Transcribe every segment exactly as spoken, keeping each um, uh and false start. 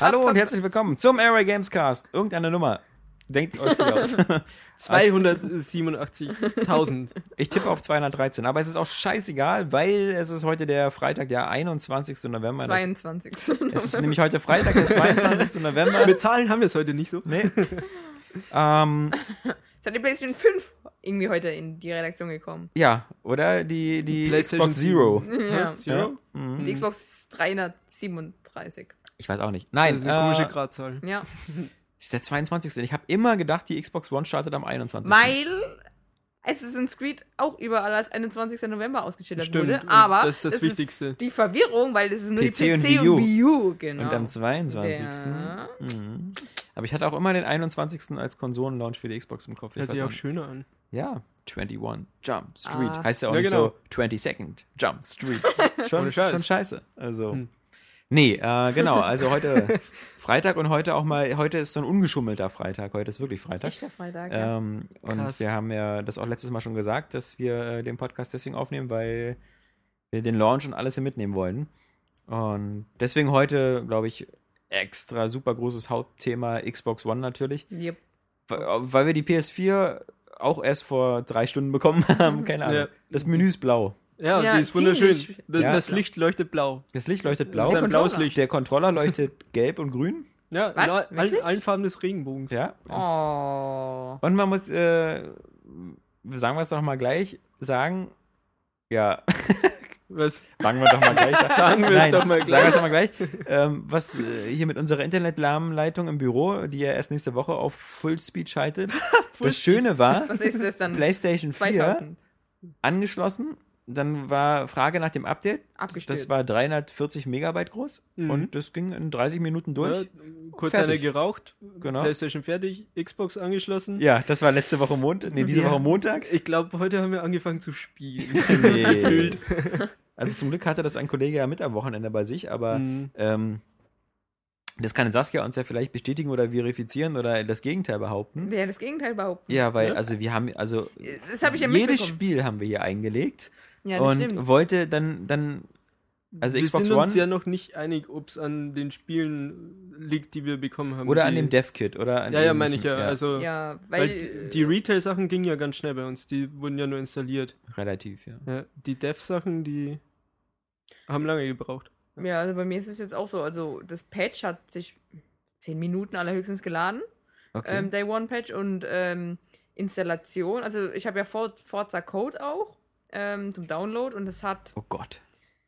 Hallo und herzlich willkommen zum Airway Gamescast. Irgendeine Nummer. Denkt euch die aus. zweihundertsiebenundachtzigtausend. Ich tippe auf zweihundertdreizehn, aber es ist auch scheißegal, weil es ist heute der Freitag, der einundzwanzigsten November. zweiundzwanzigsten Es ist nämlich heute Freitag, der zweiundzwanzigsten November. Mit Zahlen haben wir es heute nicht so. Nee. ähm, Es hat die PlayStation fünf irgendwie heute in die Redaktion gekommen. ja, oder die, die PlayStation Xbox Zero. Ja. Zero? Ja? Mhm. Die Xbox dreihundertsiebenunddreißig. Ich weiß auch nicht. Nein, Das ist eine komische äh, Gradzahl. Ja. ist der zweiundzwanzigste Ich habe immer gedacht, die Xbox One startet am einundzwanzigsten Weil Assassin's Creed auch überall als einundzwanzigsten November ausgeschildert Stimmt, wurde. und Aber das ist das es Wichtigste. die Verwirrung, weil das ist nur P C die und P C Wii U. und Wii U. Genau. Und am zweiundzwanzigsten Ja. Mhm. Aber ich hatte auch immer den einundzwanzigsten als Konsolenlaunch für die Xbox im Kopf. Ich Hört weiß sich auch auch nicht. schöner an. Ja, einundzwanzig Jump Street. Ah. Heißt ja auch Ja, nicht genau. so twenty-second Jump Street. schon, Ohne Scheiß. schon scheiße. Also, Hm. nee, äh, genau. Also heute Freitag und heute auch mal, heute ist so ein ungeschummelter Freitag. Heute ist wirklich Freitag. Echter Freitag, ja. Ähm, und Krass. wir haben ja das auch letztes Mal schon gesagt, dass wir äh, den Podcast deswegen aufnehmen, weil wir den Launch und alles hier mitnehmen wollen. Und deswegen heute, glaube ich, extra super großes Hauptthema Xbox One natürlich. Yep. Weil weil wir die P S vier auch erst vor drei Stunden bekommen haben, keine Ahnung. Ja. Das Menü ist blau. Ja, Ja, die ist wunderschön. ziemlich Das, Ja. das Licht leuchtet blau. Das Licht leuchtet Das blau. ist ein blaues Licht. Der Controller leuchtet gelb und grün. Ja, Was? in all- allen, Wirklich? allen Farben des Regenbogens. Ja. Oh. Und man muss, äh, sagen wir es doch mal gleich, sagen, ja, Was? sagen wir doch mal gleich. Sagen wir es Nein, doch mal Sagen wir gleich. es doch mal gleich. Ähm, was äh, hier mit unserer Internetlahmleitung im Büro, die ja erst nächste Woche auf Fullspeed schaltet. Das Schöne war, Was ist das dann? PlayStation vier zweitausend. angeschlossen, dann war Frage nach dem Update. Abgestürzt. Das war dreihundertvierzig Megabyte groß Mhm. und das ging in dreißig Minuten Ja, durch. kurz Fertig. eine geraucht, Genau. PlayStation fertig, Xbox angeschlossen. Ja, das war letzte Woche Montag, nee, diese Ja. Woche Montag. Ich glaube, heute haben wir angefangen zu spielen. Nee. Gefühlt. Also zum Glück hatte das ein Kollege ja mit am Wochenende bei sich, aber Mhm. ähm, das kann Saskia uns ja vielleicht bestätigen oder verifizieren oder das Gegenteil behaupten. Ja, das Gegenteil behaupten. Ja, weil, Ja? also wir haben, also Das habe ich ja jedes mitbekommen. Spiel haben wir hier eingelegt Ja, das und stimmt. wollte dann, dann, also wir Xbox sind uns One ja noch nicht einig, ob es an den Spielen liegt, die wir bekommen haben. oder die, an dem Dev-Kit oder an Ja, ja, dem- meine ich ja. Also, Ja, weil, weil, die, die Retail-Sachen gingen ja ganz schnell bei uns. Die wurden ja nur installiert. relativ, ja. Ja, die Dev-Sachen, die haben lange gebraucht. ja, also bei mir ist es jetzt auch so, also das Patch hat sich zehn Minuten allerhöchstens geladen, Okay. ähm, Day One Patch und ähm, Installation, also ich habe ja For- Forza Code auch ähm, zum Download und das hat, oh Gott.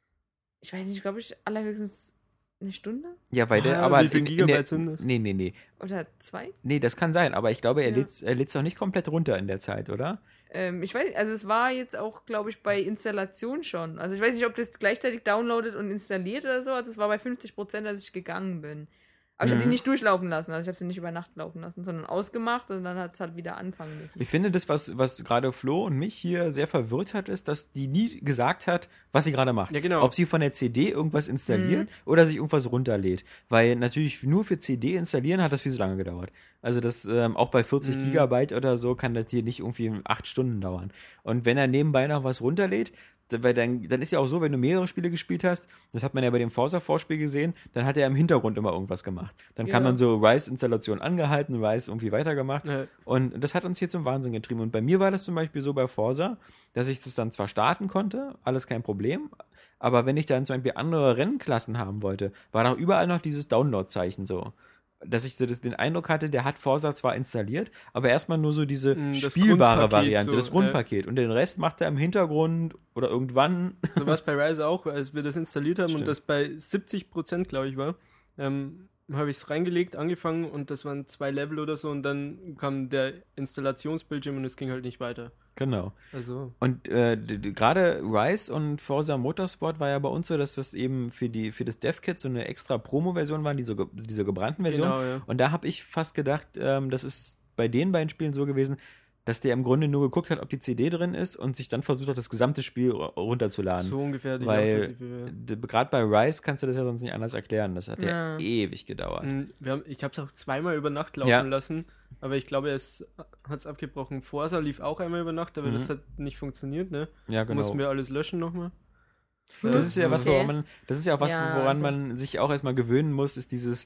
ich weiß nicht, glaube ich, allerhöchstens eine Stunde Ja, weil der, Ah, aber wie viel in, in Gigabyte der, sind das? Nee, nee, nee. oder zwei. Nee, das kann sein, aber ich glaube, er Ja. lädt's, er lädt's doch nicht komplett runter in der Zeit, oder? Ähm, ich weiß, also es war jetzt auch, glaube ich, bei Installation schon. Also ich weiß nicht, ob das gleichzeitig downloadet und installiert oder so. Also es war bei fünfzig Prozent, als ich gegangen bin. Aber ich habe die Mhm. nicht durchlaufen lassen. Also ich habe sie nicht über Nacht laufen lassen, sondern ausgemacht und dann hat es halt wieder anfangen müssen. Ich finde, das, was, was gerade Flo und mich hier sehr verwirrt hat, ist, dass die nie gesagt hat, was sie gerade macht. Ja, genau. Ob sie von der C D irgendwas installiert Mhm. oder sich irgendwas runterlädt. Weil natürlich nur für C D installieren hat das viel zu lange gedauert. Also das, ähm, auch bei vierzig Mhm. Gigabyte oder so kann das hier nicht irgendwie acht Stunden dauern. Und wenn er nebenbei noch was runterlädt, da- weil dann, dann ist ja auch so, wenn du mehrere Spiele gespielt hast, das hat man ja bei dem Forza-Vorspiel gesehen, dann hat er im Hintergrund immer irgendwas gemacht. Dann kam Ja. dann so Rise-Installation angehalten, Rise irgendwie weitergemacht. Ja. Und das hat uns hier zum Wahnsinn getrieben. Und bei mir war das zum Beispiel so bei Forza, dass ich das dann zwar starten konnte, alles kein Problem, aber wenn ich dann zum Beispiel andere Rennklassen haben wollte, war da überall noch dieses Download-Zeichen so. Dass ich so das, den Eindruck hatte, der hat Forza zwar installiert, aber erstmal nur so diese Mm, das spielbare Grundpaket Variante, so, das Grundpaket. Und den Rest macht er im Hintergrund oder irgendwann. So war es bei Rise auch, als wir das installiert haben Stimmt. und das bei siebzig Prozent, glaube ich, war. Ähm, habe ich es reingelegt, angefangen und das waren zwei Level oder so und dann kam der Installationsbildschirm und es ging halt nicht weiter. Genau. Also, Und äh, d- d- gerade Rise und Forza Motorsport war ja bei uns so, dass das eben für die für das Dev-Kit so eine extra Promo-Version waren, diese, ge- diese gebrannten Version. genau, ja. Und da habe ich fast gedacht, ähm, das ist bei den beiden Spielen so gewesen, dass der im Grunde nur geguckt hat, ob die C D drin ist und sich dann versucht hat, das gesamte Spiel ru- runterzuladen. So ungefähr. hätte ich auch Weil das Gefühl, ja. gerade bei Rise kannst du das ja sonst nicht anders erklären. Das hat ja Ja. ewig gedauert. Mm, Wir haben, ich habe es auch zweimal über Nacht laufen Ja. lassen, aber ich glaube, es hat es abgebrochen. Forza lief auch einmal über Nacht, aber Mhm. das hat nicht funktioniert, ne? Ja, genau. Mussten wir alles löschen nochmal. Das ist ja was, Okay. woran man, das ist ja auch was, Ja, woran also- man sich auch erstmal gewöhnen muss, ist dieses,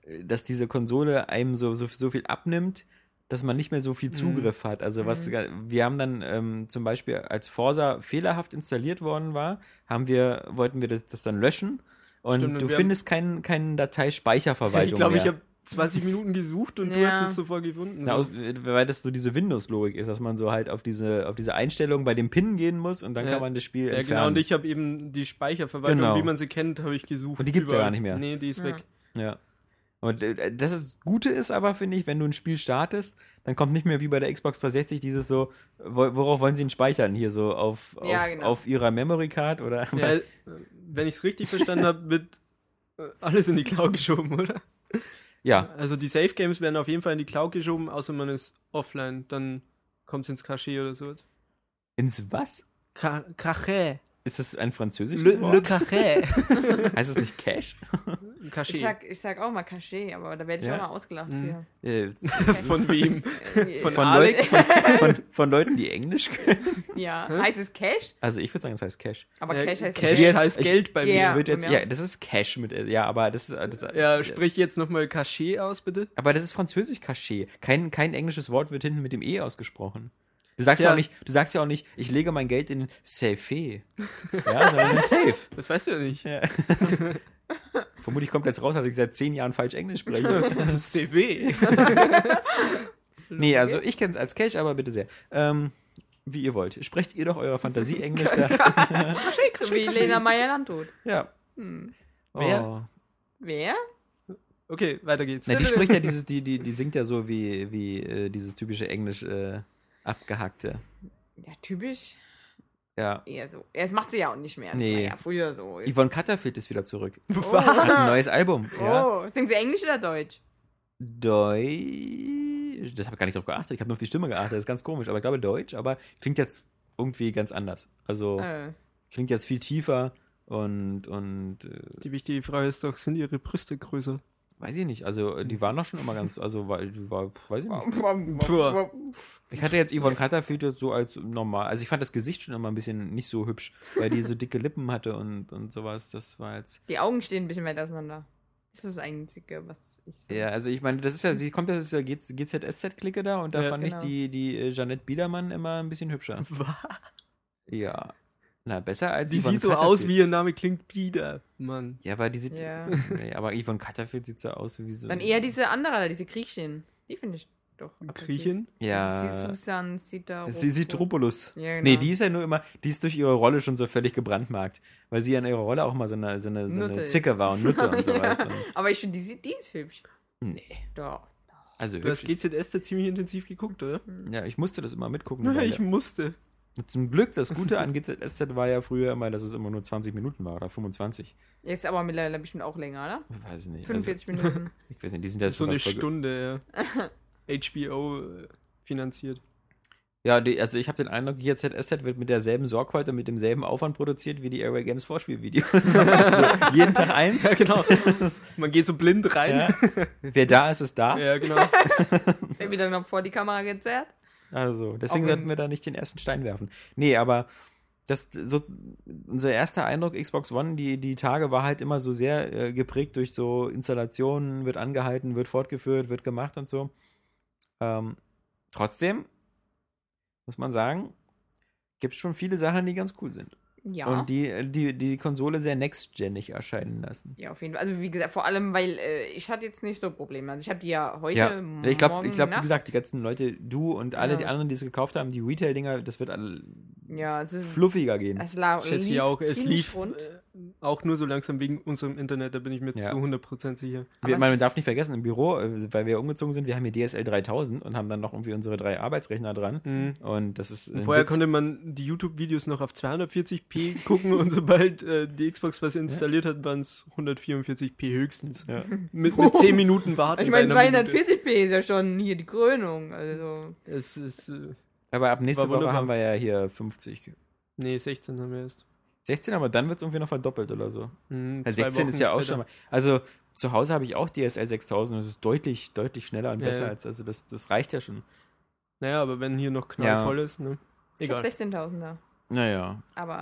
dass diese Konsole einem so, so, so viel abnimmt, dass man nicht mehr so viel Zugriff mhm. hat. Also was mhm. wir haben dann ähm, zum Beispiel, als Forza fehlerhaft installiert worden war, haben wir, wollten wir das, das dann löschen und Stimmt, du und findest keinen keinen Dateispeicherverwaltung Ich glaube, mehr. ich habe zwanzig Minuten gesucht und ja. du hast es sofort gefunden. Ja, aus, weil das so diese Windows-Logik ist, dass man so halt auf diese, auf diese Einstellung bei dem Pin gehen muss und dann ja. kann man das Spiel ja, entfernen. Genau, und ich habe eben die Speicherverwaltung, genau. wie man sie kennt, habe ich gesucht. Und die gibt's überall. ja gar nicht mehr. Nee, die ist ja. weg. Ja. Und das ist, Gute ist aber, finde ich, wenn du ein Spiel startest, dann kommt nicht mehr wie bei der Xbox dreihundertsechzig dieses so, worauf wollen sie ihn speichern? Hier so auf, ja, auf, genau. auf ihrer Memory Card oder? Ja, wenn ich es richtig verstanden habe, wird alles in die Cloud geschoben, oder? Ja. Also die Safe Games werden auf jeden Fall in die Cloud geschoben, außer man ist offline, dann kommt es ins Caché oder so. Ins was? Ca- Caché. Ist das ein französisches Le, Wort? Le Caché. Heißt das nicht Cash? Caché. Ich sag, ich sag auch mal Caché, aber da werde ich Ja? auch mal ausgelacht Mhm. für. Äh, Von wem? Von, Von Alex? Leuten, von, von, von Leuten, die Englisch können? Ja. Heißt es Cash? Also ich würde sagen, es heißt Cash. Aber Ja, Cash heißt Cash jetzt- heißt ich- Geld bei Ja. Ich würd jetzt, ja. ja, das ist Cash mit, ja, aber das ist, das, Ja, sprich jetzt nochmal Caché aus, bitte. aber das ist französisch Caché. Kein, kein englisches Wort wird hinten mit dem E ausgesprochen. Du sagst ja, Ja. auch nicht, du sagst ja auch nicht, ich lege mein Geld in den Safe. Ja, sondern in Safe. Das weißt du ja nicht. Ja. Vermutlich kommt jetzt raus, dass ich seit zehn Jahren falsch Englisch spreche. C W. Nee, also ich kenne es als Cash, aber bitte sehr. Ähm, wie ihr wollt. Sprecht ihr doch eurer Fantasie Englisch da. So wie Lena Meyer-Landrut. Ja. Hm. Wer? Oh. Wer? Okay, weiter geht's. Na, die spricht ja dieses, die, die, die singt ja so wie, wie äh, dieses typische Englisch äh, abgehackte. Ja, typisch. Ja. Eher so. Ja, das macht sie ja auch nicht mehr. Das Nee. war ja früher so. Yvonne Catterfield ist wieder zurück. Oh. Hat ein neues Album. Ja. Oh, singt sie Englisch oder Deutsch? Deutsch. Das habe ich gar nicht drauf geachtet. Ich habe nur auf die Stimme geachtet. Das ist ganz komisch. Aber ich glaube Deutsch. Aber klingt jetzt irgendwie ganz anders. Also Äh. klingt jetzt viel tiefer und, und äh, Die wichtige Frage ist doch, sind ihre Brüste größer? weiß ich nicht. Also die waren doch schon immer ganz, also war, war weiß ich nicht. Puh. Ich hatte jetzt Yvonne Catterfield jetzt so als normal. Also ich fand das Gesicht schon immer ein bisschen nicht so hübsch, weil die so dicke Lippen hatte und, und sowas. Das war jetzt. Die Augen stehen ein bisschen weit auseinander. Das ist das Einzige, was ich sage. Ja, also ich meine, das ist ja, sie kommt ja, das ist ja G Z S Z-Clique da und da Ja, fand genau. ich die, die äh, Jeanette Biedermann immer ein bisschen hübscher. Ja. Na, besser als Die Yvonne sieht so Catterfield. aus, wie ihr Name klingt, Bieder, Mann. Ja, aber die sieht. Ja. Nee, aber Yvonne Catterfield sieht so aus wie so. Dann eher diese andere, da, diese Griechin. Die finde ich doch. attraktiv. Griechin? Ja. Das ist die Susan Sita. Sie sieht Tropolus. Ja, genau. Nee, die ist ja nur immer, die ist durch ihre Rolle schon so völlig gebrandmarkt. Weil sie ja in ihrer Rolle auch mal so eine, so eine, so Nutte eine ist. Zicke war und Nutte und sowas. Und, Aber ich finde, die, sieht- die ist hübsch. nee. Doch. Also Du hast hübsch G ist, Z S da ziemlich intensiv geguckt, oder? ja, ich musste das immer mitgucken. eine Ja, Weile. ich musste. Zum Glück, das Gute an G Z S Z war ja früher immer, dass es immer nur zwanzig Minuten war oder fünfundzwanzig. Jetzt aber mittlerweile bestimmt auch länger, oder? Weiß ich nicht. fünfundvierzig Minuten. Also, ich weiß nicht, die sind ja So schon eine auf Folge- Stunde, ja. H B O äh, finanziert. Ja, die, also ich habe den Eindruck, G Z S Z wird mit derselben Sorgfalt und mit demselben Aufwand produziert wie die Airway Games Vorspielvideos. so, also jeden Tag eins. Ja, genau. Man geht so blind rein. Ja. Wer da ist, ist da. Ja, genau. Der wieder noch vor die Kamera gezerrt. Also, deswegen Auch wenn- sollten wir da nicht den ersten Stein werfen. Nee, aber das, so, unser erster Eindruck Xbox One, die, die Tage war halt immer so sehr äh, geprägt durch so Installationen, wird angehalten, wird fortgeführt, wird gemacht und so. Ähm, trotzdem, muss man sagen, gibt es schon viele Sachen, die ganz cool sind. Ja. Und die, die die Konsole sehr next-genig erscheinen lassen. Ja, auf jeden Fall. Also wie gesagt, vor allem, weil äh, ich hatte jetzt nicht so Probleme. Also ich habe die ja heute, Ja, ich glaube, morgen ich glaub, wie Nacht. gesagt, die ganzen Leute, du und alle Ja. die anderen, die es gekauft haben, die Retail-Dinger, das wird alle Ja, also fluffiger gehen. es la- Ich schätze lief hier auch, es ziemlich lief rund. äh, auch nur so langsam wegen unserem Internet, da bin ich mir Ja. zu hundert Prozent sicher. Wir, Aber man es- darf nicht vergessen, im Büro, äh, weil wir umgezogen sind, wir haben hier D S L dreitausend und haben dann noch irgendwie unsere drei Arbeitsrechner dran. Mhm. Und das ist. ein Vorher Witz. konnte man die YouTube-Videos noch auf zweihundertvierzig p gucken und sobald äh, die Xbox was installiert hat, waren es hundertvierundvierzig p höchstens. Ja. Mit, mit zehn Minuten warten. Ich meine, bei einer Minute. zweihundertvierzig p ist ja schon hier die Krönung. Also Es ist, äh, Aber ab nächste War Woche wunderbar. haben wir ja hier fünfzig. nee, sechzehn haben wir erst. sechzehn, aber dann wird es irgendwie noch verdoppelt oder so. Mhm, Ja, zwei sechzehn ist Wochen ja auch später. schon mal. Also zu Hause habe ich auch D S L sechstausend und es ist deutlich, deutlich schneller und Ja, besser ja. als. Also das, das reicht ja schon. Naja, aber wenn hier noch knallvoll ist, ne? ich habe Egal. sechzehntausender. Naja. Aber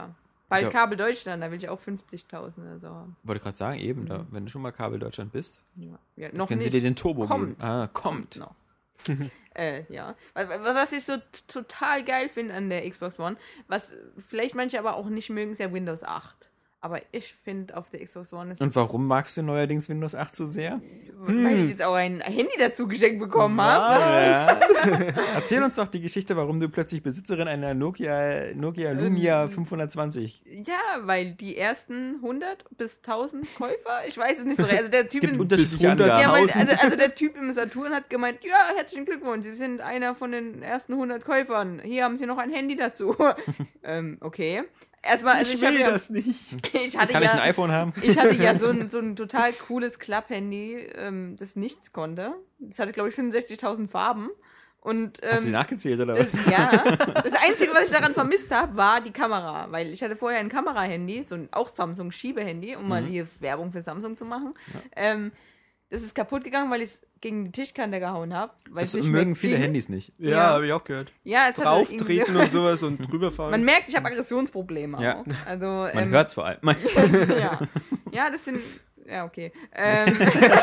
Bald Ja. Kabel Deutschland, da will ich auch fünfzigtausend oder so haben. Wollte ich gerade sagen, eben, da, wenn du schon mal Kabel Deutschland bist, Ja, ja noch können nicht. sie dir den Turbo Kommt. geben. Ah, kommt. noch. äh, ja. Was was ich so t- total geil finde an der Xbox One, was vielleicht manche aber auch nicht mögen, ist ja Windows acht. Aber ich finde auf der Xbox One ist Und warum magst du neuerdings Windows acht so sehr? weil ich jetzt auch ein Handy dazu geschenkt bekommen habe. Ja. Erzähl uns doch die Geschichte, warum du plötzlich Besitzerin einer Nokia, Nokia Lumia Ähm, fünfhundertzwanzig. Ja, weil die ersten hundert bis tausend Käufer, ich weiß es nicht so recht. Also der Typ Es gibt in, unterschiedliche hundert ja, Angaben. weil, tausend. also, also der Typ im Saturn hat gemeint, ja, herzlichen Glückwunsch, Sie sind einer von den ersten hundert Käufern. Hier haben Sie noch ein Handy dazu. ähm, okay. Erstmal, also ich, ich ich, will ja, das nicht. ich hatte Kann ich ein ja, iPhone haben? ich hatte ja so ein, so ein total cooles Klapp-Handy, ähm, das nichts konnte. Das hatte, glaube ich, fünfundsechzigtausend Farben. Und, ähm, Hast du die nachgezählt oder das, was? ja, das Einzige, was ich daran vermisst habe, war die Kamera. Weil ich hatte vorher ein Kamerahandy, so ein auch Samsung-Schiebehandy, um mal hier Werbung für Samsung zu machen. Ähm, das ist kaputt gegangen, weil ich es gegen die Tischkante gehauen habe. Das mögen viele Handys nicht. Ja, Ja. habe ich auch gehört. Ja, es hat Drauftreten und sowas und drüberfahren. Man merkt, ich habe Aggressionsprobleme Ja. auch. Also, Man ähm, hört's vor allem. Meistens. ja. ja, das sind. Ja, okay. Ähm,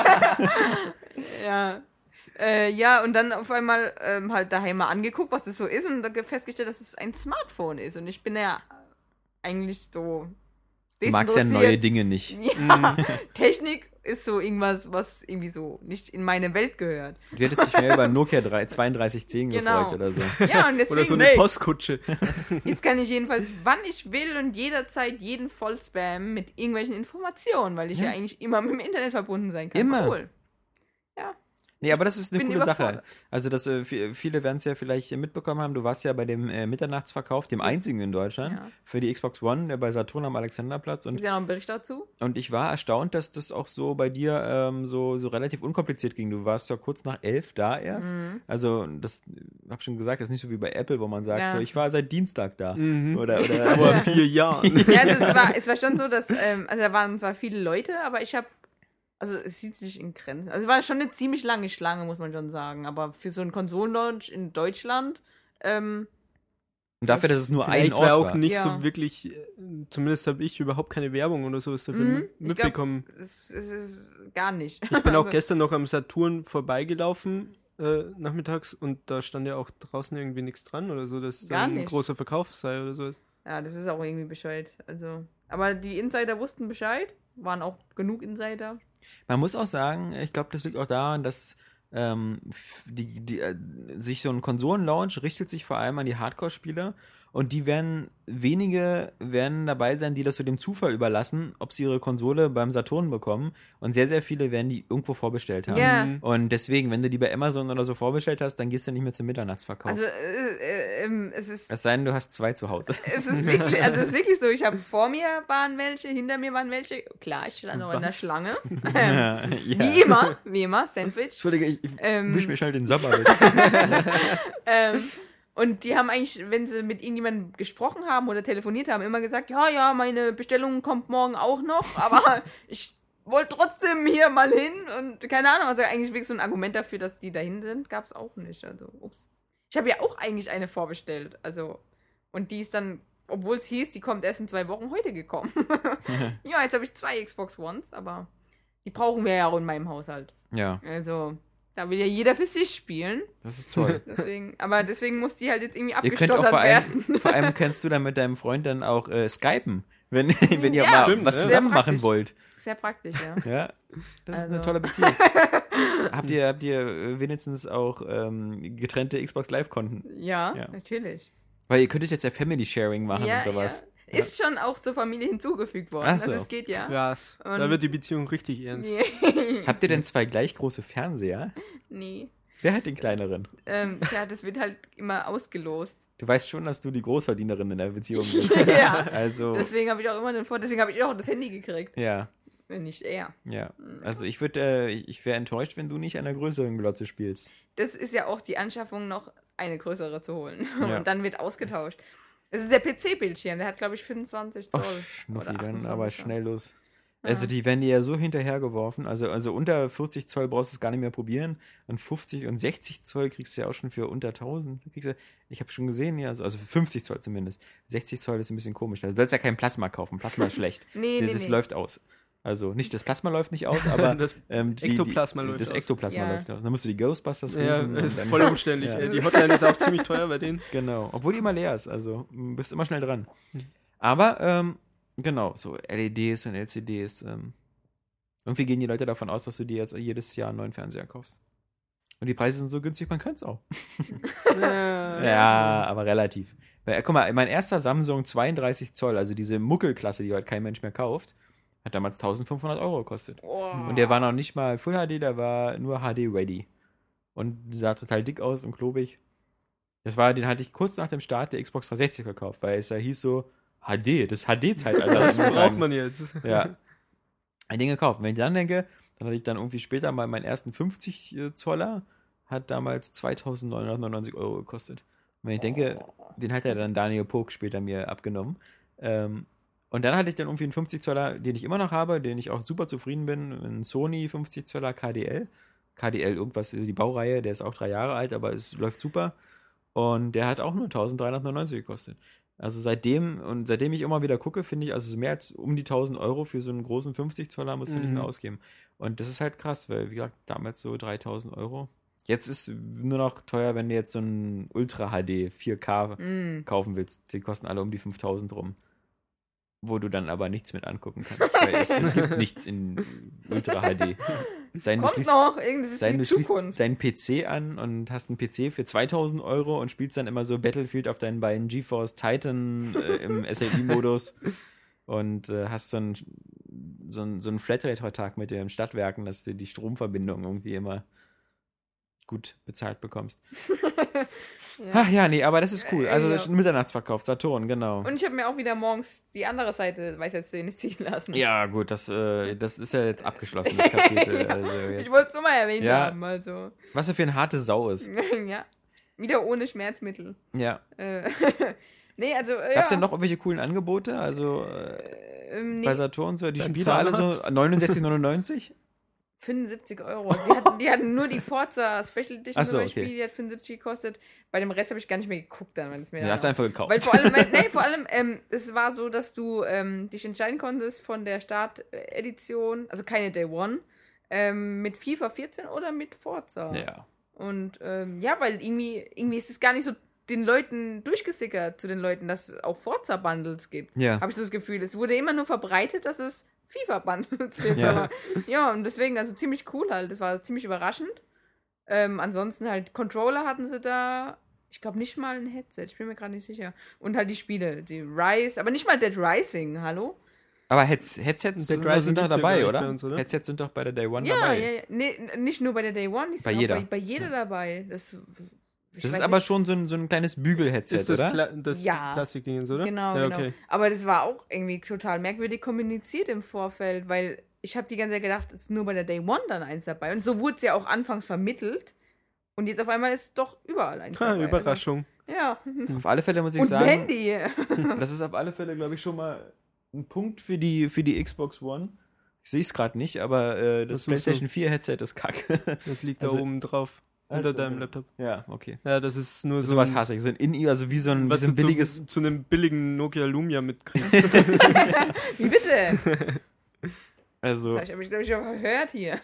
ja. Äh, ja, und dann auf einmal ähm, halt daheim mal angeguckt, was es so ist, und dann festgestellt, dass es ein Smartphone ist. Und ich bin ja eigentlich so. Du magst ja desinteressiert. neue Dinge nicht. Ja, Technik ist so irgendwas, was irgendwie so nicht in meine Welt gehört. Du hättest dich mehr über Nokia drei- zweiunddreißig zehn Genau. gefreut oder so. Ja, und deswegen, Oder so eine Nee. Postkutsche. jetzt kann ich jedenfalls, wann ich will und jederzeit jeden voll spammen mit irgendwelchen Informationen, weil ich ja, Ja. eigentlich immer mit dem Internet verbunden sein kann. Immer. Cool. Nee, aber das ist eine bin coole Sache. überfordert. Also, das, äh, vi- viele werden es ja vielleicht äh, mitbekommen haben. Du warst ja bei dem äh, Mitternachtsverkauf, dem einzigen in Deutschland, Ja. für die Xbox One, der bei Saturn am Alexanderplatz. Und Gibt ja noch einen Bericht dazu? Und ich war erstaunt, dass das auch so bei dir ähm, so, so relativ unkompliziert ging. Du warst ja kurz nach elf da erst. Mhm. Also, das hab schon gesagt, das ist nicht so wie bei Apple, wo man sagt, Ja. so, ich war seit Dienstag da. Mhm. Oder, oder Vor vier Jahren. Ja, also es war, es war schon so, dass, ähm, also da waren zwar viele Leute, aber ich habe, also es sieht sich in Grenzen. Also es war schon eine ziemlich lange Schlange, muss man schon sagen. Aber für so einen Konsolenlaunch in Deutschland, ähm, und dafür, dass es nur ein Vielleicht Ort war auch war. nicht Ja. so wirklich, äh, zumindest habe ich überhaupt keine Werbung oder sowas dafür Mhm, ich glaub- mitbekommen. es, es ist gar nicht. Ich bin auch Also, gestern noch am Saturn vorbeigelaufen, äh, nachmittags, und da stand ja auch draußen irgendwie nichts dran oder so, dass Gar da ein nicht. großer Verkauf sei oder sowas. Ja, das ist auch irgendwie bescheuert. Also, aber die Insider wussten Bescheid, waren auch genug Insider. Man muss auch sagen, ich glaube, das liegt auch daran, dass ähm, f- die, die, äh, sich so ein Konsolenlaunch richtet sich vor allem an die Hardcore-Spieler, und die werden, wenige werden dabei sein, die das so dem Zufall überlassen, ob sie ihre Konsole beim Saturn bekommen, und sehr, sehr viele werden die irgendwo vorbestellt haben. Ja. Mhm. Und deswegen, wenn du die bei Amazon oder so vorbestellt hast, dann gehst du nicht mehr zum Mitternachtsverkauf. Also, äh, äh, ähm, es ist. es sei denn, du hast zwei zu Hause. Es ist wirklich, also es ist wirklich so, ich habe vor mir waren welche, hinter mir waren welche. Klar, ich stand noch in der Was? Schlange. Ähm, Ja, ja. Wie immer, wie immer, Sandwich. Entschuldige, ich, ich Ähm, wisch mir schnell den Sommer weg. Ähm, und die haben eigentlich, wenn sie mit irgendjemandem gesprochen haben oder telefoniert haben, immer gesagt, ja, ja, meine Bestellung kommt morgen auch noch, aber ich wollte trotzdem hier mal hin und keine Ahnung, also eigentlich wirklich so ein Argument dafür, dass die dahin sind, gab es auch nicht. Also, ups. Ich habe ja auch eigentlich eine vorbestellt, also, und die ist dann, obwohl es hieß, die kommt erst in zwei Wochen, heute gekommen. Ja, jetzt habe ich zwei Xbox Ones, aber die brauchen wir ja auch in meinem Haushalt. Ja, Also, da will ja jeder für sich spielen. das ist toll. Deswegen, aber deswegen muss die halt jetzt irgendwie Ihr könnt auch abgestottert vor werden. allem, vor allem kannst du dann mit deinem Freund dann auch äh, skypen, wenn, wenn ihr Ja. mal Stimmt, was ne? zusammen Sehr machen praktisch. wollt. Sehr praktisch, ja. Ja, das ist eine Also. tolle Beziehung. habt ihr, habt ihr äh, wenigstens auch ähm, getrennte Xbox Live-Konten? Ja, Ja. natürlich. Weil ihr könntet jetzt ja Family Sharing machen ja, und sowas. Ja. Ist schon auch zur Familie hinzugefügt worden. Ach so. Also es geht ja. Krass. Und- Da wird die Beziehung richtig ernst. Nee. Habt ihr denn zwei gleich große Fernseher? nee. Wer hat den kleineren? Ähm, ja, das wird halt immer ausgelost. Du weißt schon, dass du die Großverdienerin in der Beziehung bist. Ja. Also, Deswegen habe ich auch immer den Vor, deswegen habe ich auch das Handy gekriegt. ja, Wenn nicht er. ja. Also ich würde, äh, ich wäre enttäuscht, wenn du nicht an der größeren Glotze spielst. Das ist ja auch die Anschaffung, noch eine größere zu holen. Ja. Und dann wird ausgetauscht. Das ist der P C-Bildschirm, der hat, glaube ich, fünfundzwanzig Zoll. Ach, Schnuffi, oder dann achtundzwanzig aber Zoll. schnell los. Also die werden dir ja so hinterhergeworfen. Also, also unter vierzig Zoll brauchst du es gar nicht mehr probieren. Und fünfzig und sechzig Zoll kriegst du ja auch schon für unter tausend. Kriegst du, ich habe schon gesehen, ja, also, also für fünfzig Zoll zumindest. sechzig Zoll ist ein bisschen komisch. Da sollst du ja kein Plasma kaufen. Plasma ist schlecht. nee, das nee, das nee. läuft aus. Also nicht das Plasma läuft nicht aus, aber das ähm, die, Ektoplasma die, läuft das aus. Ektoplasma Ja. läuft aus. Dann musst du die Ghostbusters rufen. Ja, und ist dann, voll umständlich. Ja. Ey. Die Hotline ist auch ziemlich teuer bei denen. Genau, obwohl die immer leer ist, also m, bist immer schnell dran. Aber, ähm, genau, so L E Ds und L C Ds, ähm, irgendwie gehen die Leute davon aus, dass du dir jetzt jedes Jahr einen neuen Fernseher kaufst. Und die Preise sind so günstig, man könnte es auch. Ja, Ja, aber relativ. Weil, guck mal, mein erster Samsung zweiunddreißig Zoll, also diese Muckelklasse, die heute kein Mensch mehr kauft, hat damals eintausendfünfhundert Euro gekostet. Oh. Und der war noch nicht mal Full H D, der war nur H D-ready. Und sah total dick aus und klobig. Das war, den hatte ich kurz nach dem Start der Xbox dreihundertsechzig gekauft, weil es ja hieß so, H D, das H D-Zeitalter. Das braucht man jetzt. Ja. Ein Ding gekauft. Wenn ich dann denke, dann hatte ich dann irgendwie später mal meinen ersten fünfzig Zoller, hat damals zweitausendneunhundertneunundneunzig Euro gekostet. Und wenn ich denke, den hat ja dann Daniel Pog später mir abgenommen. Ähm, und dann hatte ich dann irgendwie einen fünfzig Zoller, den ich immer noch habe, den ich auch super zufrieden bin, einen Sony fünfzig Zoller K D L. K D L irgendwas, die Baureihe, der ist auch drei Jahre alt, aber es läuft super. Und der hat auch nur eintausenddreihundertneunundneunzig gekostet. Also seitdem, und seitdem ich immer wieder gucke, finde ich, also mehr als um die tausend Euro für so einen großen fünfzig Zoller musst du Mhm. nicht mehr ausgeben. Und das ist halt krass, weil, wie gesagt, damals so dreitausend Euro. Jetzt ist nur noch teuer, wenn du jetzt so einen Ultra H D vier K Mm. kaufen willst. Die kosten alle um die fünftausend rum. Wo du dann aber nichts mit angucken kannst. Weil es, es gibt nichts in Ultra H D. Sein, Kommt schließt, noch, irgendwas ist sein, die du schließt Zukunft. deinen P C an und hast einen P C für zweitausend Euro und spielst dann immer so Battlefield auf deinen beiden GeForce Titan äh, im S L I-Modus und äh, hast so einen so ein, so ein Flatrate-Vertrag mit den Stadtwerken, dass du die Stromverbindung irgendwie immer gut bezahlt bekommst. Ja. Ach ja, nee, aber das ist cool. Also Äh, das ist ein Mitternachtsverkauf, Saturn, genau. Und ich habe mir auch wieder morgens die andere Seite Weisheitszähne ziehen lassen. Ja, gut, das, äh, das ist ja jetzt abgeschlossen, das Kapitel. Also jetzt. Ich wollte es nur mal erwähnt Ja. haben, also. Was er für eine harte Sau ist. Ja. Wieder ohne Schmerzmittel. Ja. Äh, nee, also. Äh, Gab es ja. denn noch irgendwelche coolen Angebote? Also äh, Ähm, nee, bei Saturn so, die Beim Spiele alle so Zahnarzt? neunundsechzig neunundneunzig? fünfundsiebzig Euro. Sie hatten, die hatten nur die Forza Special Edition Ach so, zum Beispiel, okay. die hat fünfundsiebzig gekostet. Bei dem Rest habe ich gar nicht mehr geguckt, dann, wenn es mir Ja, dann hast du einfach gekauft. Weil vor allem, nee, vor allem, ähm, es war so, dass du ähm, dich entscheiden konntest von der Startedition, also keine Day One, ähm, mit FIFA vierzehn oder mit Forza. ja. Und ähm, ja, weil irgendwie, irgendwie ist es gar nicht so den Leuten durchgesickert, zu den Leuten, dass es auch Forza-Bundles gibt. Ja. Habe ich so das Gefühl. Es wurde immer nur verbreitet, dass es FIFA-Bundles gibt. Ja. Aber, ja, und deswegen, also ziemlich cool halt. Das war ziemlich überraschend. Ähm, ansonsten halt, Controller hatten sie da. Ich glaube nicht mal ein Headset, ich bin mir gerade nicht sicher. Und halt die Spiele, die Rise, aber nicht mal Dead Rising, hallo? Aber Heads, Headsets Dead sind, Rising sind doch gibt's ja dabei, gar nicht oder? bei uns, oder? Headsets sind doch bei der Day One Ja, dabei. ja, ja. Nee, nicht nur bei der Day One, die sind Bei auch jeder. Bei, bei jeder dabei. Das, ich Das weiß ist aber nicht. schon so ein, so ein kleines Bügelheadset, Ist das, oder? Kla das Ja. Plastikding, oder? Genau, ja, genau. okay. Aber das war auch irgendwie total merkwürdig kommuniziert im Vorfeld, weil ich habe die ganze Zeit gedacht, es ist nur bei der Day One dann eins dabei. Und so wurde es ja auch anfangs vermittelt. Und jetzt auf einmal ist es doch überall eins Ha, dabei. Überraschung. Also, ja. Auf alle Fälle muss ich Und sagen, Handy. das ist auf alle Fälle, glaube ich, schon mal ein Punkt für die, für die Xbox One. Ich sehe es gerade nicht, aber äh, das, Das musst PlayStation vier Headset ist kacke. Das liegt Also- da oben drauf. Unter Also, deinem Laptop. Ja, okay. Ja, das ist nur so. Sowas ein- hasse ich. So ein In-Ear, also wie so ein, wie was so ein du billiges. zu, zu einem billigen Nokia Lumia mitkriegst. Wie bitte? Also, Das habe ich, glaube ich, auch gehört hier.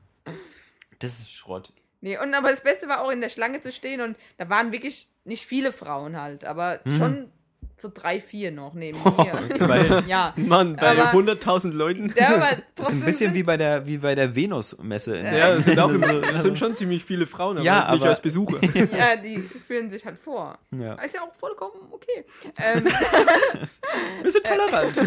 das ist Schrott. Nee, und aber das Beste war auch in der Schlange zu stehen und da waren wirklich nicht viele Frauen halt, aber Mhm. schon so drei, vier noch neben mir. Weil Ja. Mann, bei Aber- hunderttausend Leuten. Der aber das ist trotzdem ein bisschen sind, wie bei der, wie bei der Venus-Messe. in der- Ja, es sind auch immer, es sind schon ziemlich viele Frauen, aber Ja, nicht aber- als Besucher. Ja, die führen sich halt vor. Ja. Ist ja auch vollkommen okay. Ähm, Wir sind tolerant.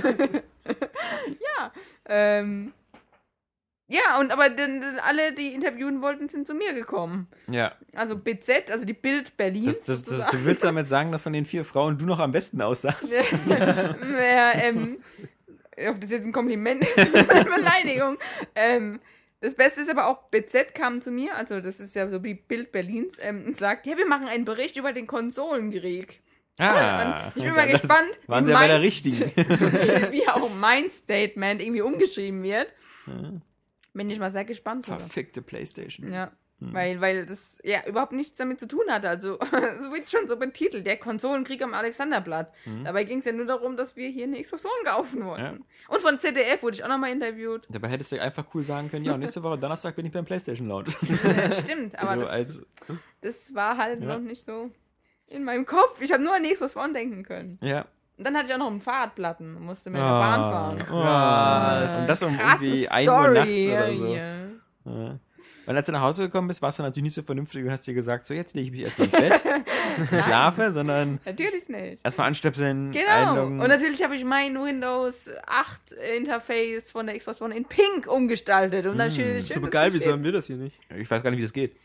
ja. Ähm, ja, und aber dann, dann alle, die interviewen wollten, sind zu mir gekommen. ja. Also B Z, also die Bild Berlins. Das, das, das, sozusagen. du willst damit sagen, dass von den vier Frauen du noch am besten aussahst? Ja, ähm, ob das jetzt ein Kompliment ist oder eine Beleidigung. Ähm, das Beste ist aber auch, B Z kam zu mir, also das ist ja so wie Bild Berlins, ähm, und sagt, ja, wir machen einen Bericht über den Konsolenkrieg. Ah, und ich bin mal gespannt, waren wie, sie ja bei der mein richtigen. wie, wie auch mein Statement irgendwie umgeschrieben wird. Ja. Bin ich mal sehr gespannt. sogar. Verfickte Playstation. Ja. Weil, weil das ja überhaupt nichts damit zu tun hatte. Also, es wird schon so betitelt, der Konsolenkrieg am Alexanderplatz. Mhm. Dabei ging es ja nur darum, dass wir hier eine Xbox One kaufen wollten. Ja. Und von Z D F wurde ich auch nochmal interviewt. Dabei hättest du einfach cool sagen können, ja, nächste Woche Donnerstag bin ich beim Playstation Launch. Ja, stimmt, aber so das, als, das war halt Ja. noch nicht so in meinem Kopf. Ich habe nur an die Xbox One denken können. ja. Und dann hatte ich auch noch einen Fahrradplatten und musste mit der Bahn fahren. Oh. Und das um Krasse irgendwie ein Uhr Story, nachts oder ja, so. ja. Ja. Und als du nach Hause gekommen bist, warst du natürlich nicht so vernünftig und hast dir gesagt, so jetzt lege ich mich erstmal ins Bett und schlafe, sondern Natürlich nicht. erstmal anstöpseln, Genau. einloggen. Und natürlich habe ich mein Windows acht Interface von der Xbox One in Pink umgestaltet. Und dann schön, schön Super das geil, wieso Licht haben wir das hier nicht? Ich weiß gar nicht, wie das geht.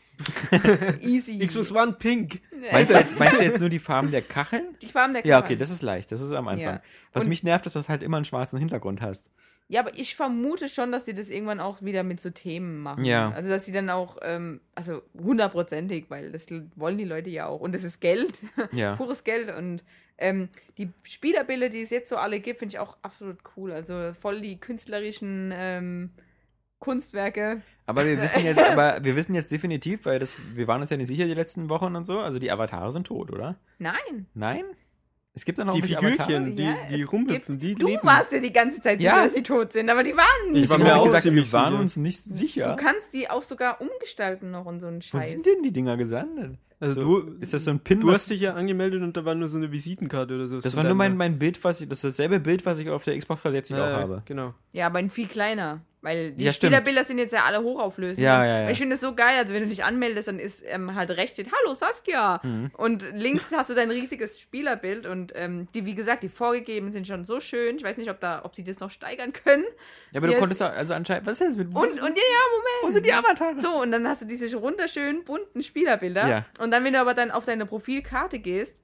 easy. Xbox One Pink. Meinst du, jetzt, meinst du jetzt nur die Farben der Kacheln? Die Farben der Ja, Kacheln. okay, das ist leicht. Das ist am Anfang. Ja. Was Und- mich nervt, ist, dass du halt immer einen schwarzen Hintergrund hast. Ja, aber ich vermute schon, dass sie das irgendwann auch wieder mit so Themen machen. Ja. Also, dass sie dann auch, ähm, also hundertprozentig, weil das wollen die Leute ja auch. Und das ist Geld, Ja. pures Geld. Und ähm, die Spielerbilder, die es jetzt so alle gibt, finde ich auch absolut cool. Also voll die künstlerischen ähm, Kunstwerke. Aber wir wissen jetzt, aber wir wissen jetzt definitiv, weil das, wir waren uns ja nicht sicher die letzten Wochen und so, also die Avatare sind tot, oder? Nein. Nein? Es gibt da noch Die irgendwelche Figürchen, die, Ja, die es rumhüpfen, die Du leben. warst ja die ganze Zeit sicher, Ja. dass sie tot sind, aber die waren nicht. Ich war Deswegen mir hab auch ich gesagt, ziemlich wir waren sicher. uns nicht sicher. Du kannst die auch sogar umgestalten noch und so einen Wo Scheiß. sind denn die Dinger gesandet? Also so, du, ist das so ein Pin? du was- hast dich ja angemeldet und da war nur so eine Visitenkarte oder so. das zu war nur deinem- mein, mein Bild, was ich, das ist dasselbe Bild, was ich auf der Xbox dreihundertsechzig Ja, auch habe. Genau. Ja, aber in viel kleiner. Weil die Ja, stimmt. Spielerbilder sind jetzt ja alle hochauflösend. Ja, ja, ja. Und ich finde das so geil. Also wenn du dich anmeldest, dann ist ähm, halt rechts steht, hallo Saskia. Mhm. Und links hast du dein riesiges Spielerbild. Und ähm, die, wie gesagt, die vorgegeben sind schon so schön. Ich weiß nicht, ob da, ob sie das noch steigern können. Ja, aber du Jetzt- konntest doch, also anscheinend, was ist denn jetzt mit, wo, Und, sind- und ja, ja, Moment. wo sind die Avatare? So, und dann hast du diese wunderschönen, bunten Spielerbilder. Ja. Und dann, wenn du aber dann auf deine Profilkarte gehst,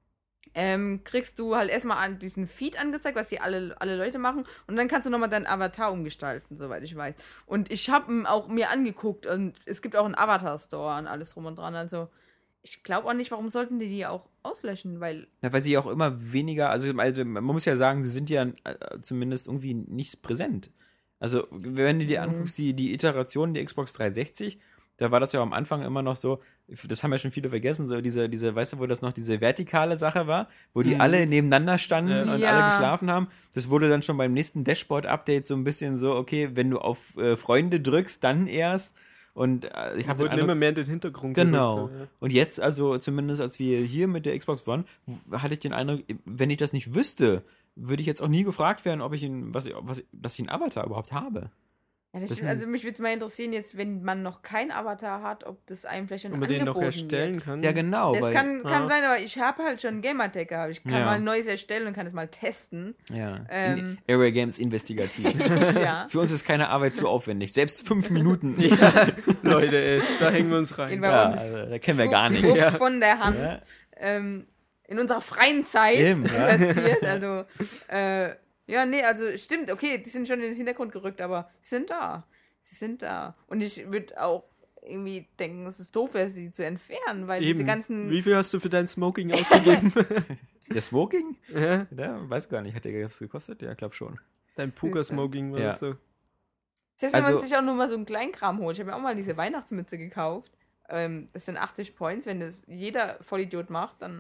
ähm, kriegst du halt erstmal an diesen Feed angezeigt, was die alle, alle Leute machen. Und dann kannst du nochmal deinen Avatar umgestalten, soweit ich weiß. Und ich habe auch mir angeguckt und es gibt auch einen Avatar-Store und alles drum und dran. Also, ich glaube auch nicht, warum sollten die die auch auslöschen, weil Ja, weil sie ja auch immer weniger, also, also man muss ja sagen, sie sind ja äh, zumindest irgendwie nicht präsent. Also, wenn du dir Mhm. anguckst, die, die Iteration der Xbox dreihundertsechzig, da war das ja am Anfang immer noch so, das haben ja schon viele vergessen, so diese, diese, weißt du, wo das noch diese vertikale Sache war, wo die Mhm. alle nebeneinander standen und Ja. alle geschlafen haben. Das wurde dann schon beim nächsten Dashboard-Update so ein bisschen so, okay, wenn du auf äh, Freunde drückst, dann erst. Und äh, ich habe Wurden immer mehr in den Hintergrund Genau. gerückt, so, ja. Und jetzt, also zumindest als wir hier mit der Xbox One, w- hatte ich den Eindruck, wenn ich das nicht wüsste, würde ich jetzt auch nie gefragt werden, ob ich ihn, was, ich- was, dass ich einen Avatar überhaupt habe. ja, das Das stimmt. sind- Also mich würde es mal interessieren, jetzt, wenn man noch keinen Avatar hat, ob das einem vielleicht schon Ob man den noch angeboten erstellen wird. kann. Ja, genau. Das weil, kann, kann ja. sein, aber ich habe halt schon einen Gamertag gehabt. Ich kann Ja. mal ein neues erstellen und kann es mal testen. ja. Ähm. In- Area Games investigativ. ja. Für uns ist keine Arbeit zu aufwendig. Selbst fünf Minuten. Ja, Leute, ey, da hängen wir uns Gehen rein. wir Ja, uns also, da kennen wir gar schwupp- nichts. schwupp Ja. von der Hand. Ja. Ähm, in unserer freien Zeit Eben, ja. investiert. Also, äh, ja, nee, also stimmt, okay, die sind schon in den Hintergrund gerückt, aber sie sind da. Sie sind da. Und ich würde auch irgendwie denken, es ist doof wäre, sie zu entfernen, weil diese Eben. ganzen. Wie viel hast du für dein Smoking ausgegeben? Der Smoking? ja? Ja, weiß gar nicht. Hat der was gekostet? Ja, glaub schon. Dein Poker-Smoking war Ja. das so. Selbst wenn Also- man sich auch nur mal so einen Kleinkram holt. Ich habe mir auch mal diese Weihnachtsmütze gekauft. Ähm, das sind achtzig Points. Wenn das jeder Vollidiot macht, dann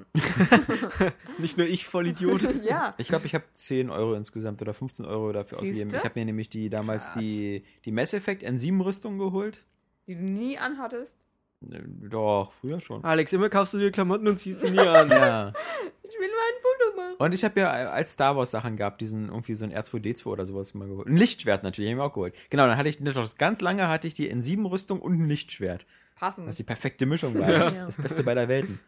Nicht nur ich, Vollidiot. ja. Ich glaube, ich habe zehn Euro insgesamt oder fünfzehn Euro dafür Siehste? ausgegeben. Ich habe mir nämlich die damals Krass. die, die Mass Effect N sieben Rüstung geholt. Die du nie anhattest. Äh, Doch, früher schon. Alex, immer kaufst du dir Klamotten und ziehst sie nie an. Ja. Ich will mal ein Foto machen. Und ich habe ja als Star Wars Sachen gehabt, diesen irgendwie so ein R zwei D zwei oder sowas mal geholt. Ein Lichtschwert natürlich, habe ich mir auch geholt. Genau, dann hatte ich das ganz lange hatte ich die N sieben Rüstung und ein Lichtschwert. Passend. Was die perfekte Mischung war. Ja. Das Beste beider Welten.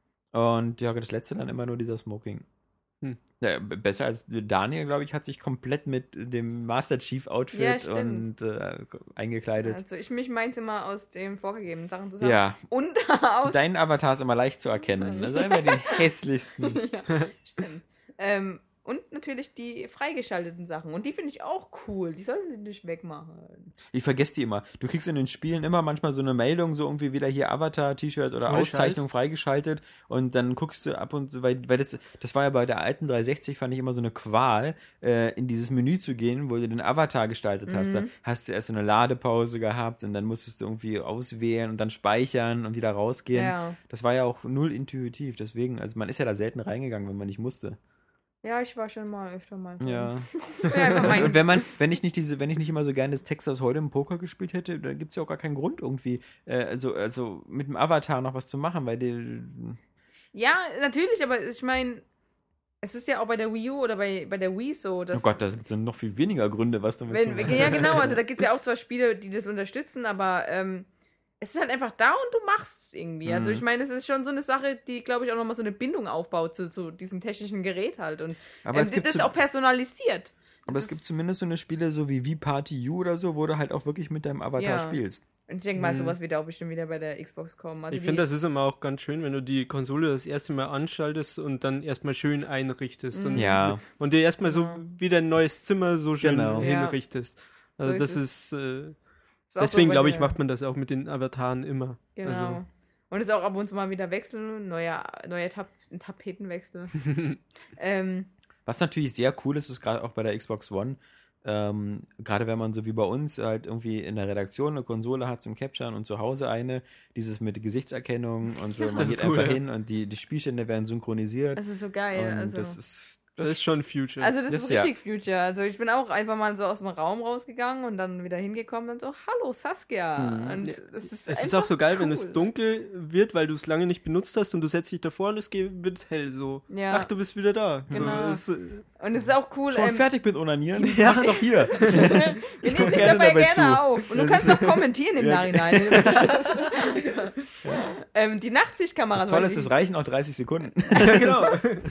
Und ja, das letzte dann immer nur dieser Smoking. Hm. Ja, b- besser als Daniel, glaube ich, hat sich komplett mit dem Master Chief Ja, Outfit stimmt. und äh, eingekleidet. Also ich mich meinte immer aus den vorgegebenen Sachen zusammen. Ja, Und aus. dein Avatar ist immer leicht zu erkennen. Das ist immer den hässlichsten. ja, stimmt. Ähm, Und natürlich die freigeschalteten Sachen. Und die finde ich auch cool. Die sollten sie nicht wegmachen. Ich vergesse die immer. Du kriegst in den Spielen immer manchmal so eine Meldung, so irgendwie wieder hier Avatar-T-Shirt oder Ohne Auszeichnung Scheiß. freigeschaltet. Und dann guckst du ab und zu, weil, weil das, das war ja bei der alten dreihundertsechzig, fand ich immer so eine Qual, äh, in dieses Menü zu gehen, wo du den Avatar gestaltet hast. Da hast du erst so eine Ladepause gehabt und dann musstest du irgendwie auswählen und dann speichern und wieder rausgehen. Ja. Das war ja auch null intuitiv. Deswegen, also man ist ja da selten reingegangen, wenn man nicht musste. Ja, ich war schon mal öfter mal. Ja. Ja, einfach mein- Und wenn man, wenn ich nicht diese, wenn ich nicht immer so gerne das Texas Hold'em Poker gespielt hätte, dann gibt es ja auch gar keinen Grund irgendwie, äh, also, also mit dem Avatar noch was zu machen, weil die. Ja, natürlich, aber ich meine, es ist ja auch bei der Wii U oder bei, bei der Wii so, dass. Oh Gott, da sind noch viel weniger Gründe, was damit zu wenn, machen. ja, genau, also da gibt es ja auch zwar Spiele, die das unterstützen, aber ähm, es ist halt einfach da und du machst es irgendwie. Also Mhm. ich meine, es ist schon so eine Sache, die, glaube ich, auch nochmal so eine Bindung aufbaut zu, zu diesem technischen Gerät halt. Und Aber ähm, es gibt das ist so- auch personalisiert. Aber Das es gibt ist- zumindest so eine Spiele so wie V-Party U oder so, wo du halt auch wirklich mit deinem Avatar Ja. spielst. Und ich denke mal, Mhm. sowas wird auch bestimmt wieder bei der Xbox kommen. Also Ich die- finde, das ist immer auch ganz schön, wenn du die Konsole das erste Mal anschaltest und dann erstmal schön einrichtest. Und, Ja. und dir erstmal so Ja. wieder ein neues Zimmer so schön Genau. Ja. hinrichtest. Also So ist das es. ist, äh, ist auch deswegen so bei glaube ich, der- macht man das auch mit den Avataren immer. Genau. Also, Und es ist auch ab und zu mal wieder wechseln, neuer, neuer Tap Tapetenwechsel. ähm, Was natürlich sehr cool ist, ist gerade auch bei der Xbox One, ähm, gerade wenn man so wie bei uns halt irgendwie in der Redaktion eine Konsole hat zum Capturen und zu Hause eine, dieses mit Gesichtserkennung und so, man Das geht ist cool, einfach ja. hin und die, die Spielstände werden synchronisiert. das ist so geil. und Also. das ist das ist schon Future. Also das, Das- ist ja. richtig Future. Also ich bin auch einfach mal so aus dem Raum rausgegangen und dann wieder hingekommen und so, hallo Saskia. Mhm. Und Ja, das ist es einfach ist auch so geil, cool. wenn es dunkel wird, weil du es lange nicht benutzt hast und du setzt dich davor und es geht, wird hell so. Ja. Ach, du bist wieder da. Genau. So, es, äh, Und es ist auch cool. schon ähm, fertig mit Onanieren? Ja. Mach's doch hier. wir nehmen dich gerne dabei dabei gerne zu. auf. Und du Das kannst ist- noch kommentieren im Ja. Nachhinein. ähm, die Nachtsichtkamera. Das Tolle ist, soll- es reichen auch dreißig Sekunden. ja, genau.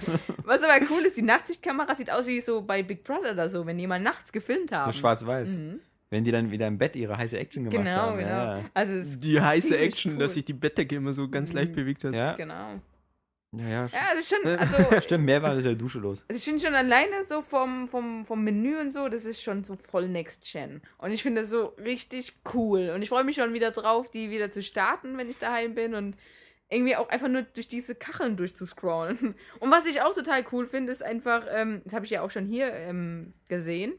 Was aber cool ist, die Nachtsichtkamera sieht aus wie so bei Big Brother oder so, wenn die mal nachts gefilmt haben. So schwarz-weiß. Mhm. Wenn die dann wieder im Bett ihre heiße Action gemacht Genau, haben. genau. Ja, ja. Also es ist Die heiße ziemlich Action, cool. dass sich die Bettdecke immer so ganz leicht bewegt hat. Ja, Genau. ja, ja, Ja, also schon, also stimmt, mehr war mit der Dusche los. Also ich finde schon alleine so vom, vom, vom Menü und so, das ist schon so voll Next Gen. Und ich finde das so richtig cool. Und ich freue mich schon wieder drauf, die wieder zu starten, wenn ich daheim bin und irgendwie auch einfach nur durch diese Kacheln durchzuscrollen. Und was ich auch total cool finde, ist einfach, ähm, das habe ich ja auch schon hier ähm, gesehen,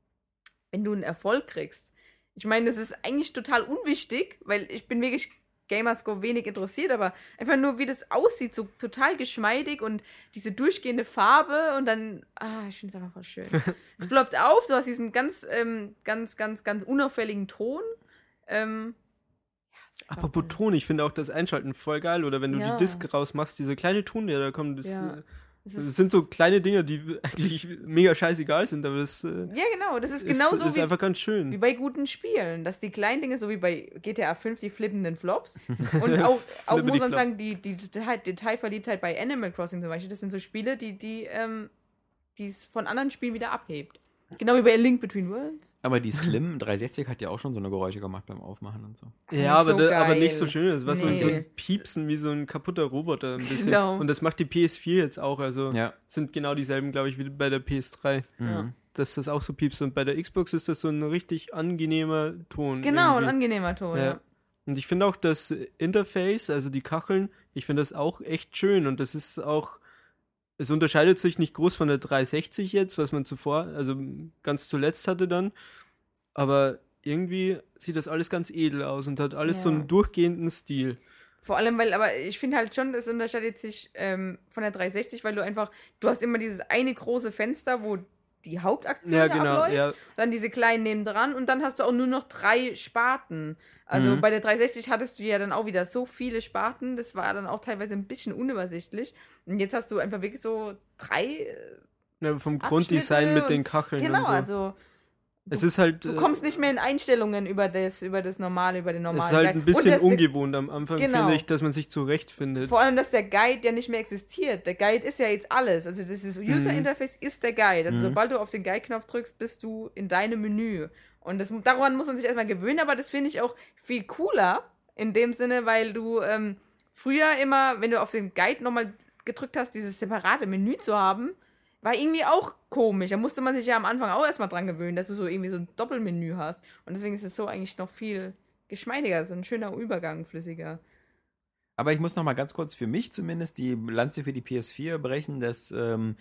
wenn du einen Erfolg kriegst. Ich meine, das ist eigentlich total unwichtig, weil ich bin wirklich Gamerscore wenig interessiert, aber einfach nur, wie das aussieht, so total geschmeidig und diese durchgehende Farbe und dann, ah, ich finde es einfach voll schön. Es ploppt auf, du hast diesen ganz, ähm, ganz, ganz, ganz unauffälligen Ton. Ähm, ja, ist einfach Apropos voll- Ton, ich finde auch das Einschalten voll geil. Oder wenn du Ja. die Disc rausmachst, diese kleine Ton, der da kommt, das, Ja. äh, Es das ist- sind so kleine Dinge, die eigentlich mega scheißegal sind, aber das äh, Ja, genau, das ist ist, genauso ist wie, einfach ganz wie schön. bei guten Spielen, dass die kleinen Dinge, so wie bei G T A fünf, die flippenden Flops. Und auch, auch Flippity muss man Flop. sagen, die, die Detail, Detailverliebtheit bei Animal Crossing zum Beispiel, das sind so Spiele, die die ähm, die es von anderen Spielen wieder abhebt. Genau wie bei A Link Between Worlds. Aber die Slim dreihundertsechzig hat ja auch schon so eine Geräusche gemacht beim Aufmachen und so. Ja, Nicht aber, so da, aber geil. nicht so schön. Das war so, Nee. so ein Piepsen wie so ein kaputter Roboter ein bisschen. Genau. Und das macht die P S vier jetzt auch. Also Ja. sind genau dieselben, glaube ich, wie bei der P S drei. Ja. Mhm. Dass das auch so piepst. Und bei der Xbox ist das so ein richtig angenehmer Ton. Genau, ein irgendwie. angenehmer Ton. Ja. Ja. Und ich finde auch das Interface, also die Kacheln, ich finde das auch echt schön. Und das ist auch, es unterscheidet sich nicht groß von der dreihundertsechzig jetzt, was man zuvor, also ganz zuletzt hatte dann. Aber irgendwie sieht das alles ganz edel aus und hat alles so Ja. einen durchgehenden Stil. Vor allem, weil, aber ich finde halt schon, es unterscheidet sich ähm, von der dreihundertsechzig, weil du einfach, du hast immer dieses eine große Fenster, wo die Hauptaktion Ja, genau. abläuft. Ja. Dann diese kleinen nebendran und dann hast du auch nur noch drei Sparten. Also Mhm. bei der dreihundertsechzig hattest du ja dann auch wieder so viele Sparten, das war dann auch teilweise ein bisschen unübersichtlich. Und jetzt hast du einfach wirklich so drei. äh, Ja, vom Abschnitte Grunddesign mit und- den Kacheln Genau, und so. also es ist halt, du äh, kommst nicht mehr in Einstellungen über das, über das normale, über den es normalen ist halt Guide. ein Und bisschen das- ungewohnt am Anfang, Genau. finde ich, dass man sich zurechtfindet. Vor allem, dass der Guide ja nicht mehr existiert. Der Guide ist ja jetzt alles. Also das ist, User Mhm. Interface ist der Guide. Also Mhm. sobald du auf den Guide-Knopf drückst, bist du in deinem Menü. Und das, daran muss man sich erstmal gewöhnen, aber das finde ich auch viel cooler in dem Sinne, weil du ähm, früher immer, wenn du auf den Guide nochmal gedrückt hast, dieses separate Menü zu haben, war irgendwie auch komisch. Da musste man sich ja am Anfang auch erstmal dran gewöhnen, dass du so irgendwie so ein Doppelmenü hast. Und deswegen ist es so eigentlich noch viel geschmeidiger, so ein schöner Übergang, flüssiger. Aber ich muss noch mal ganz kurz für mich zumindest die Lanze für die P S vier brechen, dass ähm,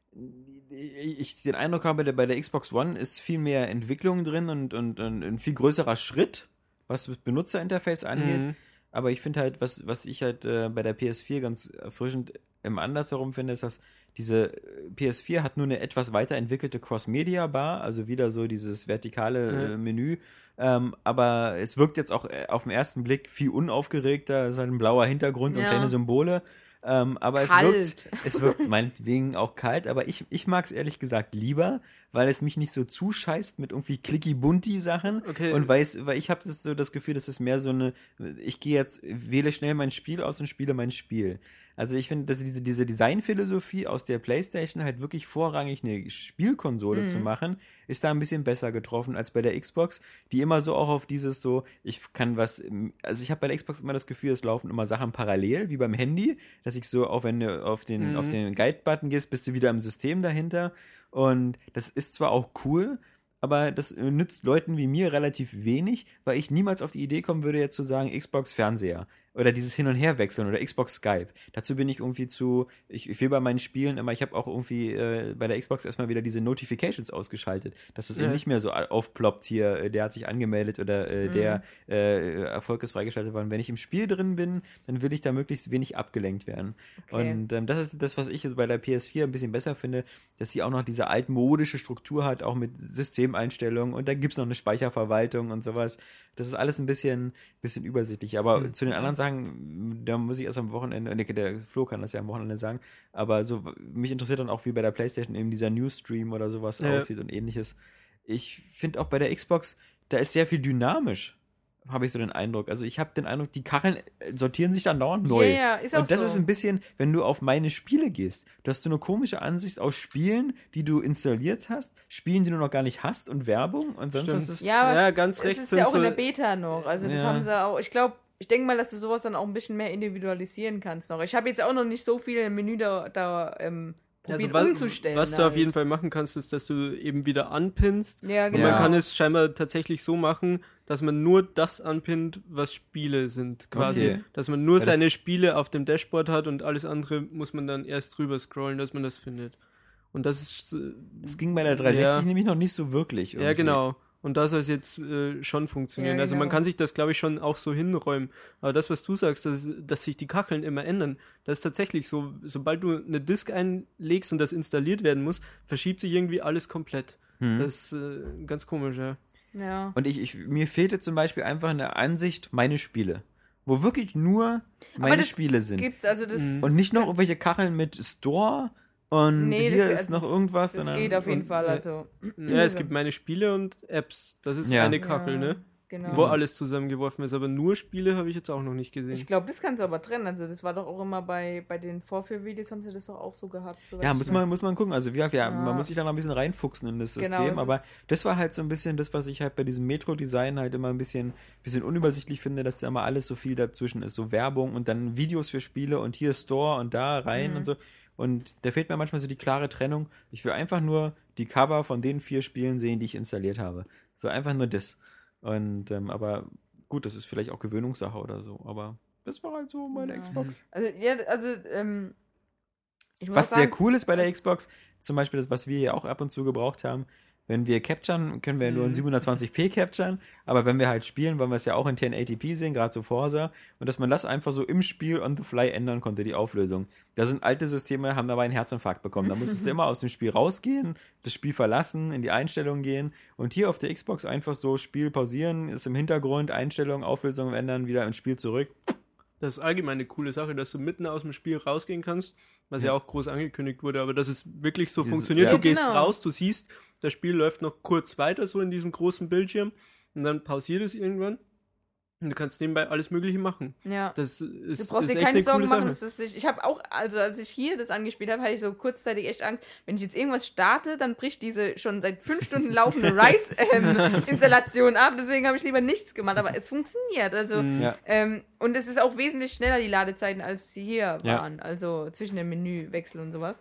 ich den Eindruck habe, bei der Xbox One ist viel mehr Entwicklung drin und, und, und ein viel größerer Schritt, was das Benutzerinterface angeht. Mhm. Aber ich finde halt, was, was ich halt äh, bei der P S vier ganz erfrischend im andersherum finde, ist, dass diese P S vier hat nur eine etwas weiterentwickelte Cross-Media-Bar, also wieder so dieses vertikale ja. äh, Menü. Ähm, aber es wirkt jetzt auch auf den ersten Blick viel unaufgeregter. Es ist halt ein blauer Hintergrund ja. und kleine Symbole. Ähm, aber kalt. es wirkt, es wirkt meinetwegen auch kalt, aber ich, ich mag es ehrlich gesagt lieber, weil es mich nicht so zuscheißt mit irgendwie clicky-bunti-Sachen okay. und weiß, weil ich habe das so das Gefühl, das ist mehr so eine, ich gehe jetzt, wähle schnell mein Spiel aus und spiele mein Spiel. Also ich finde, dass diese, diese Designphilosophie aus der PlayStation halt wirklich vorrangig eine Spielkonsole mhm. zu machen, ist da ein bisschen besser getroffen als bei der Xbox, die immer so auch auf dieses so, ich kann was, also ich habe bei der Xbox immer das Gefühl, es laufen immer Sachen parallel, wie beim Handy, dass ich so, auch wenn du auf den, mhm. auf den Guide-Button gehst, bist du wieder im System dahinter und das ist zwar auch cool, aber das nützt Leuten wie mir relativ wenig, weil ich niemals auf die Idee kommen würde, jetzt zu sagen, Xbox Fernseher oder dieses Hin- und Herwechseln oder Xbox Skype. Dazu bin ich irgendwie zu, ich, ich will bei meinen Spielen immer, ich habe auch irgendwie äh, bei der Xbox erstmal wieder diese Notifications ausgeschaltet, dass es ja. eben nicht mehr so aufploppt hier, äh, der hat sich angemeldet oder äh, mhm. der äh, Erfolg ist freigeschaltet worden. Wenn ich im Spiel drin bin, dann will ich da möglichst wenig abgelenkt werden. Okay. Und ähm, das ist das, was ich bei der P S vier ein bisschen besser finde, dass sie auch noch diese altmodische Struktur hat, auch mit Systemeinstellungen und da gibt es noch eine Speicherverwaltung und sowas. Das ist alles ein bisschen, bisschen übersichtlich. Aber mhm. zu den anderen Sachen, da muss ich erst am Wochenende, ne, der Flo kann das ja am Wochenende sagen, aber so, mich interessiert dann auch, wie bei der PlayStation eben dieser Newsstream oder sowas ja. aussieht und ähnliches. Ich finde auch bei der Xbox, da ist sehr viel dynamisch, habe ich so den Eindruck. Also ich habe den Eindruck, die Kacheln sortieren sich dann dauernd neu. Yeah, ist auch und das so. ist ein bisschen, wenn du auf meine Spiele gehst, du hast so eine komische Ansicht aus Spielen, die du installiert hast, Spielen, die du noch gar nicht hast und Werbung und sonst was ist. Ja, ja, ganz recht. Das ist ja auch so in der Beta noch. Also das ja. haben sie auch, ich glaube, ich denke mal, dass du sowas dann auch ein bisschen mehr individualisieren kannst noch. Ich habe jetzt auch noch nicht so viel im Menü da, da ähm, probiert also was, umzustellen. Was du halt. auf jeden Fall machen kannst, ist, dass du eben wieder anpinnst. Ja, genau. Und man kann es scheinbar tatsächlich so machen, dass man nur das anpinnt, was Spiele sind, quasi. Okay. Dass man nur ja, seine Spiele auf dem Dashboard hat und alles andere muss man dann erst drüber scrollen, dass man das findet. Und das ist... Äh, das ging bei der dreihundertsechzig ja, nämlich noch nicht so wirklich. Irgendwie. Ja, genau. Und da soll es jetzt äh, schon funktionieren. Ja, genau. Also man kann sich das, glaube ich, schon auch so hinräumen. Aber das, was du sagst, dass, dass sich die Kacheln immer ändern, das ist tatsächlich so, sobald du eine Disk einlegst und das installiert werden muss, verschiebt sich irgendwie alles komplett. Hm. Das ist äh, ganz komisch, ja. Ja. Und ich, ich, mir fehlte zum Beispiel einfach eine Ansicht, meine Spiele. Wo wirklich nur meine Spiele sind. Gibt's, also das und nicht noch irgendwelche Kacheln mit Store und nee, hier das, ist also noch irgendwas. Das sondern, geht auf jeden und, Fall, also. Ja, es gibt meine Spiele und Apps. Das ist ja. eine Kachel, ja, ne? Genau. Wo alles zusammengeworfen ist. Aber nur Spiele habe ich jetzt auch noch nicht gesehen. Ich glaube, das kannst du aber trennen. Also das war doch auch immer bei, bei den Vorführvideos, haben sie das doch auch so gehabt. Ja, muss man, muss man gucken. Also wie gesagt, ja, ja. man muss sich da noch ein bisschen reinfuchsen in das System. Genau, das aber das war halt so ein bisschen das, was ich halt bei diesem Metro-Design halt immer ein bisschen, bisschen unübersichtlich finde, dass da immer alles so viel dazwischen ist. So Werbung und dann Videos für Spiele und hier Store und da rein mhm. und so. Und da fehlt mir manchmal so die klare Trennung. Ich will einfach nur die Cover von den vier Spielen sehen, die ich installiert habe. So einfach nur das. Und, ähm, aber gut, das ist vielleicht auch Gewöhnungssache oder so. Aber das war halt so meine ja. Xbox. Also, ja, also, ähm, ich muss was sagen, sehr cool ist bei der Xbox, zum Beispiel das, was wir hier auch ab und zu gebraucht haben, wenn wir capturen, können wir ja nur in siebenhundertzwanzig p capturen, aber wenn wir halt spielen, wollen wir es ja auch in zehn eighty p sehen, gerade so Forza, und dass man das einfach so im Spiel on the fly ändern konnte, die Auflösung. Da sind alte Systeme, haben dabei einen Herzinfarkt bekommen. Da musstest du immer aus dem Spiel rausgehen, das Spiel verlassen, in die Einstellungen gehen und hier auf der Xbox einfach so Spiel pausieren, ist im Hintergrund, Einstellungen, Auflösung ändern, wieder ins Spiel zurück. Das ist allgemein eine coole Sache, dass du mitten aus dem Spiel rausgehen kannst, was ja, ja auch groß angekündigt wurde, aber dass es wirklich so Diese, funktioniert. ja, du gehst genau. raus, du siehst, das Spiel läuft noch kurz weiter, so in diesem großen Bildschirm, und dann pausiert es irgendwann und du kannst nebenbei alles Mögliche machen. Ja. Das ist, du brauchst ist dir echt keine eine Sorgen coole machen, Sache. dass es sich. Ich habe auch, also als ich hier das angespielt habe, hatte ich so kurzzeitig echt Angst, wenn ich jetzt irgendwas starte, dann bricht diese schon seit fünf Stunden laufende Rise-Installation ähm, ab. Deswegen habe ich lieber nichts gemacht. Aber es funktioniert. Also ja. ähm, und es ist auch wesentlich schneller, die Ladezeiten, als sie hier ja. waren. Also zwischen dem Menüwechsel und sowas.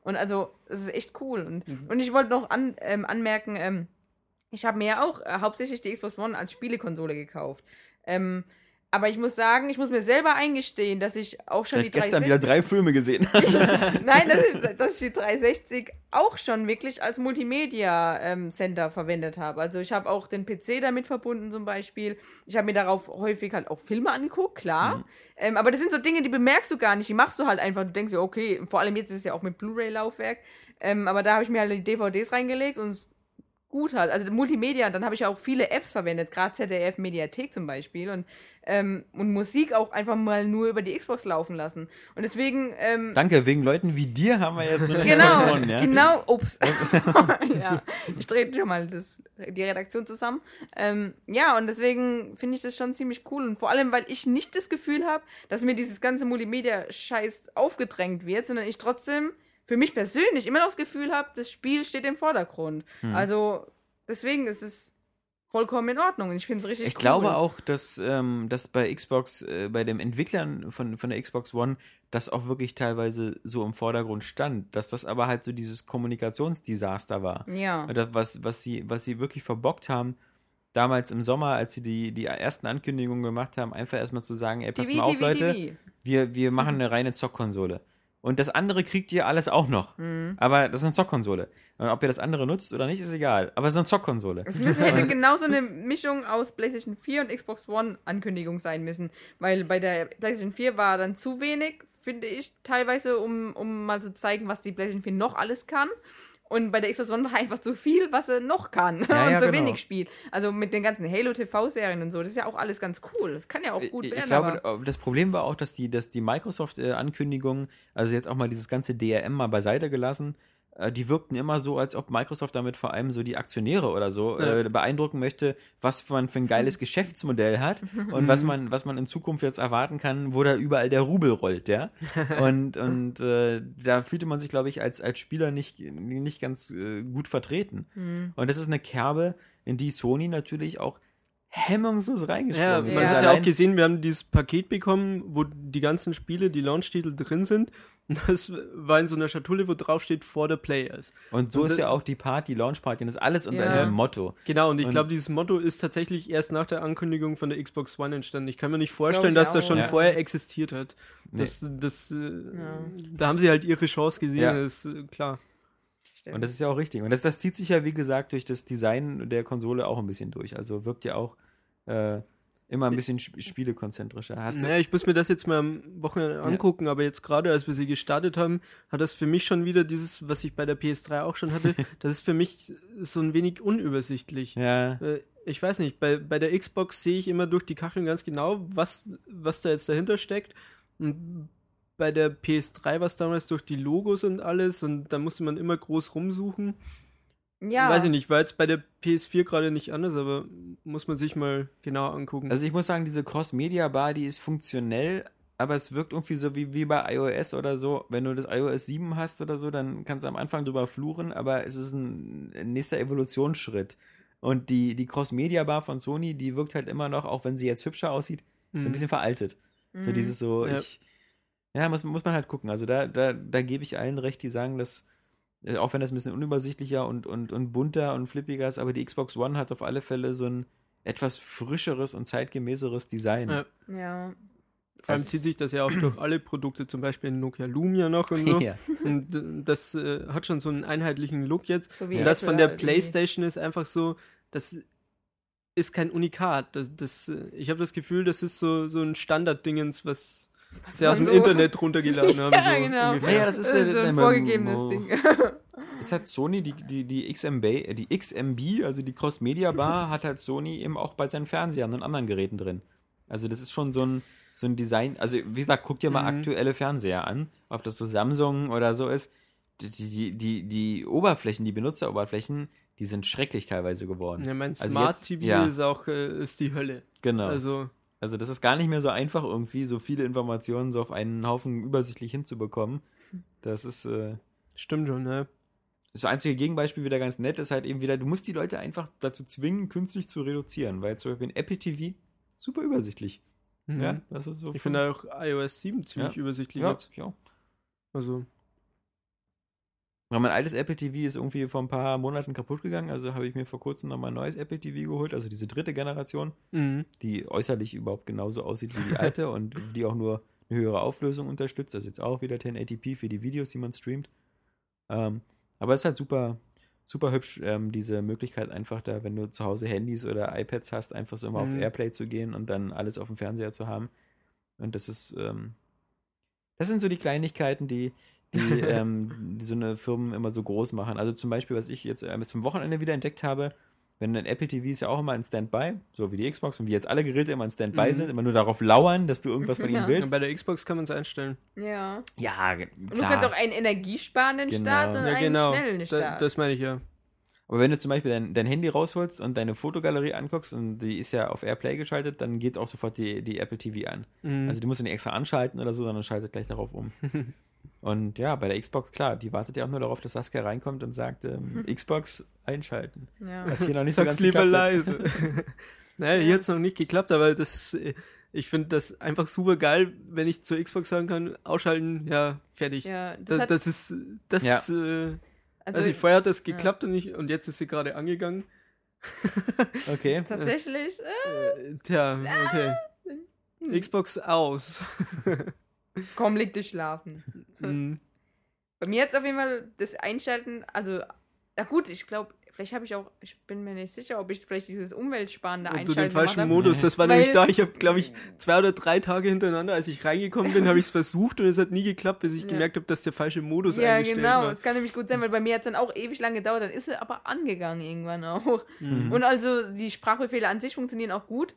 Und also, es ist echt cool. Und, mhm. und ich wollte noch an, ähm, anmerken, ähm, ich habe mir ja auch äh, hauptsächlich die Xbox One als Spielekonsole gekauft. Ähm, aber ich muss sagen, ich muss mir selber eingestehen, dass ich auch schon Seit die gestern dreihundertsechzig wieder drei Filme gesehen. Nein, dass ich, dass ich die dreihundertsechzig auch schon wirklich als Multimedia-Center ähm, verwendet habe. Also ich habe auch den P C damit verbunden zum Beispiel. Ich habe mir darauf häufig halt auch Filme angeguckt, klar. Mhm. Ähm, aber das sind so Dinge, die bemerkst du gar nicht. Die machst du halt einfach. Du denkst dir, okay, vor allem jetzt ist es ja auch mit Blu-ray-Laufwerk. Ähm, aber da habe ich mir halt die D V Ds reingelegt und es gut halt. Also Multimedia, und dann habe ich auch viele Apps verwendet, gerade Z D F Mediathek zum Beispiel und, ähm, und Musik auch einfach mal nur über die Xbox laufen lassen. Und deswegen... Ähm, Danke, wegen Leuten wie dir haben wir jetzt so eine genau, Xbox One, ja? Genau, ups. ja, ich drehe schon mal das, die Redaktion zusammen. Ähm, ja, und deswegen finde ich das schon ziemlich cool. Und vor allem, weil ich nicht das Gefühl habe, dass mir dieses ganze Multimedia-Scheiß aufgedrängt wird, sondern ich trotzdem... für mich persönlich immer noch das Gefühl habe, das Spiel steht im Vordergrund. Hm. Also deswegen ist es vollkommen in Ordnung. Ich finde es richtig ich cool. Ich glaube auch, dass, ähm, dass bei Xbox, äh, bei den Entwicklern von, von der Xbox One, das auch wirklich teilweise so im Vordergrund stand. Dass das aber halt so dieses Kommunikationsdesaster war. Ja. Oder was, was, sie, was sie wirklich verbockt haben, damals im Sommer, als sie die, die ersten Ankündigungen gemacht haben, einfach erstmal zu sagen, ey, passt mal auf, Leute, wir, wir machen eine reine Zockkonsole. Und das andere kriegt ihr alles auch noch. Mhm. Aber das ist eine Zockkonsole. Und ob ihr das andere nutzt oder nicht, ist egal. Aber es ist eine Zockkonsole. Es müsste, hätte genauso eine Mischung aus PlayStation vier und Xbox One Ankündigung sein müssen. Weil bei der PlayStation vier war dann zu wenig, finde ich, teilweise, um, um mal zu zeigen, was die PlayStation vier noch alles kann. Und bei der Xbox One war einfach zu viel, was er noch kann. Ja, und ja, so genau. wenig spielt. Also mit den ganzen Halo-T V-Serien und so. Das ist ja auch alles ganz cool. Das kann ja auch gut ich, werden. Ich glaube, aber das Problem war auch, dass die, dass die Microsoft-Ankündigungen, also jetzt auch mal dieses ganze D R M mal beiseite gelassen, die wirkten immer so, als ob Microsoft damit vor allem so die Aktionäre oder so ja. äh, beeindrucken möchte, was man für ein geiles Geschäftsmodell hat und was man, was man in Zukunft jetzt erwarten kann, wo da überall der Rubel rollt, ja. Und, und äh, da fühlte man sich, glaube ich, als, als Spieler nicht, nicht ganz äh, gut vertreten. Mhm. Und das ist eine Kerbe, in die Sony natürlich auch hemmungslos reingesprungen ja, ist. Man ja. hat ja auch gesehen, wir haben dieses Paket bekommen, wo die ganzen Spiele, die Launch-Titel drin sind. Und das war in so einer Schatulle, wo drauf steht, for the players. Und so und ist ja auch die Party, Launch-Party, und das ist alles unter ja. diesem Motto. Genau, und ich glaube, dieses Motto ist tatsächlich erst nach der Ankündigung von der Xbox One entstanden. Ich kann mir nicht vorstellen, dass das schon ja. vorher existiert hat. Das, nee. das, ja. Da haben sie halt ihre Chance gesehen, ja. das ist klar. Und das ist ja auch richtig. Und das, das zieht sich ja, wie gesagt, durch das Design der Konsole auch ein bisschen durch. Also wirkt ja auch äh, immer ein bisschen sp- spielekonzentrischer. Hast naja, ich muss mir das jetzt mal am Wochenende angucken, ja. aber jetzt gerade, als wir sie gestartet haben, hat das für mich schon wieder dieses, was ich bei der P S drei auch schon hatte, das ist für mich so ein wenig unübersichtlich. Ja. Ich weiß nicht, bei, bei der Xbox sehe ich immer durch die Kacheln ganz genau, was, was da jetzt dahinter steckt. Und bei der P S drei war es damals durch die Logos und alles und da musste man immer groß rumsuchen. Ja. Weiß ich nicht, war jetzt bei der P S vier gerade nicht anders, aber muss man sich mal genau angucken. Also ich muss sagen, diese Cross-Media-Bar, die ist funktionell, aber es wirkt irgendwie so wie, wie bei iOS oder so. Wenn du das iOS sieben hast oder so, dann kannst du am Anfang drüber fluchen, aber es ist ein nächster Evolutionsschritt. Und die, die Cross-Media-Bar von Sony, die wirkt halt immer noch, auch wenn sie jetzt hübscher aussieht, mhm. so ein bisschen veraltet. Mhm. So dieses so, ja. ich... Ja, muss, muss man halt gucken. Also da, da, da gebe ich allen recht, die sagen, dass, auch wenn das ein bisschen unübersichtlicher und, und, und bunter und flippiger ist, aber die Xbox One hat auf alle Fälle so ein etwas frischeres und zeitgemäßeres Design. Ja. ja. Vor allem zieht sich das ja auch durch alle Produkte, zum Beispiel in Nokia Lumia noch und so. Ja. Und das äh, hat schon so einen einheitlichen Look jetzt. So wie und das Apple von der irgendwie. PlayStation ist einfach so, das ist kein Unikat. Das, das, ich habe das Gefühl, das ist so, so ein Standarddingens, was sie aus dem so Internet runtergeladen haben. ja, so genau. ungefähr. Ja, ja, das ist so äh, ein ähm, vorgegebenes oh. Ding. Das hat Sony, die, die, die, X M B, die X M B, also die Cross-Media-Bar, hat halt Sony eben auch bei seinen Fernsehern und anderen Geräten drin. Also das ist schon so ein, so ein Design, also wie gesagt, guck dir mal Mhm. aktuelle Fernseher an, ob das so Samsung oder so ist. Die, die, die, die Oberflächen, die Benutzeroberflächen, die sind schrecklich teilweise geworden. Ja, mein Also Smart jetzt- T V ja. ist auch äh, ist die Hölle. Genau. Also, Also das ist gar nicht mehr so einfach irgendwie, so viele Informationen so auf einen Haufen übersichtlich hinzubekommen. Das ist äh, stimmt schon, ne? das einzige Gegenbeispiel wieder ganz nett, ist halt eben wieder, du musst die Leute einfach dazu zwingen, künstlich zu reduzieren, weil zum Beispiel in Apple T V super übersichtlich. Mhm. Ja, das ist so Ich finde auch iOS sieben ziemlich Ja. übersichtlich ja, jetzt. ja. Also, Weil mein altes Apple T V ist irgendwie vor ein paar Monaten kaputt gegangen, also habe ich mir vor kurzem nochmal ein neues Apple T V geholt, also diese dritte Generation, Mhm. die äußerlich überhaupt genauso aussieht wie die alte und die auch nur eine höhere Auflösung unterstützt, also jetzt auch wieder zehn eighty p für die Videos, die man streamt. Ähm, aber es ist halt super, super hübsch, ähm, diese Möglichkeit einfach da, wenn du zu Hause Handys oder iPads hast, einfach so immer auf Mhm. Airplay zu gehen und dann alles auf dem Fernseher zu haben. Und das ist, ähm, das sind so die Kleinigkeiten, die, die, ähm, die so eine Firmen immer so groß machen. Also zum Beispiel, was ich jetzt äh, bis zum Wochenende wieder entdeckt habe, wenn ein Apple T V ist ja auch immer in Standby, so wie die Xbox und wie jetzt alle Geräte immer in Standby Mhm. sind, immer nur darauf lauern, dass du irgendwas von ihnen Ja. willst. Und bei der Xbox kann man es einstellen. Ja. Ja, ge- Und du klar. kannst auch einen energiesparenden Genau. Start und Ja, einen genau. schnellen Da, Start. das meine ich ja. Aber wenn du zum Beispiel dein, dein Handy rausholst und deine Fotogalerie anguckst und die ist ja auf Airplay geschaltet, dann geht auch sofort die, die Apple T V an. Mhm. Also die musst du nicht extra anschalten oder so, sondern schaltet gleich darauf um. Und ja, bei der Xbox, klar, die wartet ja auch nur darauf, dass Saskia reinkommt und sagt, ähm, Xbox einschalten. ja. Was hier noch nicht so Sag's ganz lieber geklappt hat. leise. naja, hier hat es noch nicht geklappt, aber das, äh, ich finde das einfach super geil, wenn ich zur Xbox sagen kann, ausschalten, ja, fertig. ja, das Das, hat, das ist, das, Ja. äh, also, also vorher hat das geklappt und, ich, und jetzt ist sie gerade angegangen. Okay. tatsächlich, äh, Äh, tja, okay. Xbox aus. komm, leg dich schlafen. Mhm. Bei mir jetzt auf jeden Fall das Einschalten, also, na gut, ich glaube, vielleicht habe ich auch, ich bin mir nicht sicher, ob ich vielleicht dieses umweltsparende Und du Einschalten den falschen gemacht habe. Modus, das war Weil- nämlich da, ich habe, glaube ich, zwei oder drei Tage hintereinander, als ich reingekommen bin, habe ich es versucht und es hat nie geklappt, bis ich Ja. gemerkt habe, dass der falsche Modus Ja, eingestellt genau, war. es kann nämlich gut sein, weil bei mir hat es dann auch ewig lang gedauert, dann ist sie aber angegangen irgendwann auch. Mhm. Und also die Sprachbefehle an sich funktionieren auch gut.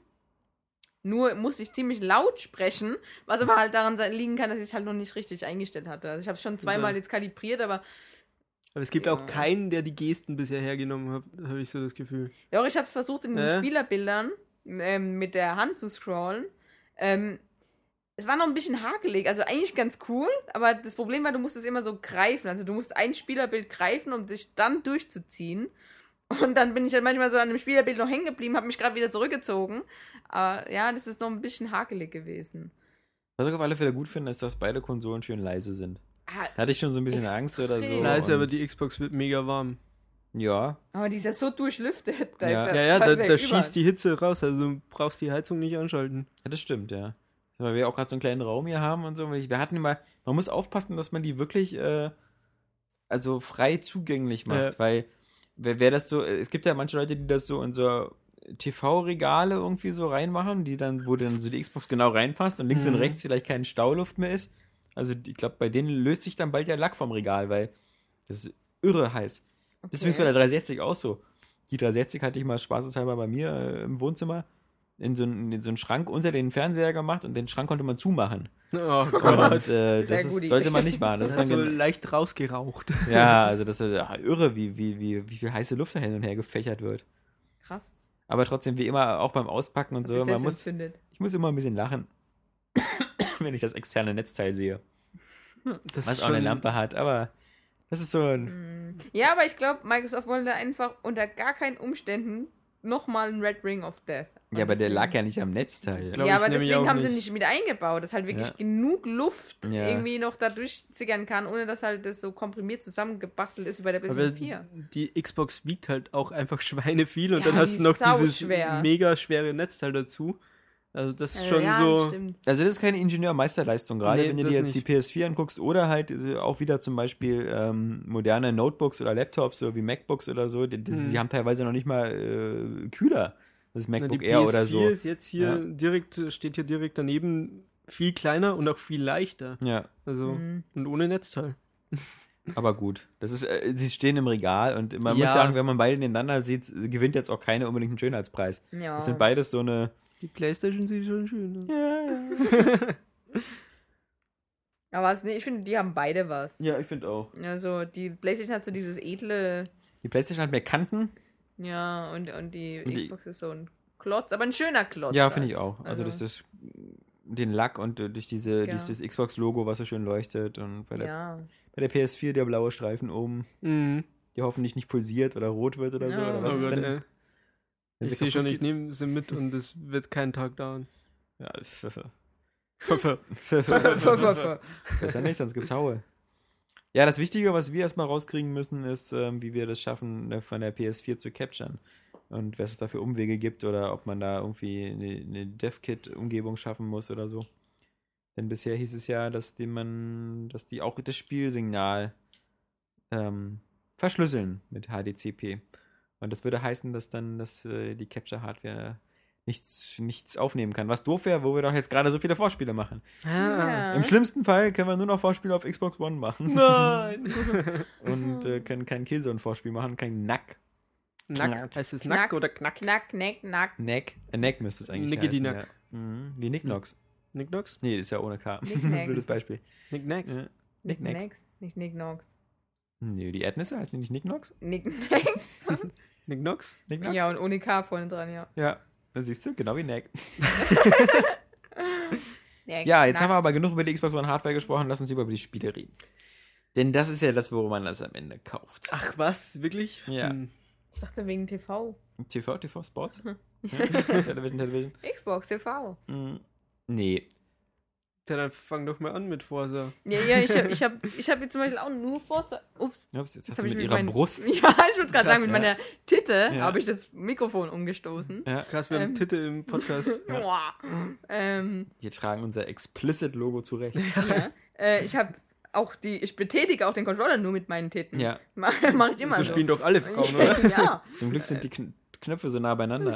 Nur musste ich ziemlich laut sprechen, was aber halt daran liegen kann, dass ich es halt noch nicht richtig eingestellt hatte. Also ich habe es schon zweimal jetzt kalibriert, aber Aber es gibt Ja. auch keinen, der die Gesten bisher hergenommen hat, habe ich so das Gefühl. ja, auch ich habe es versucht in den Äh? Spielerbildern ähm, mit der Hand zu scrollen. Ähm, es war noch ein bisschen hakelig, also eigentlich ganz cool, aber das Problem war, du musst es immer so greifen. Also du musst ein Spielerbild greifen, um dich dann durchzuziehen. Und dann bin ich halt manchmal so an dem Spielerbild noch hängen geblieben, habe mich gerade wieder zurückgezogen. Aber ja, das ist noch ein bisschen hakelig gewesen. Was ich auf alle Fälle gut finde, ist, dass beide Konsolen schön leise sind. Ah, Da hatte ich schon so ein bisschen Extrem. Angst oder so. Leise, und- aber die Xbox wird mega warm. Ja, aber die ist ja so durchlüftet. Da Ja. ist Ja, ja, da, da tatsächlich schießt die Hitze raus, also du brauchst die Heizung nicht anschalten. ja, das stimmt, ja. Weil wir auch gerade so einen kleinen Raum hier haben und so. Wir hatten immer, man muss aufpassen, dass man die wirklich äh, also frei zugänglich macht, Ja. weil wer, wer das so, es gibt ja manche Leute, die das so in so T V-Regale irgendwie so reinmachen, die dann, wo dann so die Xbox genau reinpasst und links Mhm. und rechts vielleicht keine Stauluft mehr ist. Also ich glaube, bei denen löst sich dann bald der Lack vom Regal, weil das ist irre heiß. Das ist übrigens bei der dreihundertsechzig auch so. Die dreihundertsechzig hatte ich mal spaßeshalber bei mir äh, im Wohnzimmer in so, einen, in so einen Schrank unter den Fernseher gemacht und den Schrank konnte man zumachen. Oh Gott. Und äh, Sehr das gute ist, sollte Idee. man nicht machen. Das Das ist ist dann so gen- leicht rausgeraucht. ja, also das ist ja, irre, wie, wie, wie, wie viel heiße Luft da hin und her gefächert wird. krass. Aber trotzdem, wie immer, auch beim Auspacken und Hat so, sich man selbst muss, entzündet. ich muss immer ein bisschen lachen, wenn ich das externe Netzteil sehe, Das was ist auch eine schon- Lampe hat. Aber das ist so ein, Ja, aber ich glaube, Microsoft wollte einfach unter gar keinen Umständen nochmal einen Red Ring of Death. ja, aber der deswegen- lag ja nicht am Netzteil. Glaub ja, ich aber nämlich deswegen auch haben sie nicht. nicht mit eingebaut, dass halt wirklich Ja. genug Luft Ja. irgendwie noch da durchzickern kann, ohne dass halt das so komprimiert zusammengebastelt ist wie bei der Aber PlayStation vier. die Xbox wiegt halt auch einfach Schweine viel und Ja, dann hast die du noch ist sauschwer. dieses mega schwere Netzteil dazu. Also das ist schon ja, so. stimmt. Also das ist keine Ingenieur-Meisterleistung, gerade Nee, wenn du das dir jetzt die nicht. P S vier anguckst oder halt äh, auch wieder zum Beispiel ähm, moderne Notebooks oder Laptops, so wie MacBooks oder so, die, die, Mhm. die haben teilweise noch nicht mal äh, Kühler. Das Na, MacBook die Air P S vier oder so. ist jetzt hier Ja. direkt, steht hier direkt daneben, viel kleiner und auch viel leichter. Ja, Also, Mhm. und ohne Netzteil. aber gut. Das ist, äh, sie stehen im Regal und man Ja. muss sagen, wenn man beide nebeneinander sieht, gewinnt jetzt auch keine unbedingt einen Schönheitspreis. Ja. Das sind beides so eine. Die Playstation sieht schon schön aus. Ja, ja. Aber was, nee, ich finde, die haben beide was. Ja, ich finde auch. Also die PlayStation hat so dieses edle, Die PlayStation hat mehr Kanten. ja, und, und die Und die- Xbox ist so ein Klotz, aber ein schöner Klotz. Ja, halt. finde ich auch. Also, Also- das ist den Lack und äh, durch diese Ja. durch das Xbox-Logo, was so schön leuchtet und bei der, Ja. bei der P S vier der blaue Streifen oben, Mhm. der hoffentlich nicht pulsiert oder rot wird oder so. Ja. Oder was Oh ist, Gott, wenn, ey. wenn Ich sie sehe schon, kaputt ich nehme sie mit und es wird keinen Tag dauern. geht? Ja, Pfeffer. besser nicht, sonst gibt's Haue. Ja, das Wichtige, was wir erstmal rauskriegen müssen, ist, ähm, wie wir das schaffen, äh, von der P S vier zu capturen. Und was es da für Umwege gibt oder ob man da irgendwie eine, eine Dev-Kit-Umgebung schaffen muss oder so. Denn bisher hieß es ja, dass die man, dass die auch das Spielsignal ähm, verschlüsseln mit H D C P. Und das würde heißen, dass dann das, äh, die Capture-Hardware nichts, nichts aufnehmen kann. Was doof wäre, wo wir doch jetzt gerade so viele Vorspiele machen. Ja. Im schlimmsten Fall können wir nur noch Vorspiele auf Xbox One machen. Nein! Und äh, können kein Killzone-Vorspiel machen, kein Nack. Nack. Heißt es Nack, Knack. oder Knack? Knack, Knack, Knack. Nack. Äh, Nack müsste es eigentlich Nickety heißen. Nack. Ja. Mhm. Wie Nicknox. Nicknocks? Nee, das ist ja ohne K. Nicknack. Blödes Beispiel. Nicknacks? Ja. Nick Nicknacks. Nax. Nicht Nick Nox. Nee, die Erdnüsse heißen die nicht Nicknox? Nick Nax. Nicknocks? Nicknox? Ja, und ohne K vorne dran, ja. Ja, da siehst du, genau wie Nack. Nack, Ja, jetzt Knack. haben wir aber genug über die Xbox One Hardware gesprochen, lass uns über die Spiele reden. Denn das ist ja das, worum man das am Ende kauft. Ach was, wirklich? Ja. Hm. Ich dachte wegen T V. T V, T V Sports? Ja. Television, Television. Xbox T V. Mhm. Nee. Ja, dann fang doch mal an mit Forza. Ja, ja, ich habe ich hab, ich hab jetzt zum Beispiel auch nur Forza. Ups. Ups, jetzt hast hab du ich mit ihrer meinen- Brust. Ja, ich würde gerade Krass, sagen, mit ja. meiner Titte Ja. habe ich das Mikrofon umgestoßen. Ja. Krass, wir haben Ähm. Titel im Podcast. Boah. Ähm, Wir tragen unser Explicit-Logo zurecht. ja. äh, ich habe auch die, ich betätige auch den Controller nur mit meinen Titten. Ja. Mache mach ich immer So so. spielen doch alle Frauen, oder? Ja. Zum Glück sind die Kn Knöpfe so nah beieinander.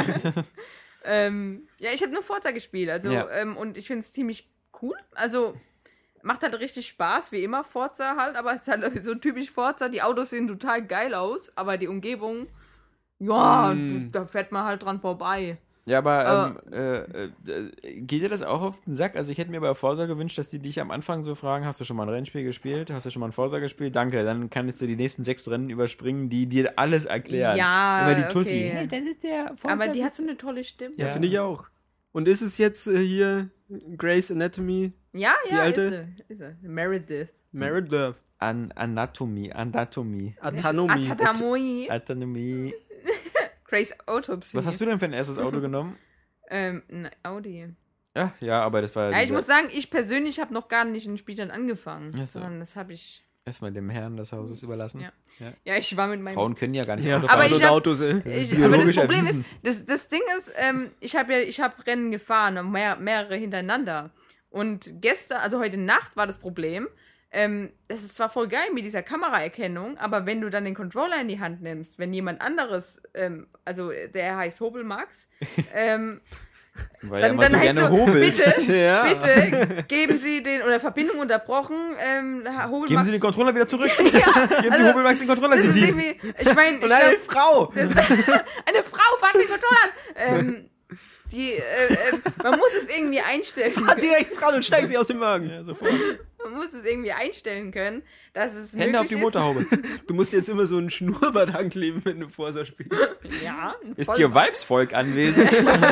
Ähm, ja, ich habe nur Forza gespielt, also Ja. ähm, und ich finde es ziemlich cool. Also macht halt richtig Spaß, wie immer Forza halt, aber es ist halt so typisch Forza. Die Autos sehen total geil aus, aber die Umgebung, ja, Mm. da fährt man halt dran vorbei. Ja, aber Aber- ähm, äh, äh, geht dir das auch auf den Sack? Also ich hätte mir bei Forza gewünscht, dass die dich am Anfang so fragen, hast du schon mal ein Rennspiel gespielt? Hast du schon mal ein Forza gespielt? Danke, dann kannst du die nächsten sechs Rennen überspringen, die dir alles erklären. Ja, Immer die Tussi. okay. Hey, das ist der Forza. Aber die hat so eine tolle Stimme. Ja, Ja. finde ich auch. Und ist es jetzt äh, hier Grey's Anatomy, Ja, Die ja, alte? ist sie. Ist sie. Meredith. Married Love, An Anatomie, Anatomie, Autonomy? Atatamoi. Anatomie. Grace Autopsy. Was hast du denn für ein erstes Auto genommen? Ähm, ein Audi. Ja, ja, aber das war Ja, ich dieser- muss sagen, ich persönlich habe noch gar nicht in Spielern angefangen. Ach so. Sondern das habe ich. erstmal dem Herrn des Hauses überlassen. Ja. Ja. Ja, ich war mit meinem. Frauen können ja gar nicht Ja, Auto Aber fahren. ich bloß hab- Autos, ey. Das ist Ich, aber das biologisch Problem erwiesen. ist, das, das Ding ist, ähm, ich habe ja, ich habe Rennen gefahren, mehr, mehrere hintereinander. Und gestern, also heute Nacht war das Problem, ähm, das ist zwar voll geil mit dieser Kameraerkennung, aber wenn du dann den Controller in die Hand nimmst, wenn jemand anderes, ähm, also der heißt Hobelmax, ähm, Weil er dann, immer dann so heißt gerne so, hobelt. bitte, Ja. bitte geben Sie den, oder Verbindung unterbrochen, ähm, Hobelmax. Geben Sie den Controller wieder zurück. Geben Sie also, Hobelmax den Controller. das Sie ist sieben. irgendwie, ich meine, ich Und eine glaub, Frau! Das, eine Frau fährt den Controller an. Ähm, die, äh, äh, man muss es irgendwie einstellen. Fahren Sie rechts ran und steigen Sie aus dem Wagen. Ja, sofort. Man muss es irgendwie einstellen können, dass es Hände möglich auf die Motorhaube. Du musst jetzt immer so einen Schnurrbart ankleben, wenn du Forza spielst. ist. Ja, Ist voll- hier Vibesvolk anwesend?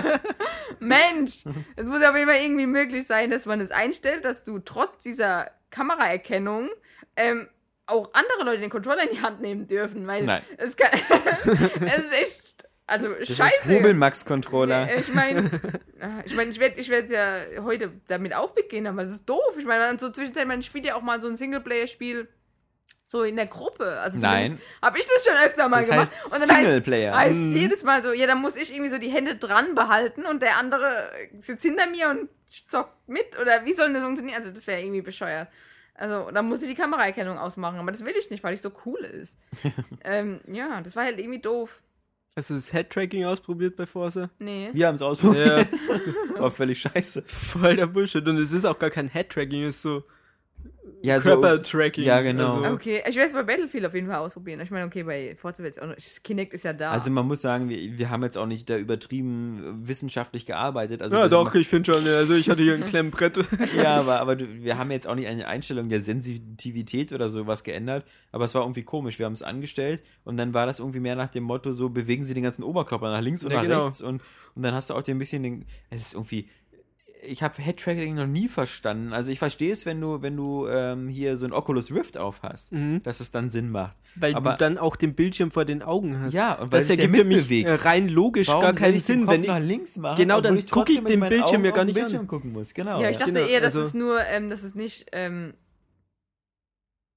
Mensch, es muss auf jeden Fall irgendwie möglich sein, dass man es einstellt, dass du trotz dieser Kameraerkennung ähm, auch andere Leute den Controller in die Hand nehmen dürfen, weil Nein. es kann, es ist echt, also Das scheiße. ist Hobelmax-Controller. Ich meine, ich meine, ich werde ich werd ja heute damit auch beginnen, aber das ist doof. Ich meine, so zwischenzeitlich, man spielt ja auch mal so ein Singleplayer-Spiel so in der Gruppe. Also Nein. habe ich das schon öfter mal Das gemacht. heißt und dann Singleplayer. heißt, heißt Mhm. jedes Mal so, ja, dann muss ich irgendwie so die Hände dran behalten und der andere sitzt hinter mir und zockt mit. Oder wie soll das funktionieren? Also das wäre irgendwie bescheuert. Also, dann muss ich die Kameraerkennung ausmachen, aber das will ich nicht, weil ich so cool ist. ähm, ja, das war halt irgendwie doof. Hast du das Head-Tracking ausprobiert bei Forza? Nee. Wir haben es ausprobiert. Ja, War völlig scheiße. voll der Bullshit. Und es ist auch gar kein Head-Tracking, es ist so Ja, Crapper-Tracking. Ja, genau. Also, Okay, ich werde es bei Battlefield auf jeden Fall ausprobieren. Ich meine, okay, bei Forza wird es auch noch. Kinect ist ja da. Also man muss sagen, wir, wir haben jetzt auch nicht da übertrieben wissenschaftlich gearbeitet. Also ja, das- doch, ich finde schon. Also ich hatte hier ein Klemmbrett. Ja, aber, aber du- wir haben jetzt auch nicht eine Einstellung der Sensitivität oder sowas geändert, aber es war irgendwie komisch. Wir haben es angestellt und dann war das irgendwie mehr nach dem Motto so, bewegen Sie den ganzen Oberkörper nach links und Ja, nach genau. rechts und, und dann hast du auch dir ein bisschen den, es ist irgendwie, ich habe Head-Tracking noch nie verstanden. Also ich verstehe es, wenn du, wenn du ähm, hier so ein Oculus Rift auf hast, Mhm. dass es dann Sinn macht. Weil Aber- du dann auch den Bildschirm vor den Augen hast. Ja, und weil das sich der ergibt für mich mitbewegt. äh, rein logisch Warum gar soll keinen ich den Sinn, Kopf wenn ich nach links machen, Genau, obwohl dann ich guck ich trotzdem mit den meinen Bildschirm Augen ja gar auf den nicht an. Bildschirm gucken muss. Genau. ja, ich dachte genau, eher, dass also- es nur, ähm, dass es nicht, ähm,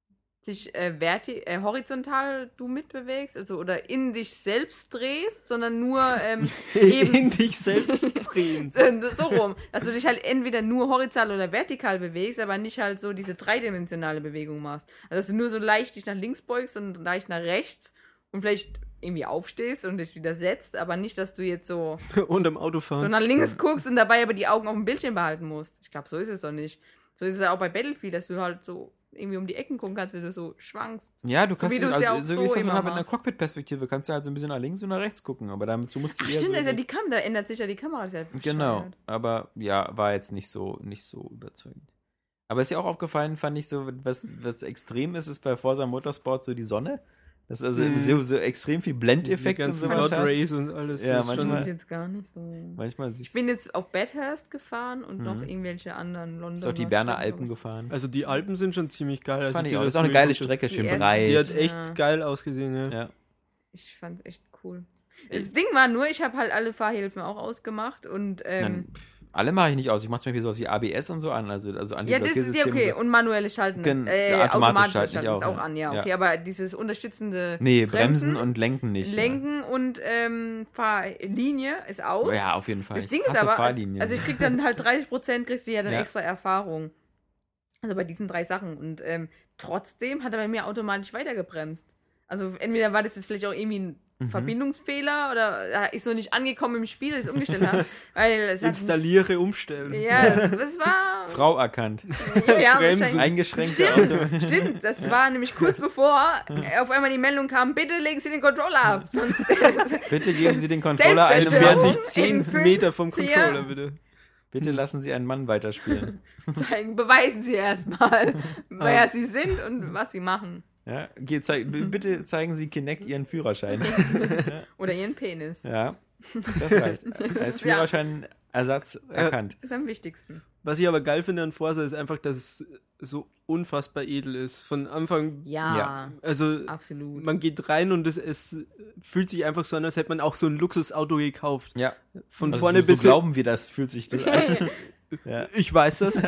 sich äh, verti- äh, horizontal du mitbewegst, also oder in dich selbst drehst, sondern nur ähm, eben In dich selbst drehen. so rum, dass du dich halt entweder nur horizontal oder vertikal bewegst, aber nicht halt so diese dreidimensionale Bewegung machst. Also dass du nur so leicht dich nach links beugst und leicht nach rechts und vielleicht irgendwie aufstehst und dich wieder setzt, aber nicht, dass du jetzt so, Und am Autofahren. so nach links guckst und dabei aber die Augen auf dem Bildschirm behalten musst. Ich glaube, so ist es doch nicht. So ist es ja auch bei Battlefield, dass du halt so irgendwie um die Ecken gucken kannst, wenn du so schwankst. Ja, du So kannst, wie du es also, ja auch so so wie ich es immer habe mit einer machst. Cockpit-Perspektive, kannst du halt so ein bisschen nach links und nach rechts gucken, aber dazu musst du Ach eher stimmt, so, da ist ja so die Kamera, da ändert sich ja die Kamera. Das ist ja Genau, bescheuert. aber ja, war jetzt nicht so, nicht so überzeugend. Aber ist ja auch aufgefallen, fand ich so, was, was extrem ist, ist bei Forza Motorsport so die Sonne. Das ist also Mhm. so, so extrem viel die Blendeffekte und ganzen sowas God hast. Rays und alles. Ja, ist Das manchmal- finde ich schon, jetzt gar nicht so. Manchmal Ich siehst bin jetzt auf Bathurst gefahren und noch Mhm. irgendwelche anderen London. du auch die Berner Alpen gefahren. also die Alpen sind schon ziemlich geil. Also Fand ich die auch. das Ist auch eine geile Höhepunkte- Strecke, Die schön ersten- breit. Die hat echt Ja. geil ausgesehen, ja. ja. Ich fand's echt cool. Das Ding war nur, ich habe halt alle Fahrhilfen auch ausgemacht und ähm, Dann, pff, alle mache ich nicht aus. Ich mache zum Beispiel sowas wie A B S und so an, also, also ja, das ist ja Antiblockiersystem okay. und so. Und manuelles Schalten. Gen- äh, ja, automatisch automatisches schalte ich Schalten ist auch, auch ja. an, ja, Ja. okay. Aber dieses unterstützende Nee, Bremsen und Lenken nicht. Lenken und ähm, Fahrlinie ist aus. Ja, ja auf jeden Fall. Das Ding Ich ist hasse aber, Fahrlinien. also ich krieg dann halt dreißig Prozent, kriegst du ja dann Ja. extra Erfahrung. Also bei diesen drei Sachen. Und ähm, trotzdem hat er bei mir automatisch weitergebremst. Also entweder war das jetzt vielleicht auch irgendwie ein Mhm. Verbindungsfehler oder ist so nicht angekommen im Spiel, dass ich es umgestellt habe. Weil es hat Installiere, umstellen. Ja, es, es war. Frau erkannt. ja, Bremsen. wahrscheinlich. Eingeschränkte Stimmt, Auto. stimmt, das war nämlich kurz bevor auf einmal die Meldung kam, bitte legen Sie den Controller ab. Sonst Bitte geben Sie den Controller einem Selbstzerstörung. Entfernen Mann. sich zehn in fünf, Meter vom vier- Controller, bitte. Bitte lassen Sie einen Mann weiterspielen. zeigen, beweisen Sie erstmal, wer Sie sind und was Sie machen. Ja, geh, zeig, b- bitte zeigen Sie Kinect Ihren Führerschein. Oder Ihren Penis. Ja, das reicht. Als ist ja- Führerscheinersatz erkannt. Das ist am wichtigsten. Was ich aber geil finde an Forza ist einfach, dass es so unfassbar edel ist. Von Anfang, Ja, Ja. also absolut. man geht rein und es, es fühlt sich einfach so an, als hätte man auch so ein Luxusauto gekauft. Ja, Von also vorne so, so bis glauben wir das, fühlt sich das an. Ja. Ich weiß das.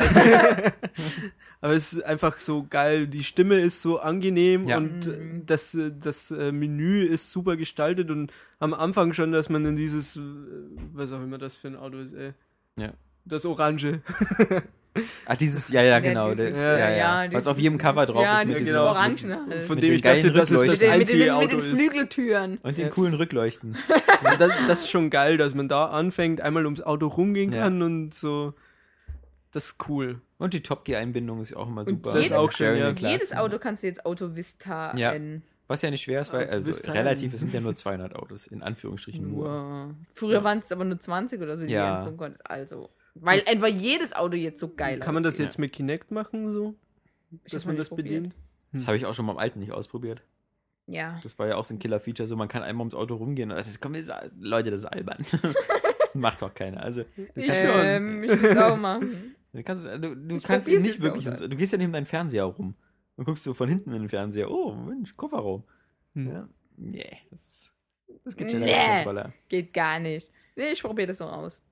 Aber es ist einfach so geil. Die Stimme ist so angenehm Ja. und äh, das, äh, das äh, Menü ist super gestaltet und am Anfang schon, dass man in dieses, äh, was auch immer das für ein Auto ist, ey. Ja. Das Orange. Ah, dieses, ja, ja, genau. dieses, das, ja, ja, ja. dieses- Was auf jedem Cover drauf ja, ist. Mit dieses diesen, genau. Orangen mit, halt. Von Mit dem den ich dachte, geilen dass es das mit, den, mit, einzige den, mit Auto den ist. Flügeltüren. und den Yes. coolen Rückleuchten. das, das ist schon geil, dass man da anfängt, einmal ums Auto rumgehen Ja. kann und so. Das ist cool. Und die Top Gear-Einbindung ist ja auch immer super. jedes- auch schön, ja. Klar. Jedes Auto kannst du jetzt Auto Vista Ja. nennen. Was ja nicht schwer ist, weil, Ja, du also bist halt- relativ, es sind ja nur zweihundert Autos, in Anführungsstrichen nur. Nur. Früher waren es aber nur zwanzig oder so, die Ja. du angucken konntest. Also, weil einfach jedes Auto jetzt so geil Kann man das aussieht. jetzt mit Kinect machen, so? Ich Dass hab man noch das nicht probiert. bedient? Das habe ich auch schon beim Alten nicht ausprobiert. Ja. Das war ja auch so ein Killer-Feature, so man kann einmal ums Auto rumgehen und das ist, komm, das ist, Leute, das ist albern. Das macht doch keiner. Also, du kannst, es- Ähm, ich will auch machen. du kannst, es- du, du Ich kannst probier's nicht jetzt wirklich, auch. du gehst ja neben deinen Fernseher rum und guckst so von hinten in den Fernseher, oh, Mensch, Kofferraum. Hm. Ja. Nee, das, das geht schneller Nee. als Controller. Geht gar nicht. Nee, ich probiere das noch aus.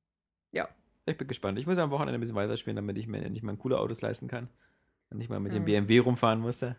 Ich bin gespannt. Ich muss am Wochenende ein bisschen weiterspielen, damit ich mir endlich mal coole Autos leisten kann. Und nicht mal mit dem Mhm. B M W rumfahren musste.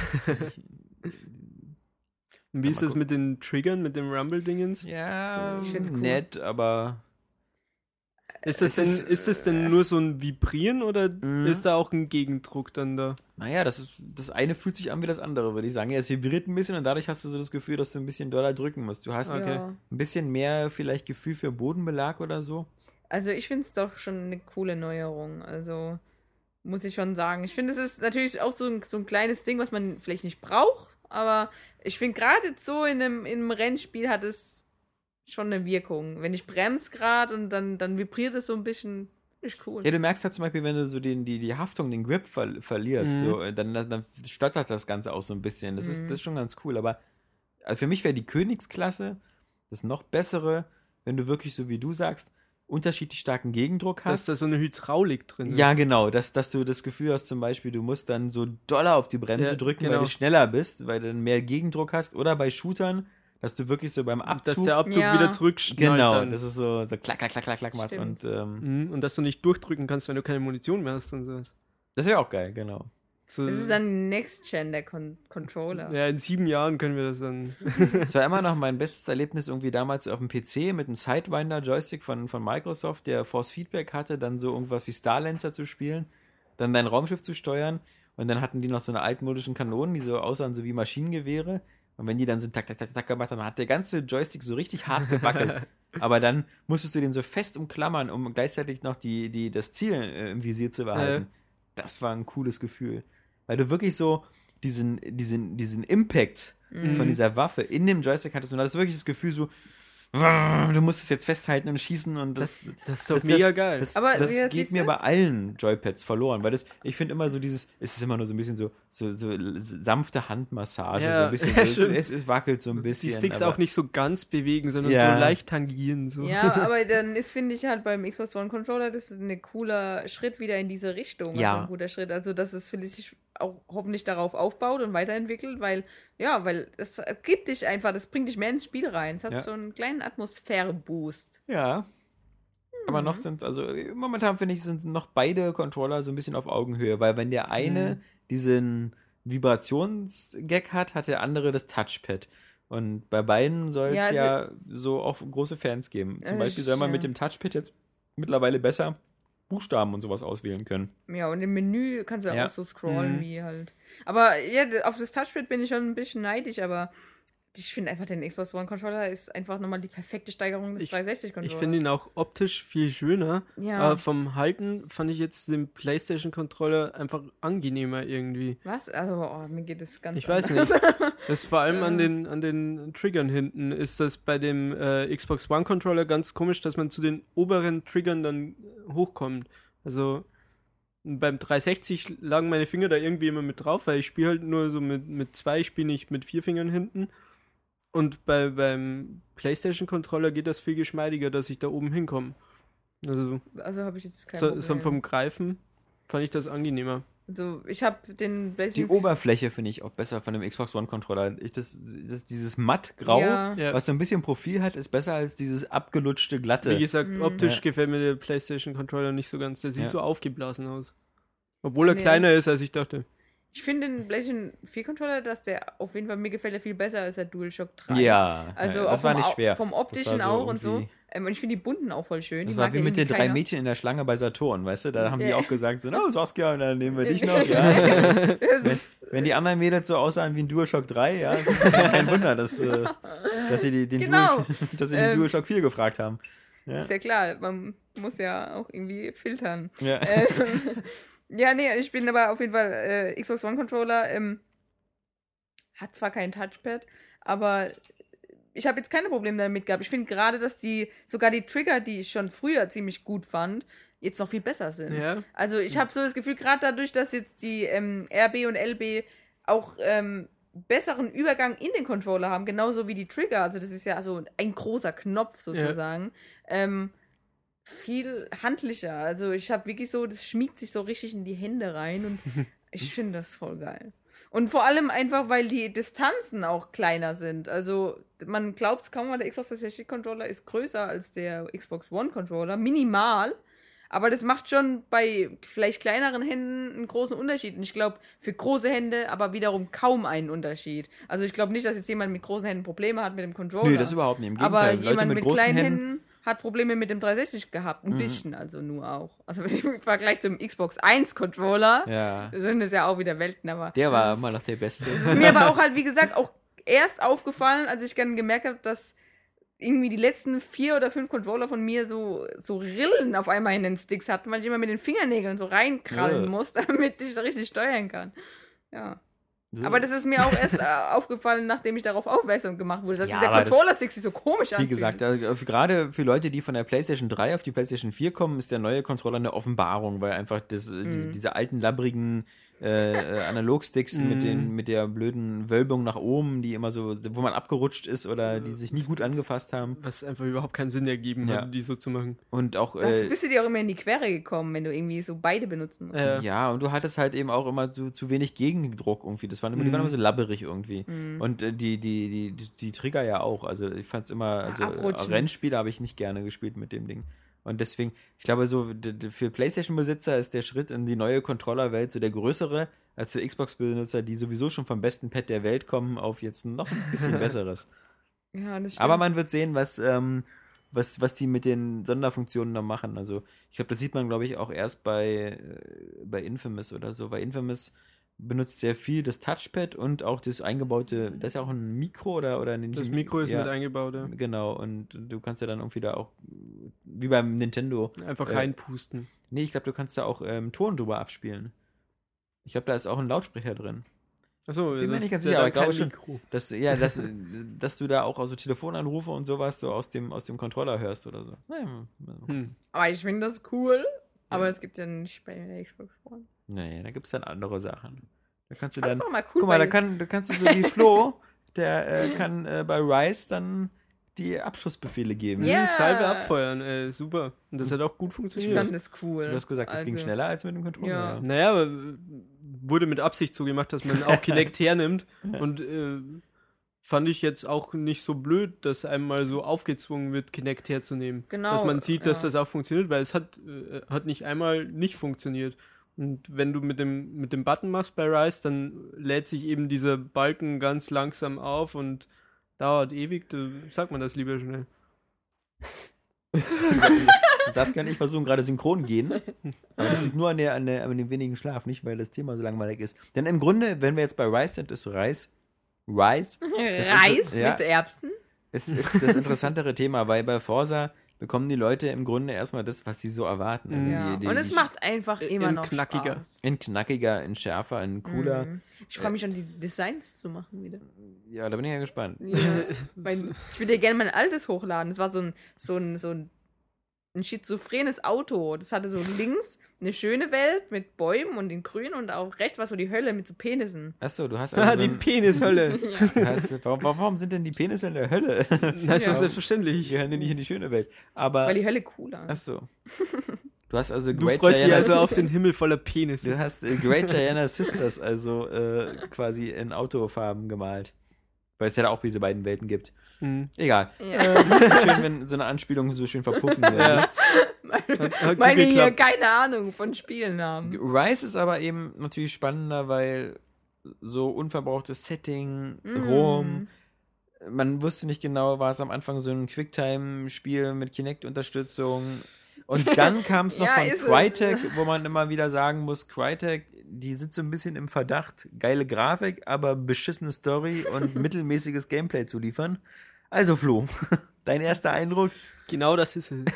Und wie ist mal das mit den Triggern, mit dem Rumble-Dingens? Ja, Ich find's cool. nett, aber Ist das, Es denn, ist, ist, das denn nur so ein Vibrieren oder Mhm. ist da auch ein Gegendruck dann da? naja, das ist, das eine fühlt sich an wie das andere, würde ich sagen. Ja, es vibriert ein bisschen und dadurch hast du so das Gefühl, dass du ein bisschen doller drücken musst. Du hast Okay. Ja. ein bisschen mehr vielleicht Gefühl für Bodenbelag oder so. Also ich finde es doch schon eine coole Neuerung. Also muss ich schon sagen. Ich finde, es ist natürlich auch so ein, so ein kleines Ding, was man vielleicht nicht braucht, aber ich finde gerade so in einem, in einem Rennspiel hat es schon eine Wirkung. Wenn ich bremse gerade und dann, dann vibriert es so ein bisschen, ist cool. Ja, du merkst halt zum Beispiel, wenn du so den, die, die Haftung, den Grip ver verlierst, Mhm. so, äh, dann, dann, dann stottert das Ganze auch so ein bisschen. Das, ist, Mhm. das ist schon ganz cool. Aber also für mich wäre die Königsklasse das noch bessere, wenn du wirklich, so wie du sagst, unterschiedlich starken Gegendruck Dass hast. da so eine Hydraulik drin ist. Ja, genau, dass, dass du das Gefühl hast, zum Beispiel, du musst dann so doller auf die Bremse Ja, drücken, genau. weil du schneller bist, weil du dann mehr Gegendruck hast. Oder bei Shootern, dass du wirklich so beim Abzug. Dass der Abzug Ja. wieder zurückschnallt. genau, dann. das ist so, so klack, klack, klack, klack, klack macht. Stimmt. Und ähm, Mhm, und dass du nicht durchdrücken kannst, wenn du keine Munition mehr hast und sowas. das wäre auch geil, genau. So, Das ist dann Next Gen, der Con- Controller. ja, in sieben Jahren können wir das dann. Das war immer noch mein bestes Erlebnis irgendwie damals auf dem P C mit einem Sidewinder-Joystick von, von Microsoft, der Force Feedback hatte, dann so irgendwas wie Starlancer zu spielen, dann dein Raumschiff zu steuern und dann hatten die noch so eine altmodischen Kanonen, die so aussahen so wie Maschinengewehre und wenn die dann so tak, tak, tak, tak gemacht haben, dann hat der ganze Joystick so richtig hart gewackelt. Aber dann musstest du den so fest umklammern, um gleichzeitig noch die, die, das Ziel äh, im Visier zu behalten. Äh. Das war ein cooles Gefühl. Weil du wirklich so diesen, diesen, diesen Impact Mhm. von dieser Waffe in dem Joystick hattest und du hattest wirklich das Gefühl so, du musst es jetzt festhalten und schießen und das, Das, das ist doch mega geil. Das, Aber das ja, geht siehste? mir bei allen Joypads verloren, weil das, ich finde immer so dieses, es ist immer nur so ein bisschen so, so, so sanfte Handmassage, Ja, so ein bisschen, ja, so, stimmt. es, es wackelt so ein bisschen. Die Sticks aber, auch nicht so ganz bewegen, sondern Ja. so leicht tangieren. So. Ja, aber dann ist, finde ich halt beim Xbox One Controller, das ist ein cooler Schritt wieder in diese Richtung. Ja. Also ein guter Schritt. Also, dass es, finde ich, auch hoffentlich darauf aufbaut und weiterentwickelt, weil, ja, weil es gibt dich einfach, das bringt dich mehr ins Spiel rein. Es hat Ja. so einen kleinen Atmosphäre-Boost. Ja. Aber noch sind, also momentan finde ich, sind noch beide Controller so ein bisschen auf Augenhöhe, weil wenn der eine Mhm. diesen Vibrationsgag hat, hat der andere das Touchpad. Und bei beiden soll es Ja, ja, also- so auch große Fans geben. Zum Äh, Beispiel soll man ja. mit dem Touchpad jetzt mittlerweile besser Buchstaben und sowas auswählen können. Ja, und im Menü kannst du Ja. auch so scrollen, Mhm. wie halt. Aber ja, auf das Touchpad bin ich schon ein bisschen neidisch, aber ich finde einfach, den Xbox One Controller ist einfach nochmal die perfekte Steigerung des Ich- dreihundertsechzig Controllers. Ich finde ihn auch optisch viel schöner. Ja. Aber vom Halten fand ich jetzt den PlayStation-Controller einfach angenehmer irgendwie. Was? Also, oh, mir geht es ganz Ich weiß anders. nicht. Das ist vor allem an den, an den Triggern hinten ist das bei dem äh, Xbox One-Controller ganz komisch, dass man zu den oberen Triggern dann hochkommt. Also beim dreihundertsechzig lagen meine Finger da irgendwie immer mit drauf, weil ich spiele halt nur so mit, mit zwei, ich spiele nicht mit vier Fingern hinten. Und bei, beim PlayStation-Controller geht das viel geschmeidiger, dass ich da oben hinkomme. Also Also habe ich jetzt kein so, Problem. so vom Greifen fand ich das angenehmer. Also ich habe den Die PlayStation Oberfläche finde ich auch besser von dem Xbox One Controller. Ich, das, das, dieses mattgrau, Ja. Ja. was so ein bisschen Profil hat, ist besser als dieses abgelutschte Wie glatte. gesagt, Mhm. optisch Ja. gefällt mir der PlayStation-Controller nicht so ganz. Der sieht Ja. so aufgeblasen aus. Obwohl er Nee, kleiner das- ist, als ich dachte. Ich finde den PlayStation vier Controller, dass der auf jeden Fall, mir gefällt der viel besser als der DualShock drei. Ja, Also ja, auch das war vom, nicht Au- schwer. vom Das optischen war so auch und so. irgendwie- Ähm, und ich finde die bunten auch voll schön. Das Die war mag wie ja mit den irgendwie drei keiner. Mädchen in der Schlange bei Saturn, weißt du? Da haben die Nee. auch gesagt, so, oh, Saskia, und dann nehmen wir dich noch, ja. Das Wenn, ist, wenn die anderen Mädels so aussahen wie ein DualShock drei, ja, ist kein Wunder, dass, äh, dass sie die, den Genau. Dual, dass sie den Ähm. DualShock vier gefragt haben. Ja. ist ja klar, man muss ja auch irgendwie filtern. Ja. Ähm, ja, nee, ich bin aber auf jeden Fall äh, Xbox One Controller. Ähm, hat zwar kein Touchpad, aber ich habe jetzt keine Probleme damit gehabt. Ich finde gerade, dass die, sogar die Trigger, die ich schon früher ziemlich gut fand, jetzt noch viel besser sind. Ja. Also ich habe so das Gefühl, gerade dadurch, dass jetzt die ähm, R B und L B auch ähm, besseren Übergang in den Controller haben, genauso wie die Trigger, also das ist ja so ein großer Knopf sozusagen, ähm, viel handlicher. Also ich habe wirklich so, das schmiegt sich so richtig in die Hände rein und ich finde das voll geil. Und vor allem einfach, weil die Distanzen auch kleiner sind. Also man glaubt es kaum, aber der Xbox dreihundertsechzig Controller ist größer als der Xbox One Controller, minimal. Aber das macht schon bei vielleicht kleineren Händen einen großen Unterschied. Und ich glaube, für große Hände aber wiederum kaum einen Unterschied. Also ich glaube nicht, dass jetzt jemand mit großen Händen Probleme hat mit dem Controller. Nö, das überhaupt nicht. Im Aber Gegenteil, Leute jemand mit mit, großen kleinen Händen, Händen hat Probleme mit dem dreihundertsechzig gehabt. Ein bisschen, also nur auch. Also im Vergleich zum Xbox eins Controller ja, sind es ja auch wieder Welten, aber der war immer noch der Beste. es ist mir aber auch halt, wie gesagt, auch erst aufgefallen, als ich dann gemerkt habe, dass irgendwie die letzten vier oder fünf Controller von mir so, so Rillen auf einmal in den Sticks hatten, weil ich immer mit den Fingernägeln so reinkrallen Ja. muss, damit ich da richtig steuern kann. Ja. So. Aber das ist mir auch erst äh, aufgefallen, nachdem ich darauf aufmerksam gemacht wurde, dass Ja, dieser aber das- Controller-Stick sich so komisch Wie anfühlt. gesagt, äh, gerade für Leute, die von der PlayStation drei auf die PlayStation vier kommen, ist der neue Controller eine Offenbarung, weil einfach das, äh, diese, diese alten, labbrigen äh, äh, Analogsticks mit, den, mit der blöden Wölbung nach oben, die immer so, wo man abgerutscht ist oder die sich nie gut angefasst haben. Was einfach überhaupt keinen Sinn ergeben Ja. hat, die so zu machen. Und auch, Da äh, bist du dir auch immer in die Quere gekommen, wenn du irgendwie so beide benutzen musst. Äh, ja, und du hattest halt eben auch immer zu, zu wenig Gegendruck irgendwie. Das waren immer, die waren immer so labberig irgendwie. Und äh, die, die, die, die, die Trigger ja auch. Also ich fand's immer, also abrutschen. Rennspiele habe ich nicht gerne gespielt mit dem Ding. Und deswegen, ich glaube, so d- d- für PlayStation-Besitzer ist der Schritt in die neue Controller-Welt so der größere, als für Xbox-Benutzer, die sowieso schon vom besten Pad der Welt kommen, auf jetzt noch ein bisschen besseres. Ja, das stimmt. Aber man wird sehen, was, ähm, was, was die mit den Sonderfunktionen da machen. Also ich glaube, das sieht man, glaube ich, auch erst bei, äh, bei Infamous oder so, weil Infamous benutzt sehr viel das Touchpad und auch das eingebaute, das ist ja auch ein Mikro oder, oder ein Das Mikro ist ja, mit eingebaut, ja. Genau, und du kannst ja dann irgendwie da auch, wie beim Nintendo. Einfach äh, reinpusten. Nee, ich glaube, du kannst da auch ähm, Ton drüber abspielen. Ich glaube, da ist auch ein Lautsprecher drin. Achso, Bin mir nicht ganz sicher, aber ich glaube schon, dass, ja, dass, dass du da auch also Telefonanrufe und sowas so aus dem, aus dem Controller hörst oder so. Naja, Hm. Aber ich finde das cool. Aber das gibt es ja nicht bei der Xbox One. naja, da gibt es dann andere Sachen. Da kannst du Das dann. ist auch mal cool. Guck mal, da, bei- kann, da kannst du so wie Flo, der äh, kann äh, bei Rise dann die Abschussbefehle geben. Ja. Hm, Salve abfeuern, ey, super. Und das hat auch gut ich funktioniert. fand das cool. Du hast gesagt, es ging Also, schneller als mit dem Controller. Ja. Ja. Naja, aber äh, wurde mit Absicht so gemacht, dass man auch Kinect hernimmt. Und äh, fand ich jetzt auch nicht so blöd, dass einem mal so aufgezwungen wird, Kinect herzunehmen. Genau, Dass man sieht, dass ja. das auch funktioniert, weil es hat, äh, hat nicht einmal nicht funktioniert. Und wenn du mit dem, mit dem Button machst bei Rise, dann lädt sich eben dieser Balken ganz langsam auf und dauert ewig. Da sagt man das lieber schnell. Saskia und ich versuchen gerade synchron gehen, aber das liegt nur an, der, an, der, an dem wenigen Schlaf, nicht weil das Thema so langweilig ist. Denn im Grunde, wenn wir jetzt bei Rise sind, ist Rise, Rise Das Reis ist- ja. mit Erbsen. ist, ist das interessantere Thema, weil bei Forza bekommen die Leute im Grunde erstmal das, was sie so erwarten. Also Ja. die, die, Und es die macht einfach in immer noch knackiger. Spaß. in knackiger, in schärfer, in cooler. Mhm. Ich freue mich schon, die Designs zu machen wieder. Ja, da bin ich ja gespannt. Ja. Mein, ich würde ja gerne mein altes hochladen. Das war so ein, so ein, so ein, ein schizophrenes Auto. Das hatte so links eine schöne Welt mit Bäumen und in Grün und auch rechts war so die Hölle mit so Penissen. Achso, du hast Ah, also so die ein, Penishölle. du hast, warum, warum sind denn die Penisse in der Hölle? Das ist Ja. doch selbstverständlich. Die gehören ja nicht in die schöne Welt. Aber, Weil die Hölle cooler ist. achso. Du hast also Du Great freust dich Giana, also auf den Himmel voller Penisse. du hast äh, Great Giana Sisters also äh, quasi in Autofarben gemalt. Weil es ja da auch diese beiden Welten gibt. Hm. Egal. Ja. Schön, wenn so eine Anspielung so schön verpuffen wird. Ja. Nichts. Hat, hat Weil gut wir hier geklappt. keine Ahnung von Spielen haben. Rise ist aber eben natürlich spannender, weil so unverbrauchtes Setting, Mm. Rom, man wusste nicht genau, war es am Anfang so ein Quicktime-Spiel mit Kinect-Unterstützung. Und dann kam es noch Ja, von ist es. Crytek, wo man immer wieder sagen muss, Crytek, die sind so ein bisschen im Verdacht, geile Grafik, aber beschissene Story und mittelmäßiges Gameplay zu liefern. Also Flo, dein erster Eindruck? Genau das ist es.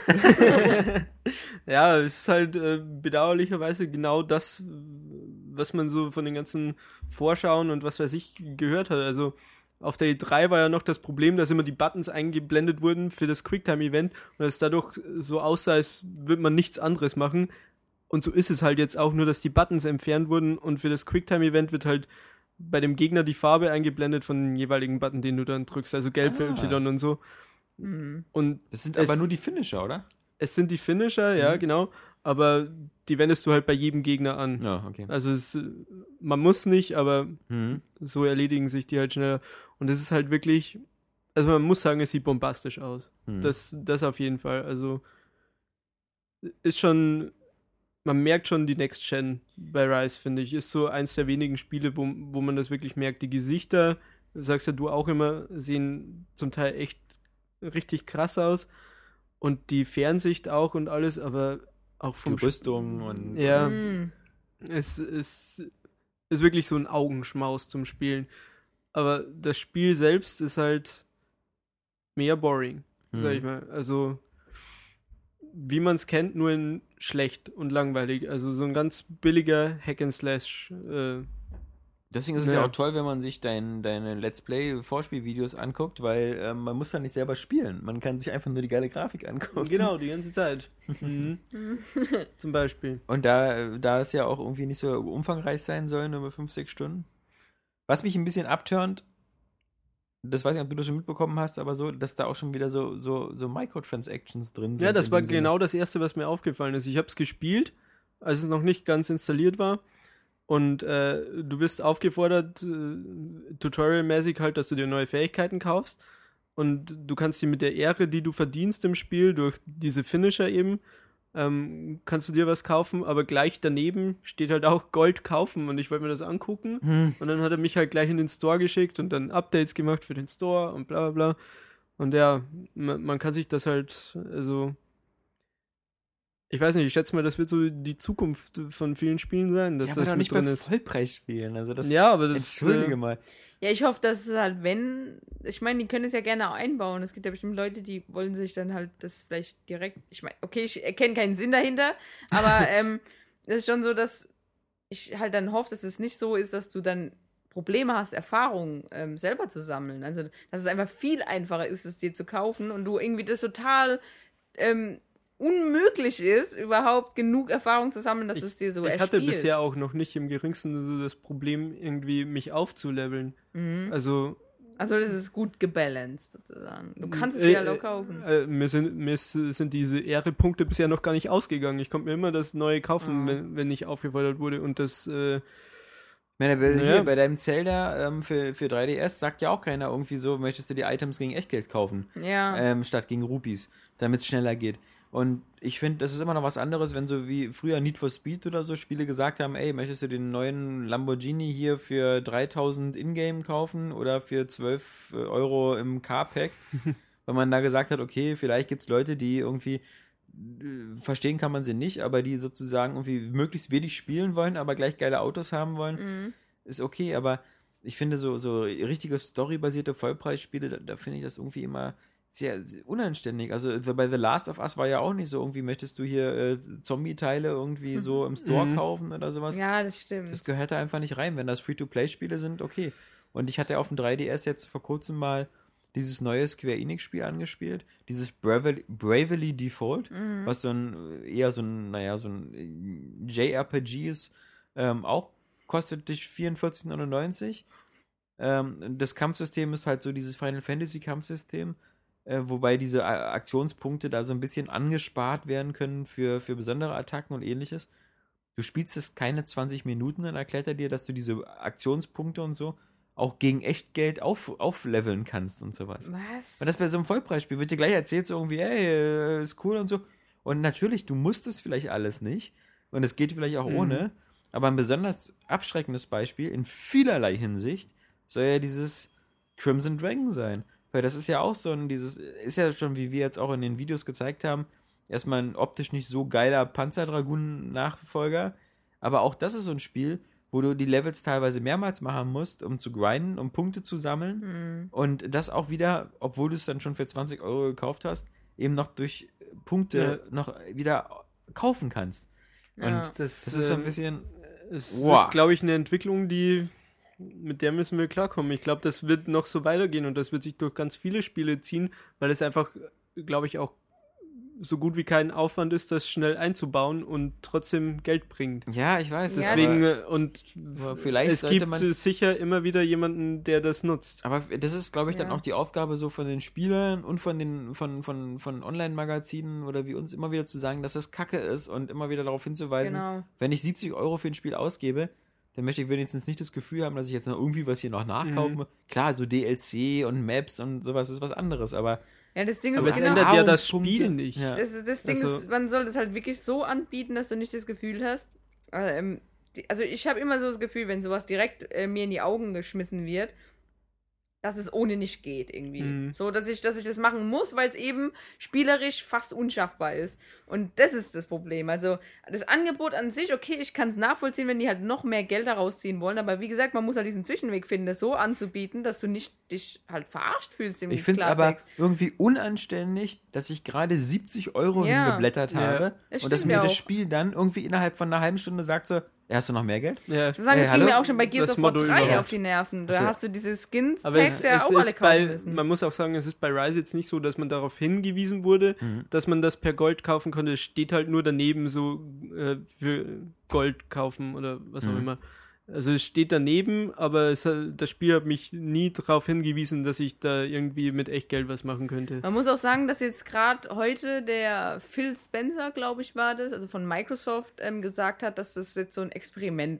Ja, es ist halt äh, bedauerlicherweise genau das, was man so von den ganzen Vorschauen und was weiß ich gehört hat. Also auf der E drei war ja noch das Problem, dass immer die Buttons eingeblendet wurden für das Quicktime-Event und es dadurch so aussah, als würde man nichts anderes machen. Und so ist es halt jetzt auch, nur dass die Buttons entfernt wurden und für das Quicktime-Event wird halt bei dem Gegner die Farbe eingeblendet von dem jeweiligen Button, den du dann drückst, also gelb für Ah. Y und so. Mhm. Und Das sind Es- aber nur die Finisher, oder? es sind die Finisher, ja, Mhm. genau, aber die wendest du halt bei jedem Gegner an. Ja, okay. Also es, äh, man muss nicht, aber Mhm. so erledigen sich die halt schneller. Und es ist halt wirklich, also man muss sagen, es sieht bombastisch aus. Mhm. Das, das auf jeden Fall. Also ist schon, man merkt schon die Next Gen bei Rise, finde ich. Ist so eins der wenigen Spiele, wo, wo man das wirklich merkt. Die Gesichter, sagst ja du auch immer, sehen zum Teil echt richtig krass aus. Und die Fernsicht auch und alles, aber auch vom Die Rüstung und Ja, Mhm. es ist, ist wirklich so ein Augenschmaus zum Spielen. Aber das Spiel selbst ist halt mehr boring, sag Mhm. ich mal. Also, wie man es kennt, nur in schlecht und langweilig. Also so ein ganz billiger Hack-and-Slash. Äh, Deswegen ist es ja. Ja. auch toll, wenn man sich dein, deine Let's Play-Vorspielvideos anguckt, weil ähm, man muss ja nicht selber spielen. Man kann sich einfach nur die geile Grafik angucken. genau, die ganze Zeit. Mhm. Zum Beispiel. Und da, da es ja auch irgendwie nicht so umfangreich sein soll, nur über fünf, sechs Stunden. Was mich ein bisschen abturnt, das weiß ich nicht, ob du das schon mitbekommen hast, aber so, dass da auch schon wieder so, so, so Microtransactions drin sind. Ja, das in war dem Sinne. genau das Erste, was mir aufgefallen ist. Ich habe es gespielt, als es noch nicht ganz installiert war. Und äh, du wirst aufgefordert, äh, tutorialmäßig halt, dass du dir neue Fähigkeiten kaufst. Und du kannst die mit der Ehre, die du verdienst im Spiel, durch diese Finisher eben, ähm, kannst du dir was kaufen, aber gleich daneben steht halt auch Gold kaufen und ich wollte mir das angucken Hm. und dann hat er mich halt gleich in den Store geschickt und dann Updates gemacht für den Store und bla bla bla. Und ja, man, man kann sich das halt, also ich weiß nicht, ich schätze mal, das wird so die Zukunft von vielen Spielen sein, dass Ja, aber das doch mit nicht drin bei ist. Vollpreisspielen. Also das, Ja, aber das entschuldige äh, mal. Ja, ich hoffe, dass es halt, wenn, ich meine, die können es ja gerne auch einbauen. Es gibt ja bestimmt Leute, die wollen sich dann halt das vielleicht direkt, ich meine, okay, ich erkenne keinen Sinn dahinter, aber ähm, es ist schon so, dass ich halt dann hoffe, dass es nicht so ist, dass du dann Probleme hast, Erfahrungen ähm, selber zu sammeln. Also, dass es einfach viel einfacher ist, es dir zu kaufen und du irgendwie das total ähm, unmöglich ist, überhaupt genug Erfahrung zu sammeln, dass du es dir so ich erspielst. hatte bisher auch noch nicht im geringsten so das Problem, irgendwie mich aufzuleveln. Mhm. Also Also das ist gut gebalanced sozusagen. Du kannst es äh, dir halt auch kaufen. Äh, mir, sind, mir sind diese Ehre-Punkte bisher noch gar nicht ausgegangen. Ich konnte mir immer das Neue kaufen, Ah. wenn, wenn ich aufgefordert wurde und das äh, Ich meine, bei- Ja. hier bei deinem Zelda ähm, für, für drei D S sagt ja auch keiner irgendwie so, möchtest du die Items gegen Echtgeld kaufen, Ja. ähm, statt gegen Rupees, damit es schneller geht. Und ich finde, das ist immer noch was anderes, wenn so wie früher Need for Speed oder so Spiele gesagt haben, ey, möchtest du den neuen Lamborghini hier für dreitausend Ingame kaufen oder für zwölf Euro im Car-Pack? Weil man da gesagt hat, okay, vielleicht gibt es Leute, die irgendwie, äh, verstehen kann man sie nicht, aber die sozusagen irgendwie möglichst wenig spielen wollen, aber gleich geile Autos haben wollen. Mhm. Ist okay, aber ich finde so, so richtige storybasierte Vollpreisspiele, da, da finde ich das irgendwie immer sehr, sehr unanständig. Also the, bei The Last of Us war ja auch nicht so, irgendwie möchtest du hier äh, Zombie-Teile irgendwie so im Store Mhm. kaufen oder sowas. Ja, das stimmt. Das gehört da einfach nicht rein. Wenn das Free-to-Play-Spiele sind, okay. Und ich hatte auf dem drei D S jetzt vor kurzem mal dieses neue Square Enix-Spiel angespielt, dieses Bravely, Bravely Default, Mhm. was so ein, eher so ein, naja, so ein J R P G ist, ähm, auch kostet dich vierundvierzig neunundneunzig. Ähm, das Kampfsystem ist halt so dieses Final Fantasy Kampfsystem, äh, wobei diese äh, Aktionspunkte da so ein bisschen angespart werden können für, für besondere Attacken und ähnliches. Du spielst es keine zwanzig Minuten, dann erklärt er dir, dass du diese Aktionspunkte und so auch gegen Echtgeld auf, aufleveln kannst und sowas. Was? Und das bei so einem Vollpreisspiel wird dir gleich erzählt, so irgendwie, ey, äh, ist cool und so. Und natürlich, du musst es vielleicht alles nicht. Und es geht vielleicht auch Mhm. ohne. Aber ein besonders abschreckendes Beispiel in vielerlei Hinsicht soll ja dieses Crimson Dragon sein. Weil das ist ja auch so ein, dieses, ist ja schon, wie wir jetzt auch in den Videos gezeigt haben, erstmal ein optisch nicht so geiler Panzerdragoon-Nachfolger. Aber auch das ist so ein Spiel, wo du die Levels teilweise mehrmals machen musst, um zu grinden, um Punkte zu sammeln. Hm. Und das auch wieder, obwohl du es dann schon für zwanzig Euro gekauft hast, eben noch durch Punkte Ja. noch wieder kaufen kannst. Ja. Und das ist so ein bisschen. Es Wow. ist, glaube ich, eine Entwicklung, die mit der müssen wir klarkommen. Ich glaube, das wird noch so weitergehen und das wird sich durch ganz viele Spiele ziehen, weil es einfach, glaube ich, auch so gut wie kein Aufwand ist, das schnell einzubauen und trotzdem Geld bringt. Ja, ich weiß. Ja, Deswegen, aber, äh, und aber vielleicht es sollte gibt man. sicher immer wieder jemanden, der das nutzt. Aber das ist, glaube ich, dann Ja. auch die Aufgabe so von den Spielern und von den von, von, von Online-Magazinen oder wie uns immer wieder zu sagen, dass das Kacke ist und immer wieder darauf hinzuweisen, Genau. wenn ich siebzig Euro für ein Spiel ausgebe, dann möchte ich wenigstens nicht das Gefühl haben, dass ich jetzt noch irgendwie was hier noch nachkaufen Mhm. muss. Klar, so D L C und Maps und sowas ist was anderes, aber Ja, das Ding Aber ist es genau, ändert ja das Erfahrungspunkte. Spiel nicht. Ja. das, das Ding Also- ist, man soll das halt wirklich so anbieten, dass du nicht das Gefühl hast. äh, Ähm, die, also ich habe immer so das Gefühl, wenn sowas direkt äh, mir in die Augen geschmissen wird, dass es ohne nicht geht irgendwie. Mhm. So, dass ich, dass ich das machen muss, weil es eben spielerisch fast unschaffbar ist. Und das ist das Problem. Also das Angebot an sich, okay, ich kann es nachvollziehen, wenn die halt noch mehr Geld daraus ziehen wollen, aber wie gesagt, man muss halt diesen Zwischenweg finden, das so anzubieten, dass du nicht dich halt verarscht fühlst im ich finde es aber Klartext. irgendwie unanständig, dass ich gerade siebzig Euro Ja. hingeblättert Ja. habe Das und dass stimmt mir ja das auch. Spiel dann irgendwie innerhalb von einer halben Stunde sagt so, ja, hast du noch mehr Geld? Ja. Ich muss sagen, Ey, das ging hallo? mir auch schon bei Gears Das of War Motto drei überhaupt. auf die Nerven. Da Also- hast du diese Skins, Aber Packs es, ja es auch alle ist kaufen bei, müssen. man muss auch sagen, es ist bei Rise jetzt nicht so, dass man darauf hingewiesen wurde, Mhm. dass man das per Gold kaufen konnte. Es steht halt nur daneben so äh, für Gold kaufen oder was auch Mhm. immer. Also es steht daneben, aber es, hat- das Spiel hat mich nie darauf hingewiesen, dass ich da irgendwie mit Echtgeld was machen könnte. Man muss auch sagen, dass jetzt gerade heute der Phil Spencer, glaube ich, war das, also von Microsoft, ähm, gesagt hat, dass das jetzt so ein Experiment ist.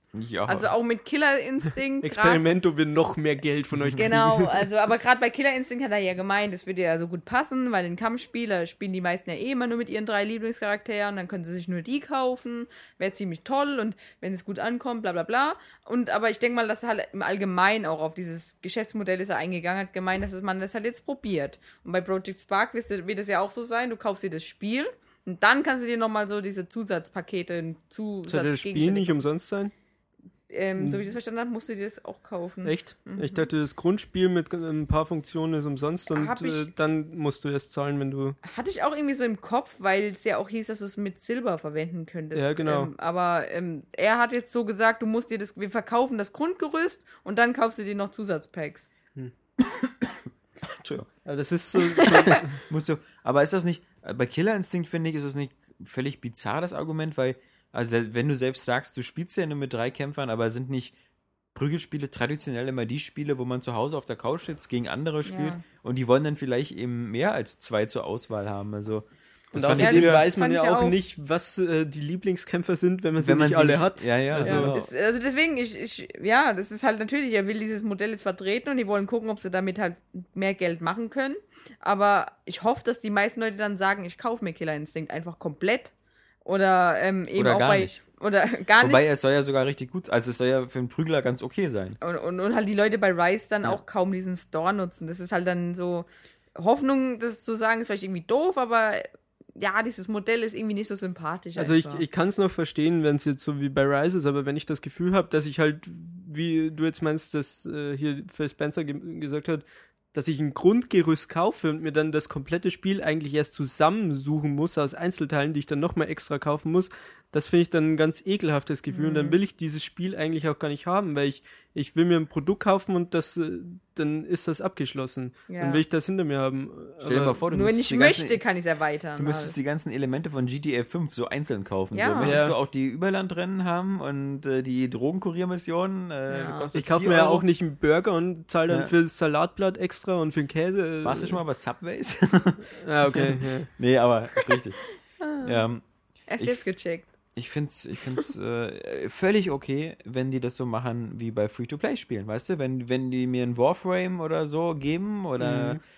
Ja. Also auch mit Killer Instinct. Experiment, ob wir noch mehr Geld von euch kriegen. Genau, also aber gerade bei Killer Instinct hat er ja gemeint, es würde ja so gut passen, weil in Kampfspiel, da spielen die meisten ja eh immer nur mit ihren drei Lieblingscharakteren, dann können sie sich nur die kaufen, wäre ziemlich toll und wenn es gut ankommt, bla bla bla. Und aber ich denke mal, dass er halt im Allgemeinen auch auf dieses Geschäftsmodell ist er eingegangen, hat gemeint, dass man das halt jetzt probiert. Und bei Project Spark wird es ja auch so sein, du kaufst dir das Spiel und dann kannst du dir nochmal so diese Zusatzpakete, Zusatz Soll das Spiel nicht umsonst sein? Ähm, so wie ich das verstanden habe, musst du dir das auch kaufen. Echt? Mhm. Ich dachte, das Grundspiel mit ein paar Funktionen ist umsonst und äh, dann musst du erst zahlen, wenn du... Hatte ich auch irgendwie so im Kopf, weil es ja auch hieß, dass du es mit Silber verwenden könntest. Ja, genau. Ähm, aber ähm, er hat jetzt so gesagt, du musst dir das, wir verkaufen das Grundgerüst und dann kaufst du dir noch Zusatzpacks. Hm. Entschuldigung. Ja, das ist so... so Musst du, aber ist das nicht, bei Killer Instinct finde ich, ist das nicht völlig bizarr, das Argument, weil also wenn du selbst sagst, du spielst ja nur mit drei Kämpfern, aber sind nicht Prügelspiele traditionell immer die Spiele, wo man zu Hause auf der Couch sitzt, gegen andere spielt Ja. und die wollen dann vielleicht eben mehr als zwei zur Auswahl haben. Also und fand außerdem ich- weiß man fand ja ich auch, auch. nicht, was äh, die Lieblingskämpfer sind, wenn man sie wenn man nicht sie alle nicht- hat. Ja, ja, Also- Ja, genau. das, also deswegen, ich, ich, ja, das ist halt natürlich, er will dieses Modell jetzt vertreten und die wollen gucken, ob sie damit halt mehr Geld machen können. Aber ich hoffe, dass die meisten Leute dann sagen, ich kaufe mir Killer Instinct einfach komplett. Oder ähm, eben Oder auch gar bei. nicht. Oder gar Wobei nicht. es soll ja sogar richtig gut, also es soll ja für einen Prügler ganz okay sein. Und, und, und halt die Leute bei Rise dann Ja. auch kaum diesen Store nutzen. Das ist halt dann so. Hoffnung, das zu sagen, ist vielleicht irgendwie doof, aber ja, dieses Modell ist irgendwie nicht so sympathisch. Also ich, einfach. ich kann es noch verstehen, wenn es jetzt so wie bei Rise ist, aber wenn ich das Gefühl habe, dass ich halt, wie du jetzt meinst, dass äh, hier Phil Spencer ge gesagt hat, dass ich ein Grundgerüst kaufe und mir dann das komplette Spiel eigentlich erst zusammensuchen muss aus Einzelteilen, die ich dann nochmal extra kaufen muss, das finde ich dann ein ganz ekelhaftes Gefühl Mhm. und dann will ich dieses Spiel eigentlich auch gar nicht haben, weil ich, ich will mir ein Produkt kaufen und das, äh, dann ist das abgeschlossen. Ja. Dann will ich das hinter mir haben. Stell dir Aber- mal vor, du Nur wenn müsstest ich die ganzen- möchte, kann ich es erweitern. Du müsstest halt. die ganzen Elemente von G T A fünf so einzeln kaufen. Ja. So, möchtest Ja. du auch die Überlandrennen haben und äh, die Drogenkuriermission? Äh, Ja. kostet Ich kaufe vier mir ja Euro. auch nicht einen Burger und zahle dann Ja. für das Salatblatt extra und für den Käse. Warst du schon mal bei Subways? Ja, okay. Ja. Nee, aber ist richtig. ähm, Erst ich- jetzt gecheckt. ich find's, ich find's äh, völlig okay, wenn die das so machen wie bei Free-to-Play-Spielen, weißt du? Wenn, wenn die mir ein Warframe oder so geben oder Mhm.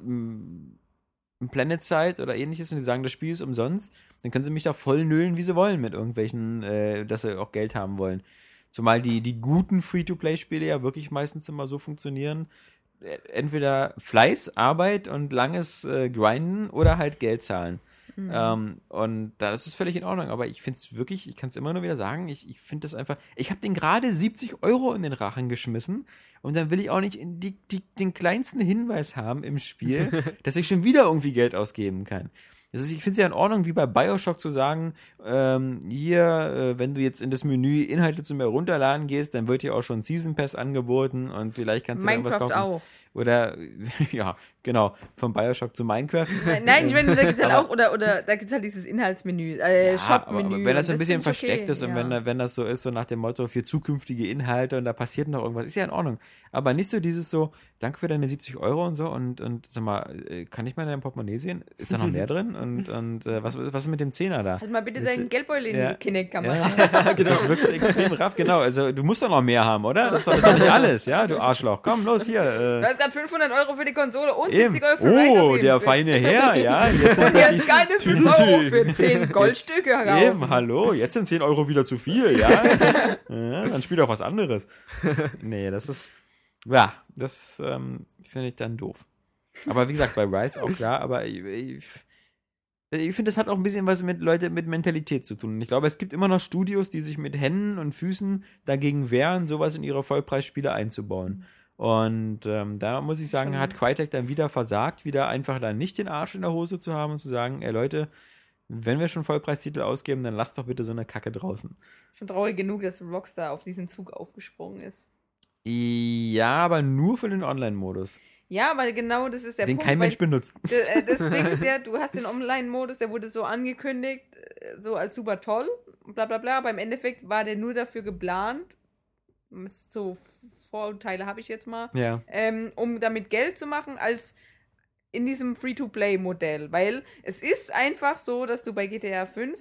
äh, ein Planet Side oder ähnliches und die sagen, das Spiel ist umsonst, dann können sie mich da voll nüllen, wie sie wollen mit irgendwelchen, äh, dass sie auch Geld haben wollen. Zumal die, die guten Free-to-Play-Spiele ja wirklich meistens immer so funktionieren, äh, entweder Fleiß, Arbeit und langes äh, Grinden oder halt Geld zahlen. Mhm. Ähm, und das ist völlig in Ordnung, aber ich finde es wirklich, ich kann es immer nur wieder sagen, ich, ich finde das einfach, ich habe den gerade siebzig Euro in den Rachen geschmissen und dann will ich auch nicht in die, die, den kleinsten Hinweis haben im Spiel, dass ich schon wieder irgendwie Geld ausgeben kann. Das ist, ich finde es ja in Ordnung, wie bei Bioshock zu sagen, ähm, hier, äh, wenn du jetzt in das Menü Inhalte zum Herunterladen gehst, dann wird dir auch schon Season Pass angeboten und vielleicht kannst du da irgendwas Minecraft kaufen. auch. Oder, ja, genau, von Bioshock zu Minecraft. Nein, Nein, ich meine, da gibt es halt Aber- auch, oder, oder da gibt es halt dieses Inhaltsmenü, äh, Ja, Shop-Menü. aber wenn das und ein bisschen find ich versteckt okay, ist und ja. wenn, da- wenn das so ist, so nach dem Motto für zukünftige Inhalte und da passiert noch irgendwas, ist ja in Ordnung. Aber nicht so dieses so, danke für deine siebzig Euro und so und, und sag mal, äh, kann ich mal in deinem Portemonnaie sehen? Ist da noch mehr drin? Und, und äh, was, was ist mit dem Zehner da? Halt mal bitte Willst du- deinen Geldbeutel in Ja. die Kinect-Kamera. Ja, genau. Das wirkt so extrem raff, genau. Also du musst doch noch mehr haben, oder? Das ist doch, das ist doch nicht alles, ja, du Arschloch. Komm, los hier. Du Äh, hast gerade fünfhundert Euro für die Konsole und eben. siebzig Euro für Rise Oh, ausgegeben. der feine Herr, ja. Jetzt sind Und jetzt plötzlich keine fünf Euro für zehn Goldstücke kaufen. Eben, hallo, jetzt sind zehn Euro wieder zu viel, ja? Ja, dann spiel doch was anderes. Nee, das ist, ja, das ähm, finde ich dann doof. Aber wie gesagt, bei Rise auch klar, aber ich, ich, ich finde, das hat auch ein bisschen was mit Leute mit Mentalität zu tun. Und ich glaube, es gibt immer noch Studios, die sich mit Händen und Füßen dagegen wehren, sowas in ihre Vollpreisspiele einzubauen. Und ähm, da muss ich sagen, Schon. hat Crytek dann wieder versagt, wieder einfach dann nicht den Arsch in der Hose zu haben und zu sagen, ey Leute, wenn wir schon Vollpreistitel ausgeben, dann lasst doch bitte so eine Kacke draußen. Schon traurig genug, dass Rockstar auf diesen Zug aufgesprungen ist. Ja, aber nur für den Online-Modus, Ja, weil genau das ist der den Punkt. kein weil Mensch benutzt. d- äh, das Ding ist ja, du hast den Online-Modus, der wurde so angekündigt, äh, so als super toll, bla bla bla, aber im Endeffekt war der nur dafür geplant, so Vorurteile habe ich jetzt mal, Ja, ähm, um damit Geld zu machen, als in diesem Free-to-Play-Modell. Weil es ist einfach so, dass du bei G T A fünf,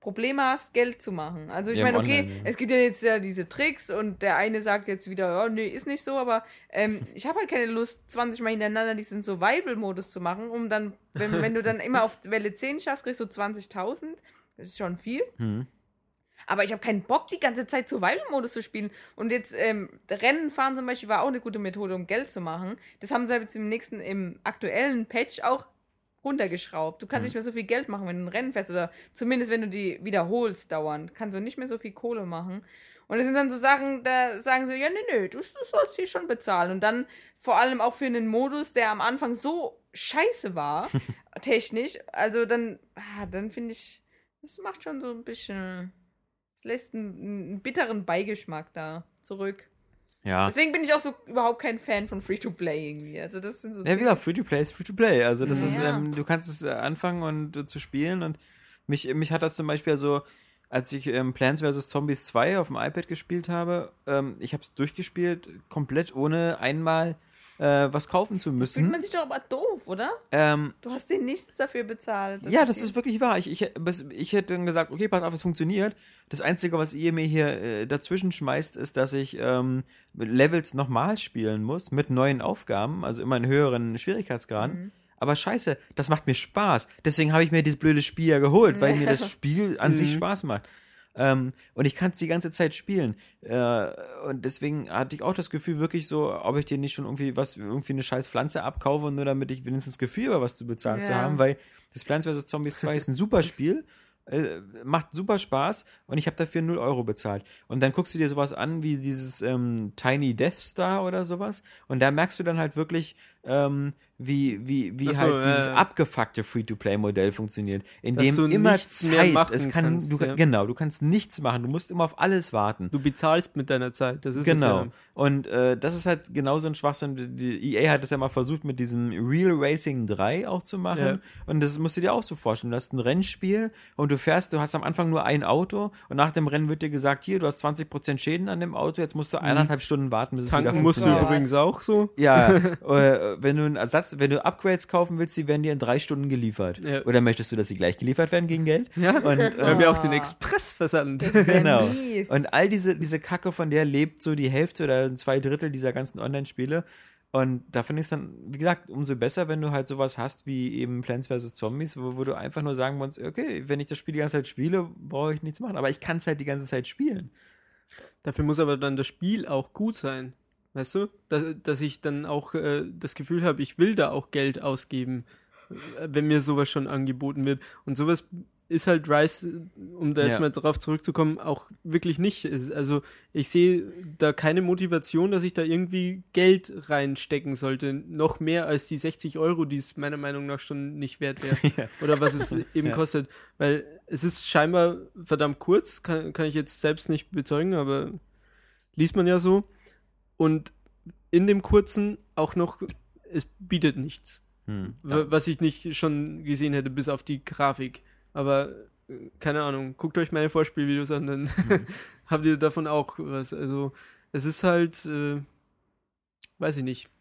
Probleme hast, Geld zu machen. Also ich Ja, meine, okay, online, ja. es gibt ja jetzt ja diese Tricks und der eine sagt jetzt wieder, ja, nee, ist nicht so, aber ähm, ich habe halt keine Lust, zwanzig Mal hintereinander diesen Survival-Modus zu machen, um dann, wenn, wenn du dann immer auf Welle zehn schaffst, kriegst du zwanzigtausend. Das ist schon viel. Hm. Aber ich habe keinen Bock, die ganze Zeit Survival-Modus zu spielen. Und jetzt ähm, Rennen fahren zum Beispiel war auch eine gute Methode, um Geld zu machen. Das haben sie jetzt im nächsten, im aktuellen Patch auch runtergeschraubt. Du kannst Mhm. nicht mehr so viel Geld machen, wenn du ein Rennen fährst. Oder zumindest, wenn du die wiederholst dauernd. Kannst du nicht mehr so viel Kohle machen. Und das sind dann so Sachen, da sagen sie, ja, nee, nee, du, du sollst sie schon bezahlen. Und dann vor allem auch für einen Modus, der am Anfang so scheiße war, technisch. Also dann, ah, dann finde ich, das macht schon so ein bisschen... lässt einen, einen bitteren Beigeschmack da zurück. Ja. Deswegen bin ich auch so überhaupt kein Fan von Free-to-Play irgendwie. Also das sind so Ja, wie gesagt, Free-to-Play ist Free-to-Play. Also das Ja. ist, ähm, du kannst es äh, anfangen und äh, zu spielen und mich, mich hat das zum Beispiel so, als ich ähm, Plants versus. Zombies zwei auf dem iPad gespielt habe, ähm, ich habe es durchgespielt, komplett ohne einmal äh, was kaufen zu Fühlt müssen. man sich doch aber doof, oder? Ähm, Du hast denen nichts dafür bezahlt. ja, das ist wirklich wahr. Ich, ich, bis- ich hätte dann gesagt, okay, pass auf, es funktioniert. Das Einzige, was ihr mir hier äh, dazwischen schmeißt, ist, dass ich ähm, Levels nochmal spielen muss mit neuen Aufgaben, also immer in höheren Schwierigkeitsgraden. Mhm. Aber scheiße, das macht mir Spaß. Deswegen habe ich mir dieses blöde Spiel ja geholt, weil mir das Spiel an sich Mhm. Spaß macht. Ähm, und ich kann es die ganze Zeit spielen. Äh, und deswegen hatte ich auch das Gefühl, wirklich so, ob ich dir nicht schon irgendwie was, irgendwie eine scheiß Pflanze abkaufe, nur damit ich wenigstens das Gefühl habe, was zu bezahlen zu Ja. haben, weil das Plants versus. Zombies zwei ist ein super Spiel. Äh, macht super Spaß und ich habe dafür null Euro bezahlt. Und dann guckst du dir sowas an wie dieses ähm, Tiny Death Star oder sowas und da merkst du dann halt wirklich, ähm, wie, wie, wie Ach so, halt dieses äh, abgefuckte Free-to-Play-Modell funktioniert, in Dass dem du immer nichts mehr Zeit, machen es kann, kannst, du, ja. genau, du kannst nichts machen, du musst immer auf alles warten. Du bezahlst mit deiner Zeit, das ist Genau. es ja. Und äh, das ist halt genau so ein Schwachsinn. Die E A hat es ja mal versucht, mit diesem Real Racing drei auch zu machen. Ja. Und das musst du dir auch so vorstellen. Du hast ein Rennspiel und du fährst, du hast am Anfang nur ein Auto und nach dem Rennen wird dir gesagt, hier, du hast zwanzig Prozent Schäden an dem Auto, jetzt musst du eineinhalb Stunden warten, bis es wieder Tanken musst du funktioniert. übrigens auch so. Ja, äh, wenn du einen Ersatz, wenn du Upgrades kaufen willst, die werden dir in drei Stunden geliefert. Ja. Oder möchtest du, dass sie gleich geliefert werden gegen Geld? Ja, Und, wir haben ja auch den Ah. Expressversand. Sehr genau. mies. Und all diese, diese Kacke, von der lebt so die Hälfte oder zwei Drittel dieser ganzen Online-Spiele. Und da finde ich es dann, wie gesagt, umso besser, wenn du halt sowas hast wie eben Plants versus. Zombies, wo, wo du einfach nur sagen musst, okay, wenn ich das Spiel die ganze Zeit spiele, brauche ich nichts machen. Aber ich kann es halt die ganze Zeit spielen. Dafür muss aber dann das Spiel auch gut sein. Weißt du? Dass, dass ich dann auch äh, das Gefühl habe, ich will da auch Geld ausgeben, äh, wenn mir sowas schon angeboten wird. Und sowas ist halt Rise, um da Ja. jetzt mal drauf zurückzukommen, auch wirklich nicht. Es- Also ich sehe da keine Motivation, dass ich da irgendwie Geld reinstecken sollte. Noch mehr als die sechzig Euro, die es meiner Meinung nach schon nicht wert wäre. Ja. Oder was es eben Ja. kostet. Weil es ist scheinbar verdammt kurz, kann, kann ich jetzt selbst nicht bezeugen, aber liest man ja so. Und in dem kurzen auch noch, es bietet nichts. Hm. W- Was ich nicht schon gesehen hätte, bis auf die Grafik. Aber äh, keine Ahnung, guckt euch meine Vorspielvideos an, dann habt ihr davon auch was. Also es ist halt, äh, weiß ich nicht.